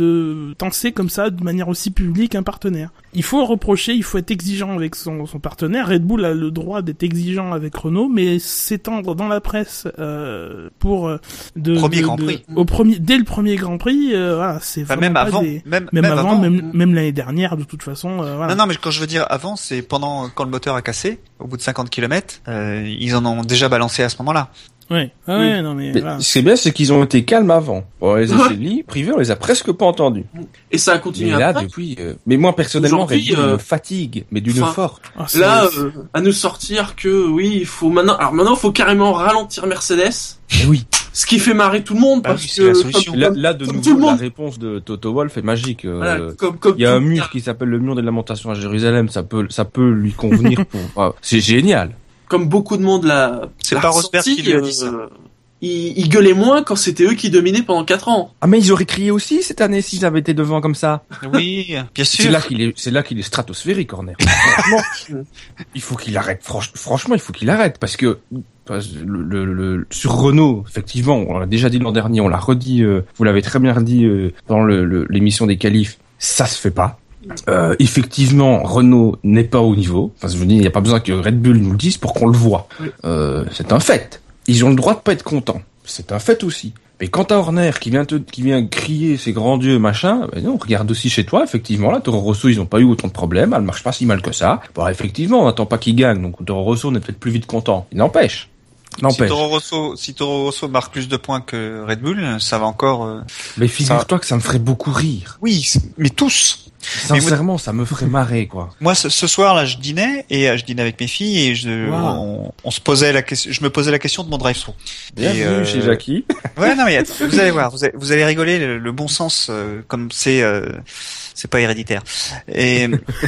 de tenser comme ça de manière aussi publique un partenaire. Il faut reprocher, il faut être exigeant avec son, son partenaire. Red Bull a le droit d'être exigeant avec Renault, mais s'étendre dans la presse euh, pour de, premier de, Grand de, Prix au premier dès le premier Grand Prix, euh, voilà, c'est enfin, vraiment même pas avant, des... même, même, même avant, avant, même même l'année dernière de toute façon. Euh, voilà. Non, non, mais quand je veux dire avant, c'est pendant quand le moteur a cassé, au bout de cinquante kilomètres, euh, ils en ont déjà balancé à ce moment-là. Ouais, ah ouais, oui. non mais, mais voilà. Ce qui est bien, c'est qu'ils ont été calmes avant. Bon, les essais libres, privés, on les a presque pas entendus. Et ça a continué mais là, après. depuis, euh... mais moi personnellement, Red Bull euh... me fatigue, mais d'une enfin, forte. Oh, là, euh, à nous sortir que oui, il faut maintenant. Alors maintenant, il faut carrément ralentir Mercedes. Et oui. Ce qui fait marrer tout le monde bah, parce oui, que la solution. comme, là, là, de comme nouveau, tout le monde. la réponse de Toto Wolff est magique. Euh, voilà, comme, comme il y a un tout... mur qui s'appelle le mur des lamentations à Jérusalem, ça peut, ça peut lui convenir. Pour... Ah, c'est génial. Comme beaucoup de monde l'a. C'est l'a pas Rosberg qui lui a dit ça. Euh, ils, ils gueulaient moins quand c'était eux qui dominaient pendant quatre ans. Ah mais ils auraient crié aussi cette année s'ils avaient été devant comme ça. Oui, bien sûr. C'est là qu'il est, c'est là qu'il est stratosphérique, Horner. Franchement, il faut qu'il arrête. Franch, franchement, il faut qu'il arrête parce que le, le, le, sur Renault, effectivement, on l'a déjà dit l'an dernier, on l'a redit. Euh, vous l'avez très bien dit euh, dans le, le, l'émission des qualifs. Ça se fait pas. Euh, effectivement, Renault n'est pas au niveau. Enfin, je veux dire, il n'y a pas besoin que Red Bull nous le dise pour qu'on le voit. Euh, c'est un fait. Ils ont le droit de pas être contents. C'est un fait aussi. Mais quant à Horner qui vient te, qui vient crier ses grands dieux machin, ben non, regarde aussi chez toi, effectivement, là, Toro Rosso, ils ont pas eu autant de problèmes, elle marche pas si mal que ça. Bon, effectivement, on n'attend pas qu'ils gagnent, donc Toro Rosso, on est peut-être plus vite content. Il n'empêche. Si Toro Rosso, si Toro Rosso marque plus de points que Red Bull, ça va encore. Euh, mais figure-toi ça... que ça me ferait beaucoup rire. Oui, mais tous. Sincèrement, moi, ça me ferait marrer, quoi. Moi, ce, ce soir là, je dînais et je dînais avec mes filles et je, wow. on, on se posait la question, je me posais la question de mon drive-thru. Bienvenue euh... chez Jackie. Ouais, non mais vous allez voir, vous allez, vous allez rigoler, le, le bon sens, euh, comme c'est, euh, c'est pas héréditaire. Et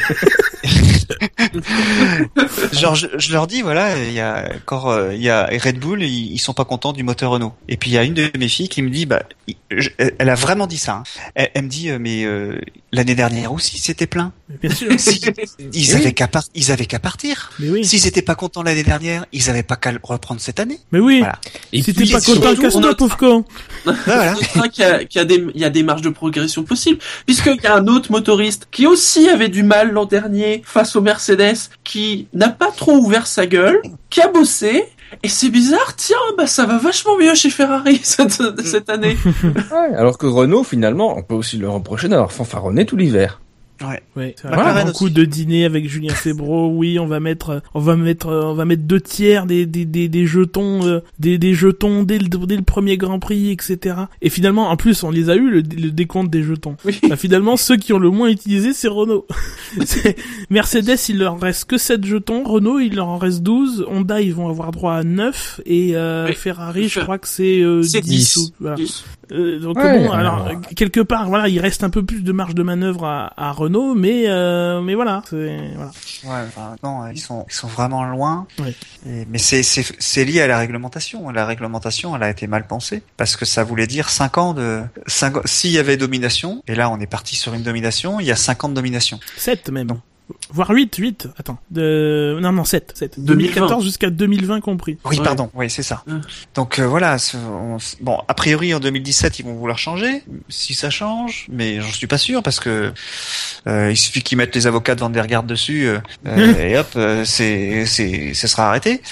genre, je, je leur dis voilà, il y a encore, il y a Red Bull, ils, ils sont pas contents du moteur Renault. Et puis il y a une de mes filles qui me dit, bah, je, elle a vraiment dit ça. Hein. Elle, elle me dit, mais euh, l'année dernière aussi, c'était plein. Bien sûr. Si, ils, avaient qu'à par... ils avaient qu'à partir. Mais oui. S'ils étaient pas contents l'année dernière, ils avaient pas qu'à reprendre cette année. Mais oui. Voilà. Et si t'es pas content, casse-toi, pauvre con. Voilà. C'est vrai qu'il y a, qu'il y a des, il y a des marges de progression possibles. Puisqu'il y a un autre motoriste qui aussi avait du mal l'an dernier face au Mercedes, qui n'a pas trop ouvert sa gueule, qui a bossé. Et c'est bizarre, tiens, bah ça va vachement mieux chez Ferrari cette, cette année. Ouais, alors que Renault, finalement, on peut aussi le reprocher d'avoir fanfaronné tout l'hiver. Ouais. Ouais. C'est voilà, beaucoup de dîners avec Julien Febvre. Oui, on va mettre, on va mettre, on va mettre deux tiers des des des, des jetons, euh, des des jetons dès le dès le premier Grand Prix, et cetera. Et finalement, en plus, on les a eu le, le décompte des jetons. Oui. Bah, finalement, ceux qui ont le moins utilisé, c'est Renault. c'est... Mercedes, il leur reste que sept jetons. Renault, il leur en reste douze. Honda, ils vont avoir droit à neuf. Et euh, oui. Ferrari, je crois que c'est, euh, c'est dix. dix. Ou, voilà. dix. Euh, donc ouais, bon, alors, alors quelque part, voilà, il reste un peu plus de marge de manœuvre à, à Renault. Renault, mais euh, mais voilà, c'est voilà. Ouais, enfin, non, ils sont ils sont vraiment loin. Oui. Et, mais c'est c'est c'est lié à la réglementation. La réglementation, elle a été mal pensée parce que ça voulait dire cinq ans de cinq s'il y avait domination. Et là, on est parti sur une domination. Il y a cinq ans de domination. sept même. Donc, voire huit, huit, attends, de... non, non, sept, sept. deux mille vingt. deux mille quatorze jusqu'à deux mille vingt compris. Oui, Ouais. pardon, oui, c'est ça. Ouais. Donc euh, voilà, ce- on- bon, a priori en deux mille dix-sept, ils vont vouloir changer, si ça change, mais j'en suis pas sûr parce que euh, il suffit qu'ils mettent les avocats de Van der Garde dessus euh, euh, et hop, euh, c'est c'est ça sera arrêté.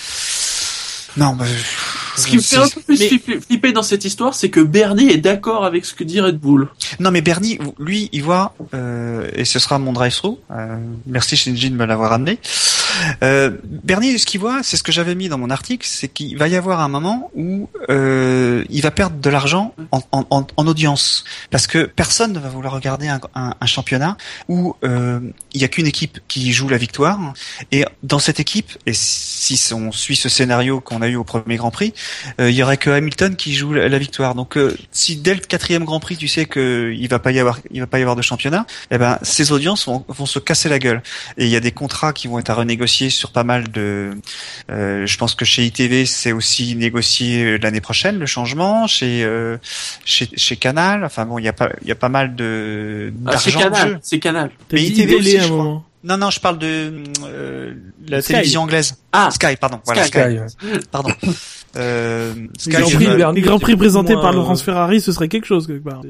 Non, mais Ce qui me fait un peu plus flipper- flipper dans cette histoire, c'est que Bernie est d'accord avec ce que dit Red Bull. Non, mais Bernie, lui, il voit, euh, et ce sera mon drive-through. Euh, merci Shinji de me l'avoir amené. Euh, Bernie, ce qu'il voit, c'est ce que j'avais mis dans mon article, c'est qu'il va y avoir un moment où euh, il va perdre de l'argent en, en, en, en audience, parce que personne ne va vouloir regarder un, un, un championnat où euh, il y a qu'une équipe qui joue la victoire, et dans cette équipe, et si on suit ce scénario qu'on a eu au premier Grand Prix, euh, il y aurait que Hamilton qui joue la, la victoire. Donc, euh, si dès le quatrième Grand Prix, tu sais que il va pas y avoir, il va pas y avoir de championnat, eh ben ces audiences vont, vont se casser la gueule. Et il y a des contrats qui vont être à renégocier sur pas mal de. Euh, je pense que chez I T V, c'est aussi négocié l'année prochaine le changement. Chez euh, chez chez Canal, enfin bon, il y a pas il y a pas mal de Ah, c'est d'argent en Canal, jeu. c'est Canal. T'as Mais dit I T V télé aussi, à un je crois. moment. Non, non, je parle de euh, la Sky. télévision anglaise. Ah, Sky, pardon. Voilà, Sky. Sky. Sky, ouais. Pardon. Euh, Les Sky, Grands Sky, Prix, euh, les Grands Prix était présentés moins, par euh, Laurence Ferrari, ce serait quelque chose quelque part.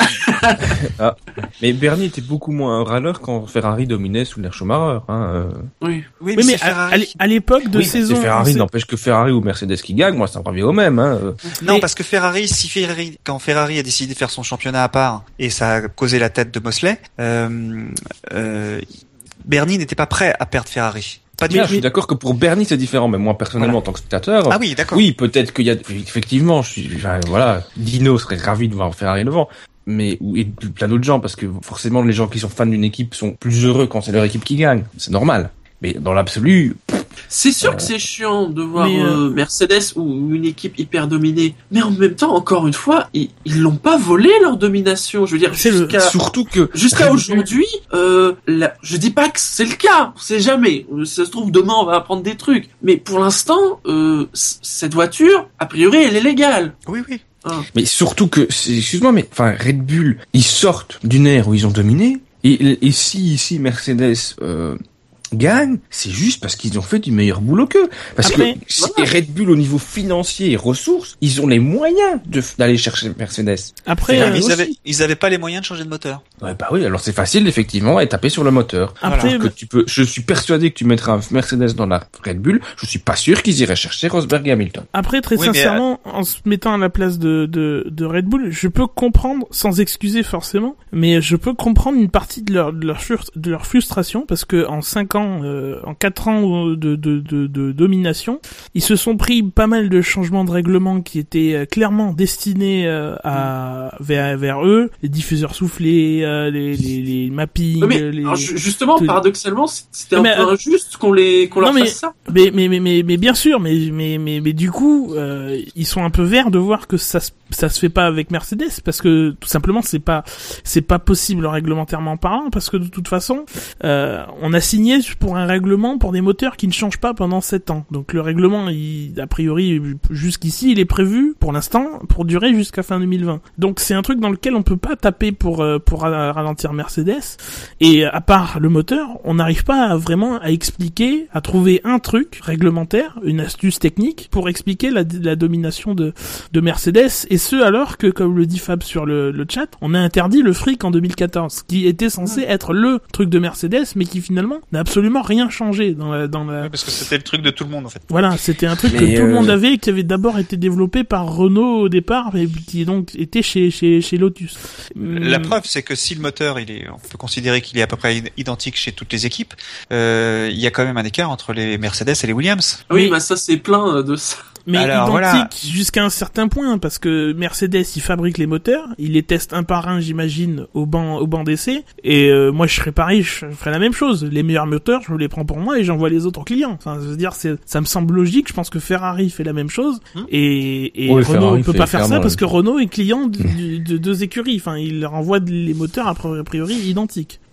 Ah. Mais Bernie était beaucoup moins un râleur quand Ferrari dominait sous l'ère Schumacher. Hein. euh. Oui. Oui, Oui, mais, mais c'est à, Ferrari. à l'é- à l'époque de Oui, saison, c'est Ferrari c'est- n'empêche que Ferrari ou Mercedes qui gagne, moi ça me revient au même. Hein. euh. Non, Mais- parce que Ferrari, si Ferrari, quand Ferrari a décidé de faire son championnat à part et ça a causé la tête de Mosley, euh, euh, Bernie n'était pas prêt à perdre Ferrari. Pas du Mais, tout. je suis d'accord que pour Bernie c'est différent, mais moi personnellement en tant que spectateur, Ah oui, d'accord. oui peut-être qu'il y a effectivement, je suis, enfin, voilà, Dino serait ravi de voir Ferrari devant. Mais ou- et plein d'autres gens parce que forcément les gens qui sont fans d'une équipe sont plus heureux quand c'est leur équipe qui gagne, c'est normal. Mais dans l'absolu, C'est sûr que c'est chiant de voir Mais, euh, euh, Mercedes ou une équipe hyper dominée, mais en même temps, encore une fois, ils, ils l'ont pas volé leur domination. Je veux dire, C'est le- jusqu'à surtout que jusqu'à Red Bull- aujourd'hui, euh, la- je dis pas que c'est le cas, on sait jamais. Euh, Ça se trouve demain on va apprendre des trucs, mais pour l'instant, euh, c- cette voiture, a priori, elle est légale. Oui, oui. Hein. Mais surtout que, c'est- excuse-moi, mais enfin Red Bull, ils sortent d'une ère où ils ont dominé, et, et si ici Mercedes euh, gagne, c'est juste parce qu'ils ont fait du meilleur boulot qu'eux. Parce Après, que si voilà. Red Bull au niveau financier et ressources, ils ont les moyens de d'aller chercher Mercedes. Après, C'est euh, la ils aussi. avaient, ils avaient pas les moyens de changer de moteur. Ouais, bah oui, alors c'est facile effectivement et taper sur le moteur. après, Que tu peux, je suis persuadé que tu mettras un Mercedes dans la Red Bull, je suis pas sûr qu'ils iraient chercher Rosberg et Hamilton. Après, très Oui, mais, sincèrement, en se mettant à la place de, de, de Red Bull, je peux comprendre, sans excuser forcément, mais je peux comprendre une partie de leur, de leur, frus- de leur frustration, parce que en cinq ans, euh, en quatre ans de, de, de, de domination, ils se sont pris pas mal de changements de règlement qui étaient euh, clairement destinés euh, à, vers, vers eux, les diffuseurs soufflés, euh, les, les, les mappings, Ouais, mais les... alors, ju- justement, tout- paradoxalement, c- c'était un Mais, peu euh, injuste qu'on les qu'on leur non, mais- fasse ça. Mais mais mais mais mais bien sûr, mais mais mais mais du coup, euh, ils sont un peu verts de voir que ça se ça se fait pas avec Mercedes parce que tout simplement c'est pas c'est pas possible réglementairement parlant parce que de toute façon, euh, on a signé pour un règlement pour des moteurs qui ne changent pas pendant sept ans. Donc le règlement, il, a priori jusqu'ici, il est prévu pour l'instant pour durer jusqu'à fin deux mille vingt. Donc c'est un truc dans lequel on peut pas taper pour euh, pour ra- ralentir Mercedes. Et à part le moteur, on n'arrive pas à vraiment à expliquer, à trouver un truc réglementaire, une astuce technique pour expliquer la, la domination de, de Mercedes, et ce alors que, comme le dit Fab sur le, le chat, on a interdit le fric en deux mille quatorze, qui était censé être le truc de Mercedes, mais qui finalement n'a absolument rien changé dans la... Dans la... Oui, parce que c'était le truc de tout le monde en fait. Voilà, c'était un truc Mais que tout le euh, monde avait, qui avait d'abord été développé par Renault au départ, mais qui donc était chez, chez, chez Lotus. La Hum, preuve, c'est que si le moteur, il est, on peut considérer qu'il est à peu près identique chez toutes les équipes, euh, il y a quand même un écart entre les Mercedes et les Williams. Oui, mais- bah ça c'est plein euh, de ça. Mais Alors, identique voilà. jusqu'à un certain point, parce que Mercedes, il fabrique les moteurs, il les teste un par un, j'imagine, au banc, au banc d'essai, et euh, moi je serais pareil, je ferais la même chose. Les meilleurs moteurs, je me les prends pour moi et j'envoie les autres aux clients. Enfin, je veux dire, c'est, ça me semble logique. Je pense que Ferrari fait la même chose, Hum. et, et Oui, Renault Ferrari ne peut fait pas faire ça clairement parce la que même Renault est client de, de, de deux écuries. Enfin, il leur envoie les moteurs a priori identiques.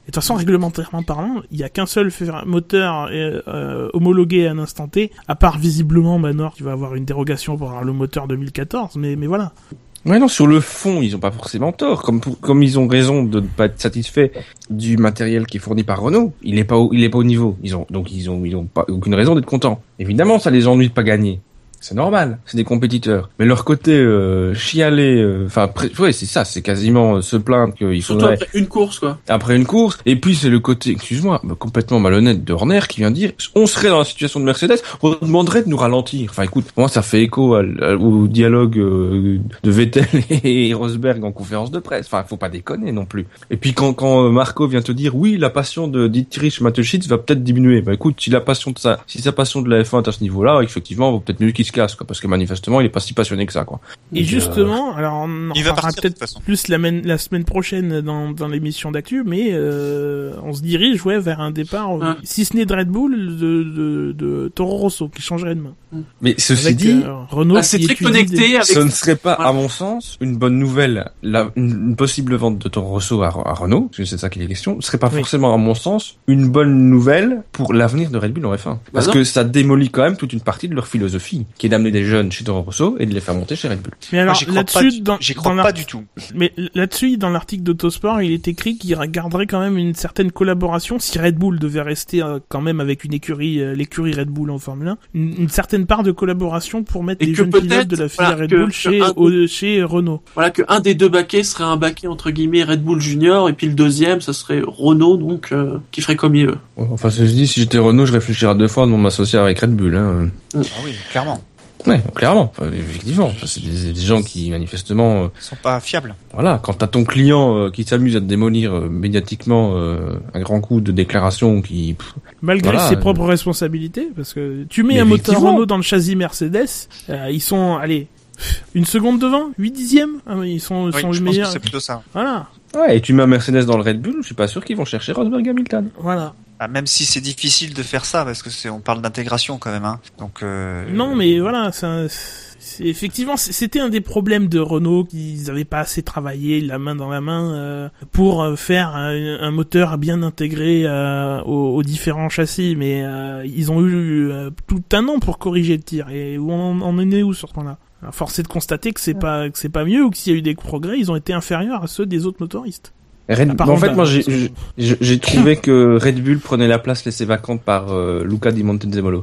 de toute façon, réglementairement parlant, il y a qu'un seul moteur euh, euh, homologué à un instant T, à part visiblement Manor qui va avoir une dérogation pour avoir le moteur deux mille quatorze, mais, mais voilà. Ouais, non, sur le fond, ils ont pas forcément tort. Comme pour, comme ils ont raison de ne pas être satisfaits du matériel qui est fourni par Renault, il est pas au, il est pas au niveau. Ils ont, donc ils ont, ils ont pas aucune raison d'être contents. Évidemment, ça les ennuie de pas gagner. C'est normal, c'est des compétiteurs. Mais leur côté euh, chialer, enfin, euh, ouais, c'est ça, c'est quasiment euh, se plaindre qu'il faudrait... Surtout après une course, quoi. Après une course, et puis c'est le côté, excuse-moi, bah, complètement malhonnête de Horner qui vient dire, on serait dans la situation de Mercedes, on demanderait de nous ralentir. Enfin, écoute, moi ça fait écho à, à, au dialogue euh, de Vettel et Rosberg en conférence de presse. Enfin, faut pas déconner non plus. Et puis quand quand Marco vient te dire, oui, la passion de Dietrich Mateschitz va peut-être diminuer. Bah écoute, si la passion de ça, si sa passion de la F un est à ce niveau-là, effectivement, vaut peut-être mieux qu'il se casse, quoi, parce que manifestement, il est pas si passionné que ça, quoi. Et Donc, justement, euh... alors on en il va parlera partir, peut-être plus la, men- la semaine prochaine dans, dans l'émission d'actu, mais euh, on se dirige ouais vers un départ, euh, hein. si ce n'est de Red Bull, de, de, de Toro Rosso qui changerait de main. Mais ceci avec, dit, euh, Renault ah, c'est qui très étudie connecté des... avec... ce ne serait pas, à mon sens, une bonne nouvelle. La, une, une possible vente de Toro Rosso à, à Renault, parce que c'est de ça qu'il est question, ne serait pas oui. forcément, à mon sens, une bonne nouvelle pour l'avenir de Red Bull en F un. Parce bah que ça démolit quand même toute une partie de leur philosophie, qui est d'amener des jeunes chez Toro Rosso et de les faire monter chez Red Bull. Mais alors, Moi, j'y crois là-dessus, pas du- dans, j'y crois dans pas du tout. Mais là-dessus, dans l'article d'Autosport, il est écrit qu'il garderait quand même une certaine collaboration si Red Bull devait rester euh, quand même avec une écurie, euh, l'écurie Red Bull en Formule un, une, une certaine part de collaboration pour mettre Et des que jeunes peut-être, pilotes de la filière voilà, Red que- Bull que chez, un- au- chez Renault. Voilà, que un des deux baquets serait un baquet entre guillemets Red Bull Junior, et puis le deuxième, ça serait Renault, donc, euh, qui ferait comme il veut. Enfin, je dis, si j'étais Renault, je réfléchirais deux fois de m'associer avec Red Bull, hein. Ah oui, clairement. Ouais, clairement, enfin, effectivement. Enfin, c'est des, des gens qui, manifestement, euh, Ils sont pas fiables. voilà, quand t'as ton client euh, qui s'amuse à te démolir euh, médiatiquement euh, un grand coup de déclaration qui... Pff, Malgré voilà, ses euh, propres responsabilités, parce que tu mets Mais un moteur effectivement. Renault dans le châssis Mercedes, euh, ils sont, allez, une seconde devant, huit dixièmes, ah, ils sont, ils Oui, sont je les pense que meilleurs. c'est plutôt ça. Voilà, Ouais, et tu mets un Mercedes dans le Red Bull, je suis pas sûr qu'ils vont chercher Rosberg Hamilton. voilà. Ah, même si c'est difficile de faire ça, parce que c'est, on parle d'intégration quand même, hein. Donc, euh... Non, mais voilà, ça, c'est, effectivement, c'était un des problèmes de Renault qu'ils avaient pas assez travaillé la main dans la main euh, pour euh, faire un, un moteur bien intégré euh, aux, aux différents châssis, mais euh, ils ont eu euh, tout un an pour corriger le tir. Et où on en est où sur ce point-là? Alors, force est de constater que c'est pas que c'est pas mieux, ou que s'il y a eu des progrès, ils ont été inférieurs à ceux des autres motoristes. Red... Ah, par en contre, fait, moi, là, j'ai, parce que- j'ai, j'ai trouvé que Red Bull prenait la place laissée vacante par euh, Luca Di Montezemolo.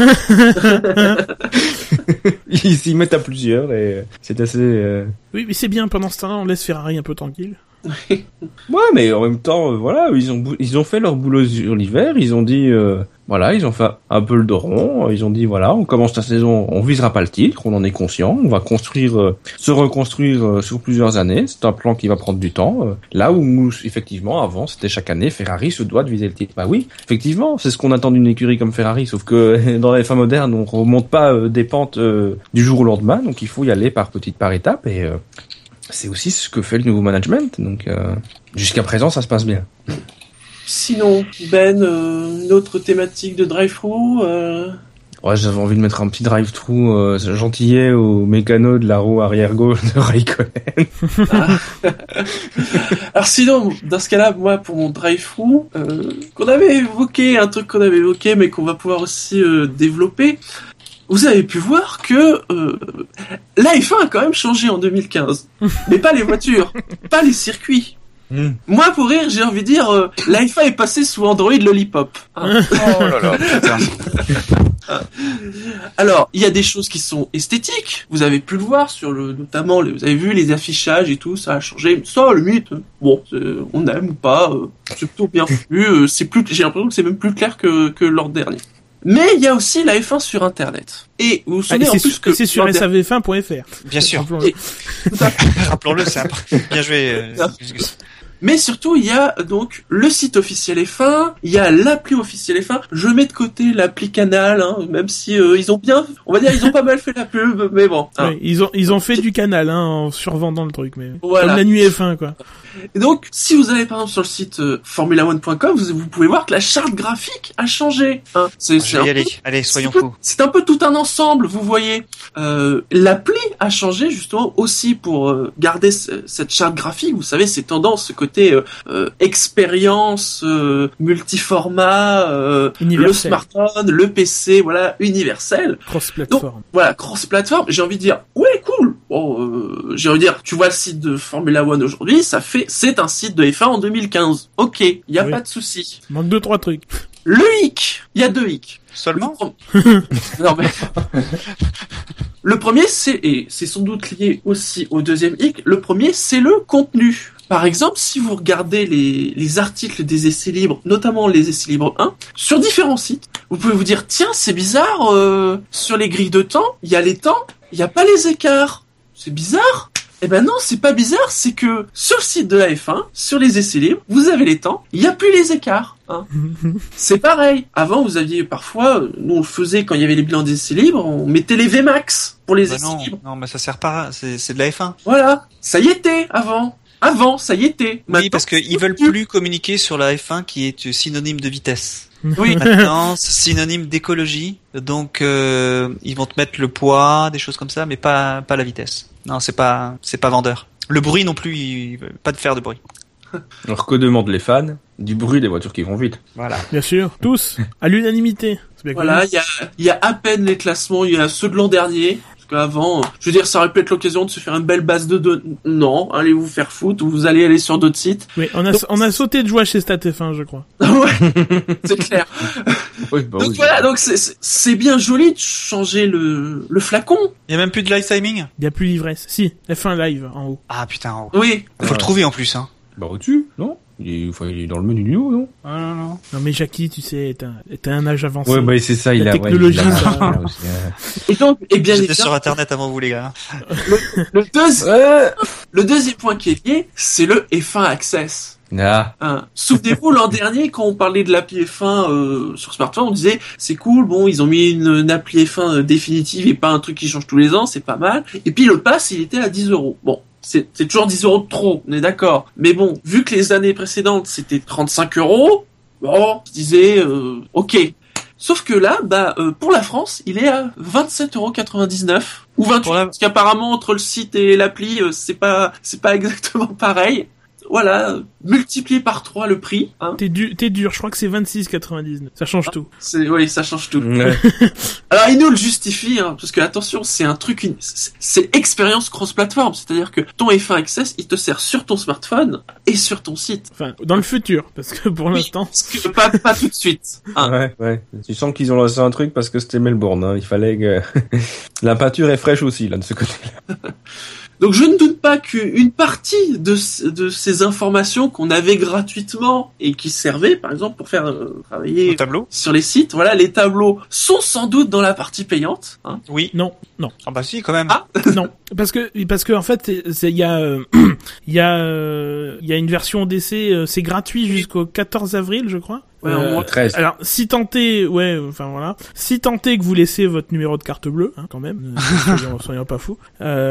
Ils s'y mettent à plusieurs et c'est assez... Euh... Oui, mais c'est bien, pendant ce temps-là, on laisse Ferrari un peu tranquille. Ouais, mais en même temps, euh, voilà, ils ont bou- ils ont fait leur boulot sur l'hiver. Ils ont dit, euh, voilà, ils ont fait un peu le dos rond. Ils ont dit, voilà, on commence la saison, on visera pas le titre, on en est conscient. On va construire, euh, se reconstruire euh, sur plusieurs années. C'est un plan qui va prendre du temps. Euh, là où nous, effectivement, avant, c'était chaque année, Ferrari se doit de viser le titre. Bah oui, effectivement, c'est ce qu'on attend d'une écurie comme Ferrari. Sauf que dans les F un modernes, on remonte pas euh, des pentes euh, du jour au lendemain. Donc il faut y aller par petite par étape et euh, c'est aussi ce que fait le nouveau management, donc euh, jusqu'à présent ça se passe bien. Sinon, Ben, euh, une autre thématique de drive-thru euh... Ouais, j'avais envie de mettre un petit drive-thru euh, gentillet au mécano de la roue arrière gauche de Raikkonen. Ah. Alors sinon, dans ce cas-là, moi pour mon drive-thru, euh, qu'on avait évoqué, un truc qu'on avait évoqué, mais qu'on va pouvoir aussi euh, développer. Vous avez pu voir que euh, la F un a quand même changé en deux mille quinze. Mais pas les voitures, pas les circuits. Mm. Moi, pour rire, j'ai envie de dire, euh, la F un est passée sous Android Lollipop. Hein. Oh là là, putain. Alors, il y a des choses qui sont esthétiques. Vous avez pu le voir sur le, notamment, les, vous avez vu les affichages et tout, ça a changé. Ça, le mythe, bon, euh, on aime ou pas, euh, c'est plutôt bien vu. Euh, c'est plus, j'ai l'impression que c'est même plus clair que que l'an dernier. Mais il y a aussi la F un sur Internet. Et vous vous souvenez Ah, en c'est plus su- que c'est sur l'an S A V F un point F R. Bien sûr. Rappelons-le. Et- Rappelons-le, c'est un... bien joué. euh, Mais surtout, il y a donc le site officiel F un, il y a l'appli officielle F un. Je mets de côté l'appli Canal, hein, même si euh, ils ont bien, on va dire, ils ont pas mal fait la pub, mais bon. Hein. Ouais, ils ont ils ont fait du canal hein, en survendant le truc, mais Voilà. comme la nuit F un quoi. Et donc, si vous allez par exemple sur le site euh, formula one point com, vous, vous pouvez voir que la charte graphique a changé. Hein. C'est, Je c'est vais un y aller. peu- Allez, soyons c'est un peu- fous. C'est un peu tout un ensemble, vous voyez. Euh, l'appli a changé justement aussi pour euh, garder ce- cette charte graphique. Vous savez, ces tendances, ce côté côté euh, euh, expérience, euh, multiformat, euh, le smartphone, le P C, voilà, universel. Cross-platform. Donc, voilà, cross-platform. J'ai envie de dire, ouais, cool. Bon, euh, j'ai envie de dire, tu vois le site de Formula One aujourd'hui, ça fait, c'est un site de F un en deux mille quinze. Ok, il y a oui. pas de souci. Manque deux trois trucs. Le hic, il y a deux hicks. Seulement. Non mais. Le premier, c'est, et c'est sans doute lié aussi au deuxième hic, le premier, c'est le contenu. Par exemple, si vous regardez les, les articles des essais libres, notamment les essais libres un, sur différents sites, vous pouvez vous dire, tiens, c'est bizarre, euh, sur les grilles de temps, il y a les temps, il n'y a pas les écarts. C'est bizarre. Eh ben non, c'est pas bizarre, c'est que sur le site de la F un, sur les essais libres, vous avez les temps, il n'y a plus les écarts. Hein. C'est pareil. Avant, vous aviez parfois, nous on le faisait quand il y avait les bilans des essais libres, on mettait les V MAX pour les bah essais non, libres. Non, mais ça sert pas, c'est, c'est de la F un. Voilà, ça y était avant. Avant, ça y était. Maintenant, oui, parce qu'ils veulent plus communiquer sur la F un qui est synonyme de vitesse. Oui. Maintenant, c'est synonyme d'écologie, donc euh, ils vont te mettre le poids, des choses comme ça, mais pas pas la vitesse. Non, c'est pas c'est pas vendeur. Le bruit non plus, il, pas de faire de bruit. Alors que demandent les fans? Du bruit des voitures qui vont vite. Voilà. Bien sûr, tous à l'unanimité. C'est bien voilà, il y a il y a à peine les classements, il y a ceux de l'an dernier. Avant, je veux dire, ça aurait pu être l'occasion de se faire une belle base de données. Non, allez vous faire foutre, ou vous allez aller sur d'autres sites. Oui, on a, donc, on a sauté de joie chez StatF un, je crois. Ouais, c'est clair. Oui, bah donc oui, voilà, donc c'est, c'est, c'est bien joli de changer le, le flacon. Il y a même plus de live timing? Il y a plus l'ivresse. Si, F un live, en haut. Ah putain, en haut. Oui. Faut ouais. le trouver en plus, hein. Bah au-dessus, non? Il est, enfin, il est dans le menu du haut, non? Ah non, non. Non mais Jackie, tu sais, t'as, t'as un âge avancé. Ouais, bah c'est ça, il la a... technologie, ouais, il a... ça... aussi, hein. Et donc, et bien J'étais sur internet avant vous les gars. Le, le, deuxi... ouais. le deuxième point qui est lié, c'est le F un Access. Ah. Hein. Souvenez-vous, l'an dernier, quand on parlait de l'appli F un euh, sur smartphone, on disait c'est cool, bon, ils ont mis une, une appli F un euh, définitive et pas un truc qui change tous les ans, c'est pas mal. Et puis le pass, il était à dix euros. Bon. C'est, c'est toujours dix euros de trop, on est d'accord. Mais bon, vu que les années précédentes, c'était trente-cinq euros, bon, je disais, euh, ok. Sauf que là, bah, euh, pour la France, il est à vingt-sept euros quatre-vingt-dix-neuf. Ou vingt-huit, la... parce qu'apparemment, entre le site et l'appli, euh, c'est pas, c'est pas exactement pareil. Voilà, multiplié par trois le prix. Hein. T'es dur, t'es dur. Je crois que c'est vingt-six quatre-vingt-dix-neuf. Ça change ah, tout. C'est, oui, ça change tout. Ouais. Alors, il nous le justifie, hein, parce que attention, c'est un truc, une, c'est, c'est expérience cross-platform. C'est-à-dire que ton F un Access, il te sert sur ton smartphone et sur ton site. Enfin, dans le futur, parce que pour oui, l'instant. Parce que pas, pas tout de suite. Hein. Ouais, ouais. Tu sens qu'ils ont lancé un truc parce que c'était Melbourne, hein. Il fallait que, la peinture est fraîche aussi, là, de ce côté-là. Donc je ne doute pas qu'une partie de, de ces informations qu'on avait gratuitement et qui servaient, par exemple, pour faire euh, travailler sur les sites, voilà, les tableaux sont sans doute dans la partie payante. Hein. Oui. Non, non. Ah bah si, quand même. Ah non, parce que parce que en fait, il y a il euh, y a il euh, y a une version d'essai, euh, c'est gratuit jusqu'au quatorze avril, je crois. Ouais, euh, au moins treize. Alors, si tenté, ouais, enfin voilà, si tenté que vous laissez votre numéro de carte bleue, hein, quand même, euh, soyons, soyons pas fous.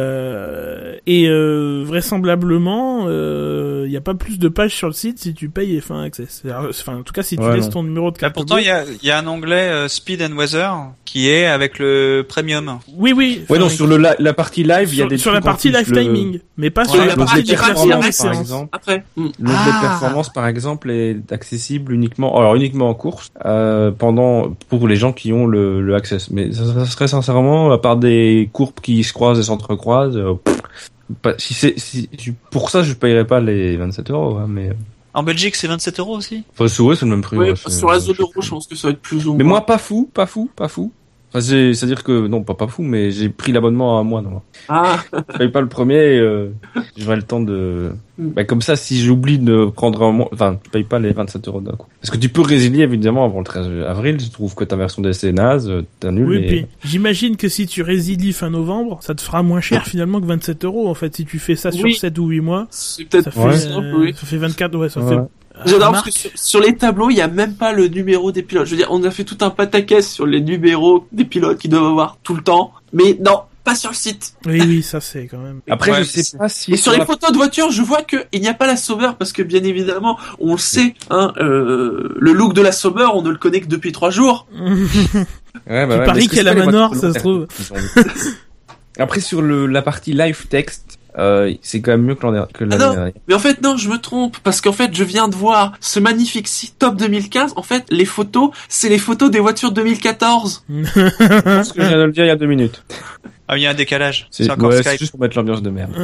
Euh, et euh, vraisemblablement, il euh, y a pas plus de pages sur le site si tu payes F un Access. Enfin, en tout cas, si tu ouais, laisses non. ton numéro de carte bah, pourtant, bleue. Pourtant, il y a, y a un onglet euh, Speed and Weather qui est avec le Premium. Oui, oui. Ouais, non, sur le la, la partie live, il y a des sur la partie live le... timing, mais pas ouais, sur la partie des performance, par exemple. Après, l'onglet de performance, par exemple, est accessible uniquement, alors uniquement en course. Euh, pendant pour les gens qui ont le, le access, mais ça, ça serait sincèrement à part des courbes qui se croisent et s'entrecroisent. Euh, pff, pas, si c'est si pour ça je payerais pas les vingt-sept euros, hein, mais en Belgique c'est vingt-sept euros aussi. Enfin c'est ouais, c'est le même prix. Ouais, ouais, sur la zone euro, je pense que ça va être plus ou moins. Mais moi pas fou, pas fou, pas fou. Enfin, c'est, c'est-à-dire que, non, pas, pas fou, mais j'ai pris l'abonnement à un mois, non. Ah. Je paye pas le premier, euh, j'aurai le temps de, bah, comme ça, si j'oublie de prendre un mois, enfin, tu payes pas les vingt-sept euros d'un coup. Parce que tu peux résilier, évidemment, avant le treize avril, tu trouves que ta version d'essai est naze, t'annules. Oui, et... puis, j'imagine que si tu résilies fin novembre, ça te fera moins cher, finalement, que vingt-sept euros, en fait, si tu fais ça sur oui. sept ou huit mois. C'est peut-être ça plus fait, simple, euh, oui. Ça fait vingt-quatre, ouais, ça ouais. fait, J'adore parce que sur, sur les tableaux, il y a même pas le numéro des pilotes. Je veux dire, on a fait tout un pataquès sur les numéros des pilotes qui doivent avoir tout le temps. Mais non, pas sur le site. Oui, oui, ça c'est quand même. Après, ouais, je sais c'est... pas si... Et sur les la... photos de voiture, je vois que il n'y a pas la Sauber parce que bien évidemment, on le sait, hein, euh, le look de la Sauber, on ne le connaît que depuis trois jours. Ouais, bah, tu ouais, paries qu'il y a la Manor, ça se trouve. Après, sur le, la partie live text, euh, c'est quand même mieux que l'an dernier. Que Ah l'année non, dernière. mais en fait non, je me trompe parce qu'en fait je viens de voir ce magnifique site Top deux mille quinze. En fait, les photos, c'est les photos des voitures deux mille quatorze. Je pense que je viens de le dire il y a deux minutes. Ah, il y a un décalage. C'est, C'est, encore ouais, Skype. c'est juste pour mettre l'ambiance de merde.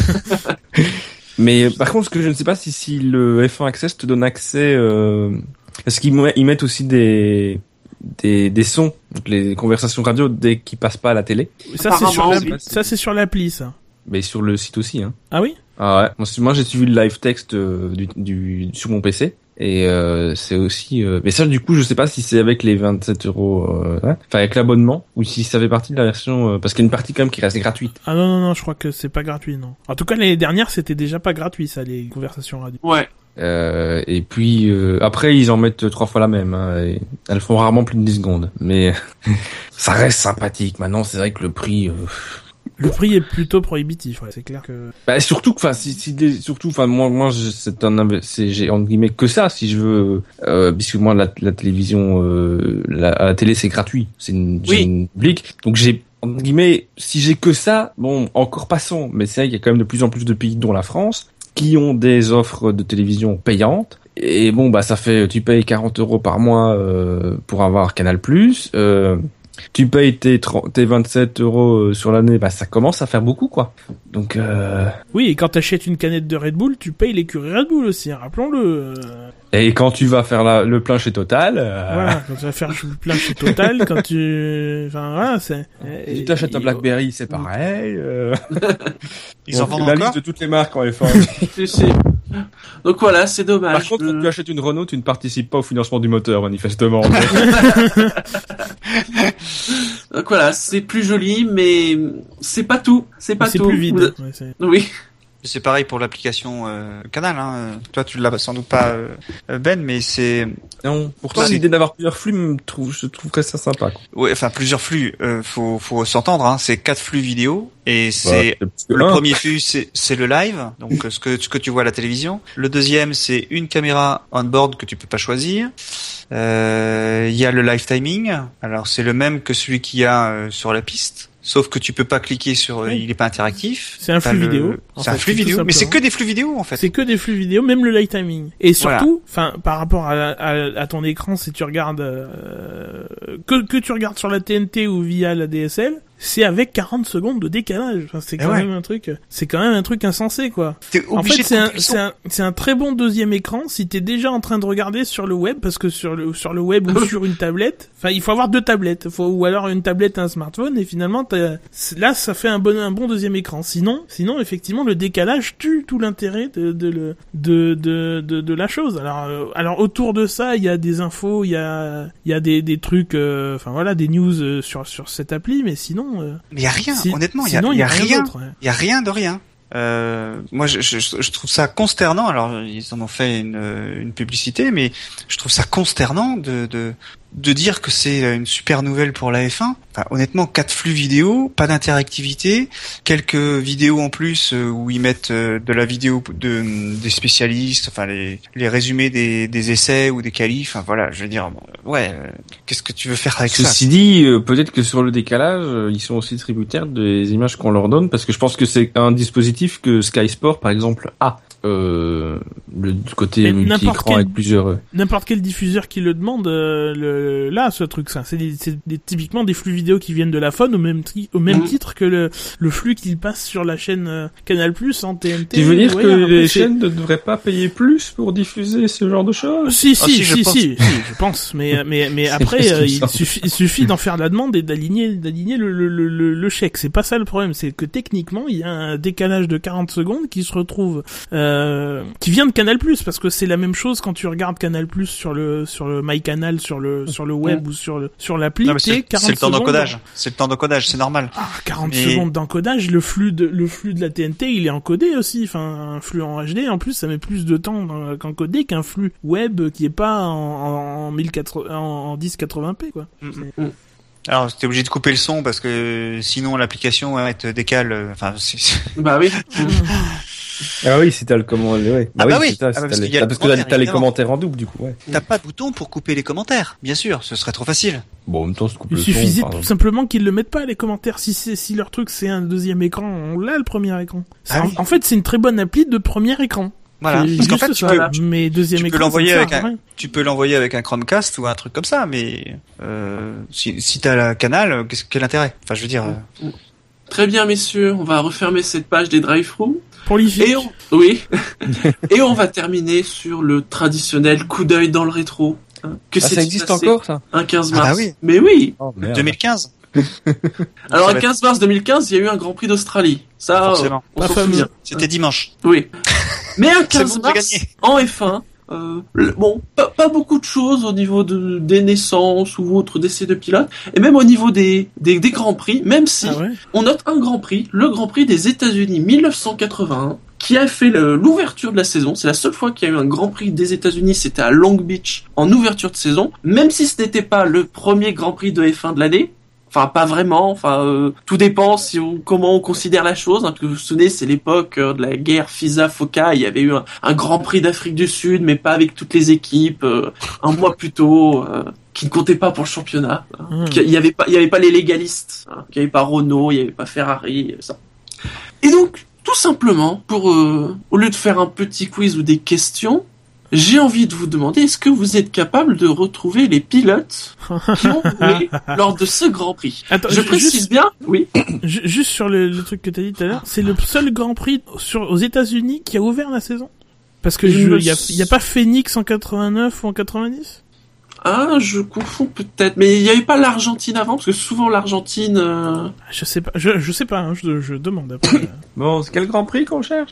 Mais par contre, ce que je ne sais pas, si si le F un Access te donne accès, euh, est-ce qu'ils met- ils mettent aussi des des des sons, donc les conversations radio dès qu'ils passent pas à la télé. Ça c'est sur Apparemment, l'appli, ça c'est sur l'appli ça. Mais sur le site aussi, hein. Ah oui? Ah ouais. Moi, c'est- moi j'ai suivi le live text euh, du, du sur mon P C. Et euh, c'est aussi... Euh... Mais ça, du coup, je sais pas si c'est avec les vingt-sept euros... Euh... ouais. Enfin, avec l'abonnement, ou si ça fait partie de la version... Euh... Parce qu'il y a une partie quand même qui reste gratuite. Ah non non non, je crois que c'est pas gratuit non. En tout cas l'année dernière c'était déjà pas gratuit ça, les conversations radio. Ouais. Euh, et puis, euh... après, ils en mettent trois fois la même. Hein, et elles font rarement plus de dix secondes. Mais ça reste sympathique. Maintenant, c'est vrai que le prix... Euh... Le prix est plutôt prohibitif, ouais, c'est clair que... Bah, surtout que, enfin, si, si, des- surtout, enfin, moi, moi, je- c'est un, inve- c'est, j'ai, entre guillemets, que ça, si je veux, euh, puisque moi, la, la télévision, euh, la, à la télé, c'est gratuit. C'est une, Oui. j'ai une publique. Donc, j'ai, entre guillemets, si j'ai que ça, bon, encore passons. Mais c'est vrai qu'il y a quand même de plus en plus de pays, dont la France, qui ont des offres de télévision payantes. Et bon, bah, ça fait, tu payes quarante euros par mois, euh, pour avoir Canal+, euh, tu payes tes, trente, tes vingt-sept euros sur l'année, bah ça commence à faire beaucoup, quoi. Donc, euh... Oui, et quand t'achètes une canette de Red Bull, tu payes l'écurie Red Bull aussi, hein, rappelons-le. euh. Et quand tu vas faire la, le plein chez Total, euh... Voilà, quand tu vas faire le plein chez Total, quand tu... Enfin, voilà, c'est... si tu t'achètes un BlackBerry, c'est pareil. Euh... Ils en Donc, vendent la encore liste de toutes les marques en F un. Si, si. Donc voilà, c'est dommage. Par contre, quand tu achètes une Renault, tu ne participes pas au financement du moteur, manifestement. Donc voilà, c'est plus joli, mais c'est pas tout. C'est pas c'est tout. plus vide. Vous- Ouais, c'est... Oui. C'est pareil pour l'application euh, Canal. Hein. Toi, tu l'as sans doute pas, euh, Ben, mais c'est... Non, pourtant, C'est- l'idée d'avoir plusieurs flux, me trouve, je trouverais ça sympa, quoi. Ouais, enfin, plusieurs flux. Euh, faut, faut s'entendre. Hein. C'est quatre flux vidéo et c'est... Bah, c'est Le un. premier flux, c'est, c'est le live, donc euh, ce que, ce que tu vois à la télévision. Le deuxième, c'est une caméra on-board que tu peux pas choisir. Euh, Il y a le live timing. Alors, c'est le même que celui qu'il y a euh, sur la piste. Sauf que tu peux pas cliquer sur, Oui. il est pas interactif. C'est un T'as flux le- vidéo, en C'est un fait, flux tout vidéo, mais c'est simplement. que des flux vidéo en fait. C'est que des flux vidéo, même le live timing. Et Voilà. surtout, enfin, par rapport à, à, à ton écran, si tu regardes euh, que que tu regardes sur la T N T ou via la D S L, c'est avec quarante secondes de décalage. Enfin, c'est Eh quand ouais. même un truc, c'est quand même un truc insensé, quoi. T'es En obligé fait, de c'est un, couper le son. c'est un, c'est un très bon deuxième écran si t'es déjà en train de regarder sur le web, parce que sur le, sur le web ou sur une tablette, enfin, il faut avoir deux tablettes, faut, ou alors une tablette et un smartphone, et finalement, t'as, c'est- là, ça fait un bon, un bon deuxième écran. Sinon, sinon, effectivement, le décalage tue tout l'intérêt de, de, le, de, de, de, de la chose. Alors, euh, alors, autour de ça, il y a des infos, il y a, il y a des, des trucs, euh, enfin, voilà, des news euh, sur, sur cette appli, mais sinon, euh, Mais il y a rien, si- honnêtement, il y a, sinon, il y a rien. d'autre, ouais. Il y a rien de rien. Euh, moi, je, je, je trouve ça consternant. Alors, ils en ont fait une, une publicité, mais je trouve ça consternant de, de, de dire que c'est une super nouvelle pour la F un. Enfin, honnêtement, quatre flux vidéo, pas d'interactivité, quelques vidéos en plus euh, où ils mettent euh, de la vidéo de des spécialistes, enfin les, les résumés des, des essais ou des qualifs. Enfin voilà, je veux dire, bon, ouais, euh, qu'est-ce que tu veux faire avec ça? Ceci dit, euh, peut-être que sur le décalage, euh, ils sont aussi tributaires des images qu'on leur donne, parce que je pense que c'est un dispositif que Sky Sport, par exemple, a. Euh, le côté Mais n'importe multi-écran quel- avec plusieurs... euh, N'importe quel diffuseur qui le demande, euh, le, là, ce truc, ça, c'est, des, c'est des- typiquement des flux vidéo qui viennent de la phone au même, tri- au même Mhm. titre que le, le flux qu'il passe sur la chaîne euh, Canal+ en T N T. Tu veux dire ouais, que après, les c'est- chaînes ne devraient pas payer plus pour diffuser ce genre de choses? Si, Ah, si, si, je si, pense. si, si, je pense. Mais, mais, mais C'est après, bien ce euh, qu'il me il semble. suffit, il suffit d'en faire la demande et d'aligner, d'aligner le, le, le, le, le chèque. C'est pas ça le problème. C'est que techniquement, il y a un décalage de quarante secondes qui se retrouve, euh, qui vient de Canal+, parce que c'est la même chose quand tu regardes Canal+ sur le, sur le MyCanal, sur le, sur le web ou sur le, sur l'appli. Non, mais t'es c'est, quarante c'est le temps secondes d'encodage. C'est le temps d'encodage, c'est normal. Ah, quarante Mais- secondes d'encodage, le flux de le flux de la T N T, il est encodé aussi, enfin un flux en H D. En plus, ça met plus de temps dans- qu'encoder qu'un flux web qui est pas en, en, en mille quatre-vingts en, en dix quatre-vingts p quoi. C'est- Alors, t'es obligé de couper le son parce que sinon l'application ouais, te décale. euh, Enfin, c'est... Bah oui. Ah oui, si t'as le comment, ouais. Ah bah oui. c'est ça, Ah si bah t'as parce les- qu'il y a le parce que t'as, commentaire, t'as les évidemment. commentaires en double, du coup, ouais. T'as pas de bouton pour couper les commentaires, bien sûr, ce serait trop facile. Bon, en même temps, c'est coupé Il le suffisait son, par tout exemple. simplement qu'ils le mettent pas, les commentaires. Si c'est, si leur truc c'est un deuxième écran, on l'a le premier écran. C'est- Ah en, oui. en fait, c'est une très bonne appli de premier écran. Voilà. C'est Parce qu'en juste fait, tu ça. peux, mais deuxième tu écran, peux l'envoyer ça avec sert à un, rien. tu peux l'envoyer avec un Chromecast ou un truc comme ça, mais euh, si, si t'as la canal, qu'est-ce, quel intérêt? Enfin, je veux dire. euh, Très bien, messieurs, on va refermer cette page des drive-thru. Prolifique. Et on... Oui. Et on va terminer sur le traditionnel coup d'œil dans le rétro. Hein. Que Ah, ça s'est-il existe passé encore, ça? Un quinze Ah mars. bah oui. Mais oui. Oh, merde. deux mille quinze. Alors, Ça le va quinze mars deux mille quinze, il y a eu un Grand Prix d'Australie. Ça, Forcément. euh, on Pas s'en fameux. souvient. C'était dimanche. Oui. Mais un C'est quinze bon, j'ai mars, gagné. en F un, euh, le- bon, pas, pas beaucoup de choses au niveau de, des naissances ou autres décès de pilotes, et même au niveau des, des, des Grands Prix, même si Ah ouais. on note un Grand Prix, le Grand Prix des États-Unis mille neuf cent quatre-vingt-un, qui a fait le- l'ouverture de la saison. C'est la seule fois qu'il y a eu un Grand Prix des États-Unis, c'était à Long Beach, en ouverture de saison, même si ce n'était pas le premier Grand Prix de F un de l'année. Enfin, pas vraiment. Enfin, euh, tout dépend si on, comment on considère la chose. Hein, parce que vous vous souvenez, c'est l'époque euh, de la guerre FISA-FOCA. Il y avait eu un, un Grand Prix d'Afrique du Sud, mais pas avec toutes les équipes. euh, un mois plus tôt, euh, qui ne comptait pas pour le championnat. Hein. Mmh. Il y avait pas, il y avait pas les légalistes. Hein, il y avait pas Renault, il y avait pas Ferrari, ça. Et donc, tout simplement, pour euh, au lieu de faire un petit quiz ou des questions, j'ai envie de vous demander, est-ce que vous êtes capable de retrouver les pilotes qui ont roulé lors de ce Grand Prix? Attends, Je ju- précise juste- bien, oui. Ju- Juste sur le, le truc que t'as dit tout à l'heure, c'est le seul Grand Prix sur, aux États-Unis qui a ouvert la saison. Parce que Il je, me y a, s- y a pas Phoenix en quatre-vingt-neuf ou en quatre-vingt-dix? Ah, je confonds peut-être, mais il n'y avait pas l'Argentine avant, parce que souvent l'Argentine... euh, Je sais pas, je, je sais pas, hein, je, je demande après. Bon, c'est quel Grand Prix qu'on cherche?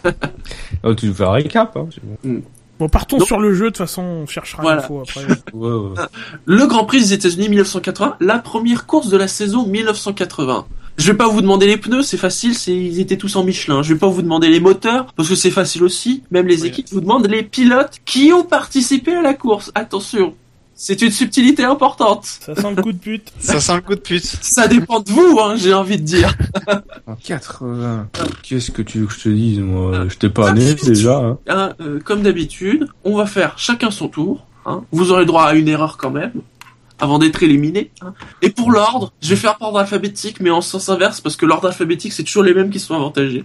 Oh, tu nous fais un récap, hein. c'est bon. Bon, partons Donc- sur le jeu, de toute façon, on cherchera Voilà. l'info après. Ouais, ouais. Le Grand Prix des États-Unis mille neuf cent quatre-vingts, la première course de la saison mille neuf cent quatre-vingts. Je vais pas vous demander les pneus, c'est facile, c'est ils étaient tous en Michelin. Je vais pas vous demander les moteurs parce que c'est facile aussi. Même les Oui. équipes vous demandent les pilotes qui ont participé à la course. Attention, c'est une subtilité importante. Ça sent le coup de pute. Ça sent le coup de pute. Ça dépend de vous, hein, j'ai envie de dire. En quatre-vingts. Qu'est-ce que tu veux que je te dise, moi? Je t'ai pas né, déjà, hein. Hein, euh, comme d'habitude, on va faire chacun son tour. Hein. Vous aurez le droit à une erreur quand même, avant d'être éliminé. Hein. Et pour l'ordre, je vais faire par ordre alphabétique, mais en sens inverse, parce que l'ordre alphabétique, c'est toujours les mêmes qui sont avantagés.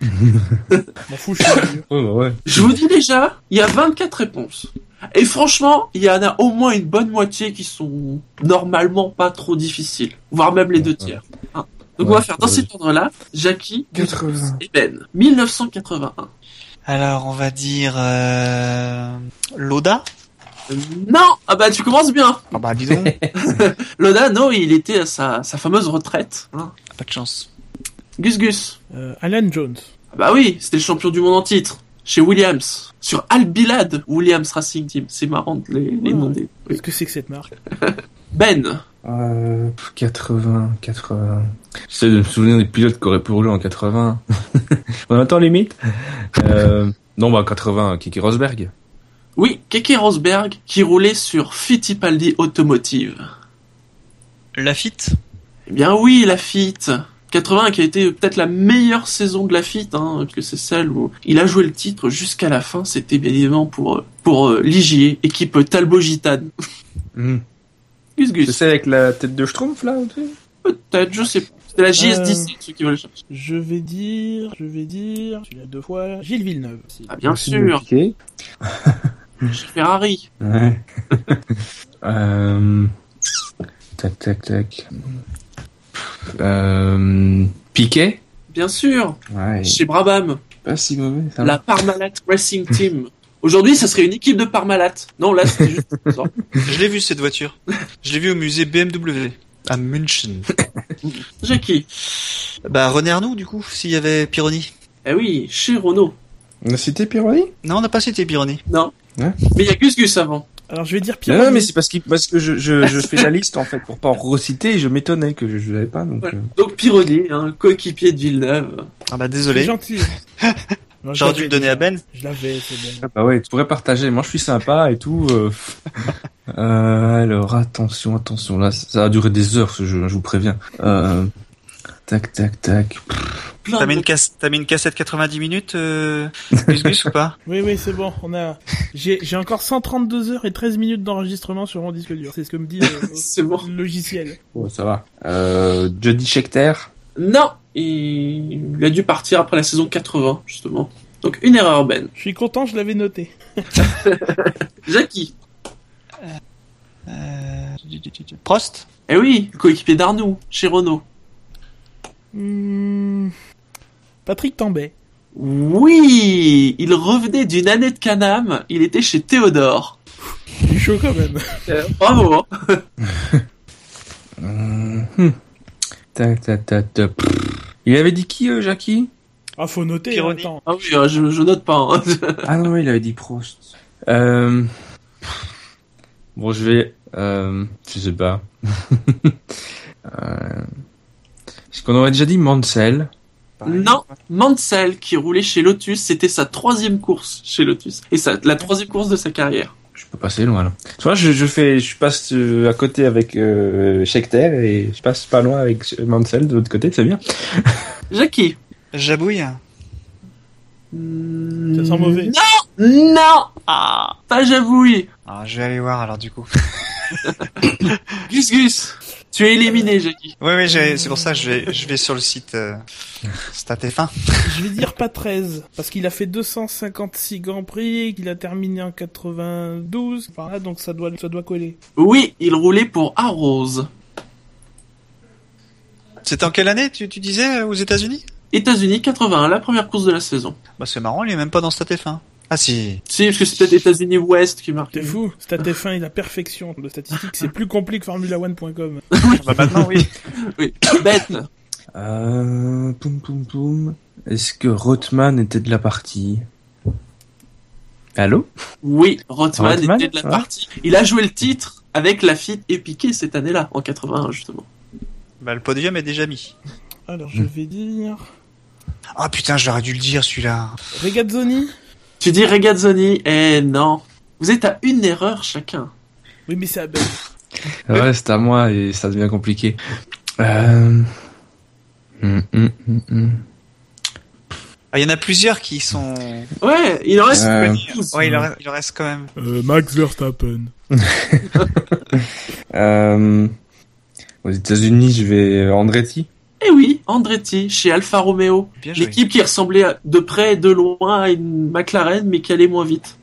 M'en fous, je suis vieux. Ouais, bah ouais. Je vous dis déjà, il y a vingt-quatre réponses. Et franchement, il y en a au moins une bonne moitié qui sont normalement pas trop difficiles, voire même les deux tiers. Hein. Donc on va Ouais, faire dans ouais. cet ordre-là, Jackie quatre-vingts. et Ben. mille neuf cent quatre-vingt-un. Alors, on va dire euh, Loda. Euh, Non, ah bah tu commences bien. Ah bah dis donc, Loda, non, il était à sa, sa fameuse retraite. Hein. pas de chance. Gus Gus. Euh, Alan Jones. Ah bah oui, c'était le champion du monde en titre. Chez Williams. Sur Al Bilad, Williams Racing Team. C'est marrant de les, les Ouais, noms ouais. des... oui. Qu'est-ce que c'est que cette marque? Ben. Euh, quatre-vingts, quatre-vingts. J'essaie de me souvenir des pilotes qui auraient pu rouler en quatre-vingts. On attend limite. Euh, non, bah, quatre-vingts, Keke Rosberg. Oui, Keke Rosberg qui roulait sur Fittipaldi Automotive. Lafitte. Eh bien oui, la Fitt. quatre-vingts qui a été peut-être la meilleure saison de la Fitt, hein, parce que c'est celle où il a joué le titre jusqu'à la fin. C'était bien évidemment pour, pour euh, Ligier, équipe Talbot Gitane. Mmh. Gus C'est Gus. celle avec la tête de Schtroumpf, là, au-dessus? Peut-être, je sais pas. C'était la J S dix, Euh. ceux qui veulent le chercher. Je vais dire, je vais dire, tu l'as deux fois, Gilles Villeneuve. Ah bien Merci de me sûr, piquer. chez Ferrari. Ouais. euh... Tac, tac, tac. Euh... Piquet? Bien sûr, Ouais. chez Brabham. Pas si mauvais, ça. La Parmalat Racing Team. Aujourd'hui, ça serait une équipe de Parmalat. Non, là, c'était juste ça. Je l'ai vu cette voiture. Je l'ai vu au musée B M W à München. Jackie. Bah René Arnoux du coup, s'il y avait Pironi. Eh oui, chez Renault. On a cité Pironi? Non, on n'a pas cité Pironi. Non. Ouais. Mais il y a Gus Gus avant. Alors je vais dire Non, Pironi. non, mais c'est parce, qu'il, parce que je, je, je fais la liste, en fait, pour pas en reciter, et je m'étonnais que je, je l'avais pas, donc... Voilà. euh. Donc Pironi, hein, coéquipier de Villeneuve. Ah bah C'est désolé. gentil. Non, je J'aurais dû l'avais le donner à Ben. Je l'avais, c'est bien. Ah bah ouais, tu pourrais partager. Moi, je suis sympa et tout. Euh... euh, alors, attention, attention. Là, ça va durer des heures, ce jeu, je vous préviens. Euh... Tac, tac, tac. T'as mis, une casse... T'as mis une cassette quatre-vingt-dix minutes, euh... Gus Gus ou pas? Oui, oui, c'est bon. On a. J'ai, j'ai encore cent trente-deux heures et treize minutes d'enregistrement sur mon disque dur. C'est ce que me dit le, c'est bon. le logiciel. Bon, ça va. Euh, Jody Scheckter. Non, il... il a dû partir après la saison quatre-vingts, justement. Donc une erreur, Ben. Je suis content, je l'avais noté. Jackie. Euh... Prost. Eh oui, coéquipier d'Arnoux, chez Renault. Mmh... Patrick Tambay. Oui, il revenait d'une année de Canam, il était chez Théodore. C'est chaud quand même. Euh, bravo. Mmh. Tac, tac, tac, tac. Il avait dit qui, euh, Jackie? Ah, faut noter, hein, attends. Ah oui, je, je note pas. Hein. Ah non, il avait dit Prost. Euh... Bon, je vais... Euh... Je sais pas. euh... Est-ce qu'on aurait déjà dit Mansell? Non, Mansell qui roulait chez Lotus, c'était sa troisième course chez Lotus. Et ça, la troisième course de sa carrière. Je peux passer loin là. Tu vois, je, je fais, je passe euh, à côté avec euh, Scheckter et je passe pas loin avec Mansell de l'autre côté, c'est bien. Jackie. Jabouille. Ça sent mauvais. Non, non, ah, pas Jabouille. Ah, je vais aller voir alors du coup. Gus Gus, tu es éliminé, Jackie. Oui, oui, j'ai... c'est pour ça que je vais, je vais sur le site euh, Stat F un. Je vais dire pas treize, parce qu'il a fait deux cent cinquante-six Grands Prix, qu'il a terminé en quatre-vingt-douze, enfin là, donc ça doit, ça doit coller. Oui, il roulait pour Arrows. C'était en quelle année, tu, tu disais, aux États-Unis? États-Unis, quatre-vingt-un, la première course de la saison. Bah c'est marrant, il est même pas dans Stat F un. Ah si. Si, parce que c'est peut-être États-Unis Ouest qui marque. T'es fou, Stat F un et la perfection de statistique, c'est plus compliqué que Formula one point com. Bah maintenant, oui. Oui. Bête. Euh, poum poum poum. Est-ce que Rothman était de la partie? Allô? Oui, Rothman, Rothman était de la ouais. partie. Il a joué le titre avec Lafitte et Piquet cette année-là, en quatre-vingt-un justement. Bah le podium est déjà mis. Alors je vais dire... Ah putain, j'aurais dû le dire celui-là. Regazzoni? Tu dis Regazzoni? Eh non. Vous êtes à une erreur chacun. Oui, mais c'est à Ben. Ouais, c'est à moi et ça devient compliqué. Euh... Hum, hum, hum, hum. Ah, il y en a plusieurs qui sont... Ouais, il en reste... Euh... Ouais, il en reste, il en reste quand même. Euh, Max Verstappen. euh... Aux États-Unis, je vais Andretti. Eh oui, Andretti, chez Alfa Romeo. Bien joué. L'équipe qui ressemblait de près et de loin à une McLaren, mais qui allait moins vite.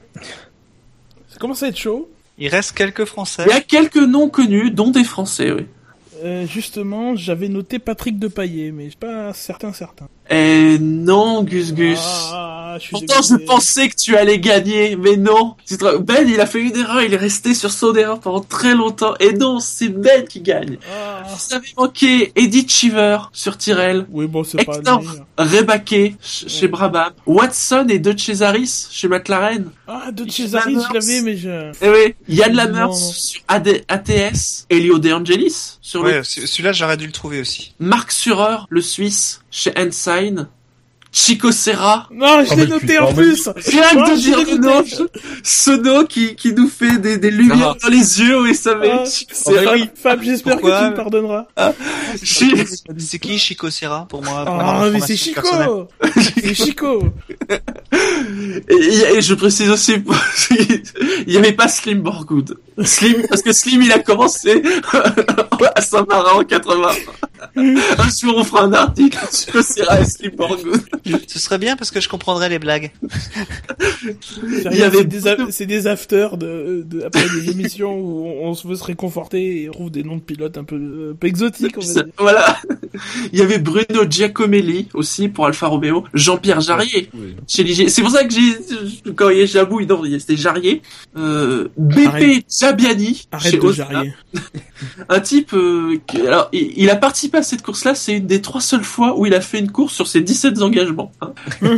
Ça commence à être chaud. Il reste quelques Français. Il y a quelques noms connus, dont des Français, oui. Euh, justement, j'avais noté Patrick Depailler, mais je suis pas certain, certain. Eh non, Gus Gus. Ah, je suis Pourtant, dégoûté. je pensais que tu allais gagner, mais non. Ben, il a fait une erreur, il est resté sur son erreur pendant très longtemps. Et non, c'est Ben qui gagne. Ah. Vous avez manqué Eddie Cheever sur Tyrrell. Oui, bon, c'est pas Hector lui. Rebaquet chez Brabham. Watson et De Cesaris chez McLaren. Ah, De Cesaris, je l'avais, mais je... Eh oui, Yann Non, Lammers non. sur A D- A T S. Elio De Angelis sur Ouais, le... c- celui-là j'aurais dû le trouver aussi. Marc Surer, le Suisse, chez Ensign. Chico Serra. Non, je Oh, l'ai mais noté putain, en mais- plus. Rien Ah, que de je dire l'ai le noté. nom, ce nom qui, qui nous fait des, des lumières dans les yeux, oui, ça Ah, va. Chico Serra. Fab, Fab, j'espère que Pourquoi tu me pardonneras. Chi- C'est qui Chico Serra pour moi pour Ah, mon mais c'est information personnelle. Chico. C'est Chico. Et, et- et je précise aussi, il y avait pas Slim Borgood. Slim, parce que Slim, il a commencé à Saint-Marin en quatre-vingts. Un jour, on fera un article sur Serra et Slim Borgood. Ce serait bien parce que je comprendrais les blagues. C'est Il y avait c'est des, a- c'est des afters de, de, après des émissions où on, on se veut se réconforter et on trouve des noms de pilotes un peu, un peu exotiques, on va Ça- dire. Voilà. Il y avait Bruno Giacomelli aussi pour Alfa Romeo. Jean-Pierre Jarrier chez l'I G. C'est pour ça que j'ai, quand il y a Jabou, non, c'était Jarrier. Euh, B P Arrête. Jabiani. Arrête chez de Osna. jarrier. Un type, euh, qui- alors, il, il a participé à cette course-là, c'est une des trois seules fois où il a fait une course sur ses dix-sept engagements. hein.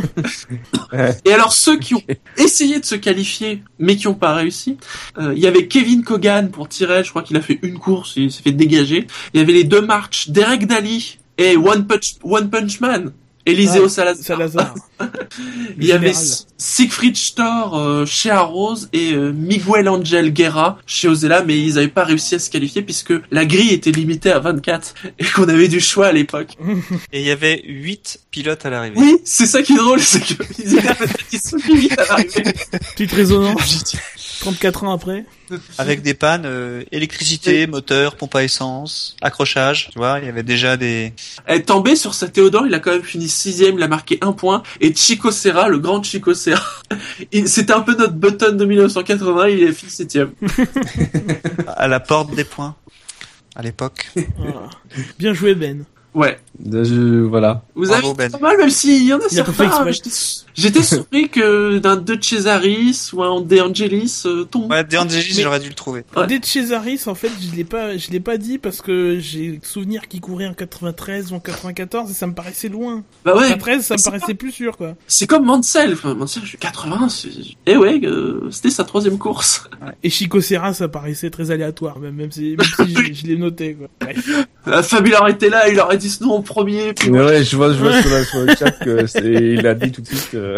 Et alors, ceux qui ont essayé de se qualifier, mais qui n'ont pas réussi, euh, il y avait Kevin Kogan pour Tyrrell, je crois qu'il a fait une course, il s'est fait dégager. Il y avait les deux marches, Derek Daly et One Punch, One Punch Man Eliseo Ah, Salazar. Salazar. Il y avait Général. Siegfried Stor euh, chez Arrows et euh, Miguel Angel Guerra chez Ozella, mais ils n'avaient pas réussi à se qualifier puisque la grille était limitée à vingt-quatre et qu'on avait du choix à l'époque. Et il y avait huit pilotes à l'arrivée. Oui, c'est ça qui est drôle, c'est qu'ils étaient ils sont huit à l'arrivée. Petite résonance. trente-quatre ans après. Avec des pannes, euh, électricité, moteur, pompe à essence, accrochage, tu vois, il y avait déjà des... Et Tambay, sur sa Théodore, il a quand même fini sixième, il a marqué un point. Et Chico Serra, le grand Chico Serra, il- c'était un peu notre Button de mille neuf cent quatre-vingts, il a fini septième. à la porte des points, à l'époque. Voilà. Bien joué, Ben. Ouais. Je, voilà. Vous Bravo, avez Ben. pas mal, même s'il y en a Il a pas fait certains. exprès. J'étais- J'étais surpris que d'un De Cesaris ou un De Angelis euh, tombe. Ouais, De Angelis, Mais- j'aurais dû le trouver. Ouais. Dès Cesaris, en fait, je l'ai pas, je l'ai pas dit parce que j'ai souvenir qu'il courait en quatre-vingt-treize ou en quatre-vingt-quatorze et ça me paraissait loin. Bah ouais. quatre-vingt-treize, ça me C'est paraissait plus sûr, quoi. C'est comme Mansell. Enfin, Mansell, je suis quatre-vingts. c'est- Eh ouais, euh, c'était sa troisième course. Et Chico Serra, ça paraissait très aléatoire, même, même si, même si je, je l'ai noté, quoi. Bref. Euh, Fab, il aurait été là, il aurait dit ce nom en premier. Puis Mais ouais, je vois, je vois sur, la, sur le chat que c'est, il a dit tout de suite. Euh...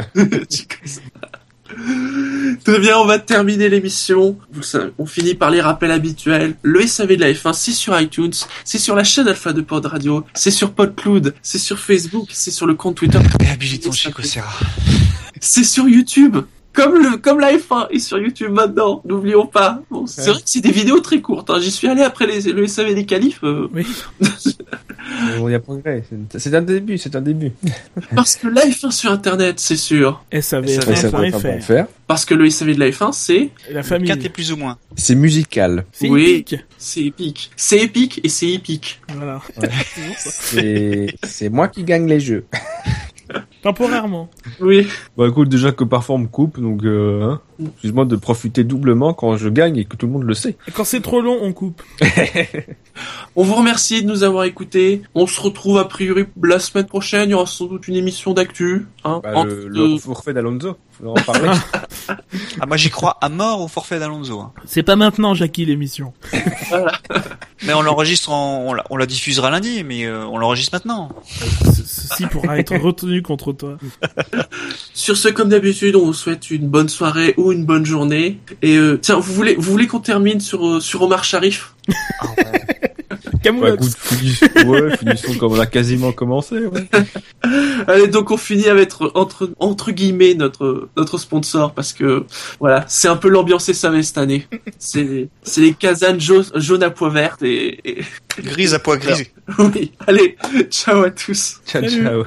Très bien, on va terminer l'émission. Vous savez, on finit par les rappels habituels. Le S A V de la F un, c'est sur iTunes, c'est sur la chaîne Alpha de Pod Radio, c'est sur PodCloud, c'est sur Facebook, c'est sur le compte Twitter. Réhabilitons Chico Serra. C'est sur YouTube. Comme le, comme la F un est sur YouTube maintenant, n'oublions pas. Bon, c'est Ouais. vrai que c'est des vidéos très courtes, hein. J'y suis allé après les, le S A V des qualifs, euh, Oui. Bon, il y a progrès. C'est, c'est un début, c'est un début. parce que la F un sur Internet, c'est sûr. S A V S A V F un point F R. faire. Parce que le S A V de la F un, c'est, La famille. quatre et plus ou moins. C'est musical. C'est Oui. épique. c'est épique. C'est épique et c'est épique. Voilà. Ouais. Toujours ça. C'est, c'est moi qui gagne les jeux. Temporairement. Oui. Bah écoute, déjà que parfois on me coupe, donc euh, hein, excuse-moi de profiter doublement quand je gagne et que tout le monde le sait. Et quand c'est trop long, on coupe. On vous remercie de nous avoir écoutés. On se retrouve a priori la semaine prochaine. Il y aura sans doute une émission d'actu. Hein, Bah, entre le, deux- le forfait d'Alonso, faudra en parler. Ah, moi j'y crois à mort au forfait d'Alonso. Hein. C'est pas maintenant, Jackie, l'émission. Mais on l'enregistre, en, on, la, on la diffusera lundi, mais euh, on l'enregistre maintenant. Ce- Ceci pourra être retenu contre toi. Sur ce, comme d'habitude, on vous souhaite une bonne soirée ou une bonne journée. Et euh, tiens, vous voulez, vous voulez qu'on termine sur euh, sur Omar Sharif? Ah, ouais. Bah Camoulox. écoute, finissons, ouais, finissons comme on a quasiment commencé, ouais. Allez, donc on finit avec entre entre guillemets notre notre sponsor parce que voilà, c'est un peu l'ambiance S A V cette année. C'est c'est les casanes jaunes jaunes à pois vertes et, et... Grise à pois gris. oui. Allez, ciao à tous. Ciao, Salut. ciao.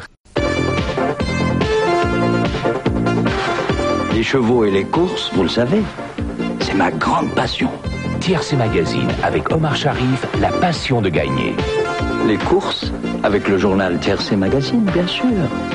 Les chevaux et les courses, vous le savez, c'est ma grande passion. Tiercé Magazine avec Omar Sharif, la passion de gagner. Les courses, avec le journal Tiercé Magazine, bien sûr.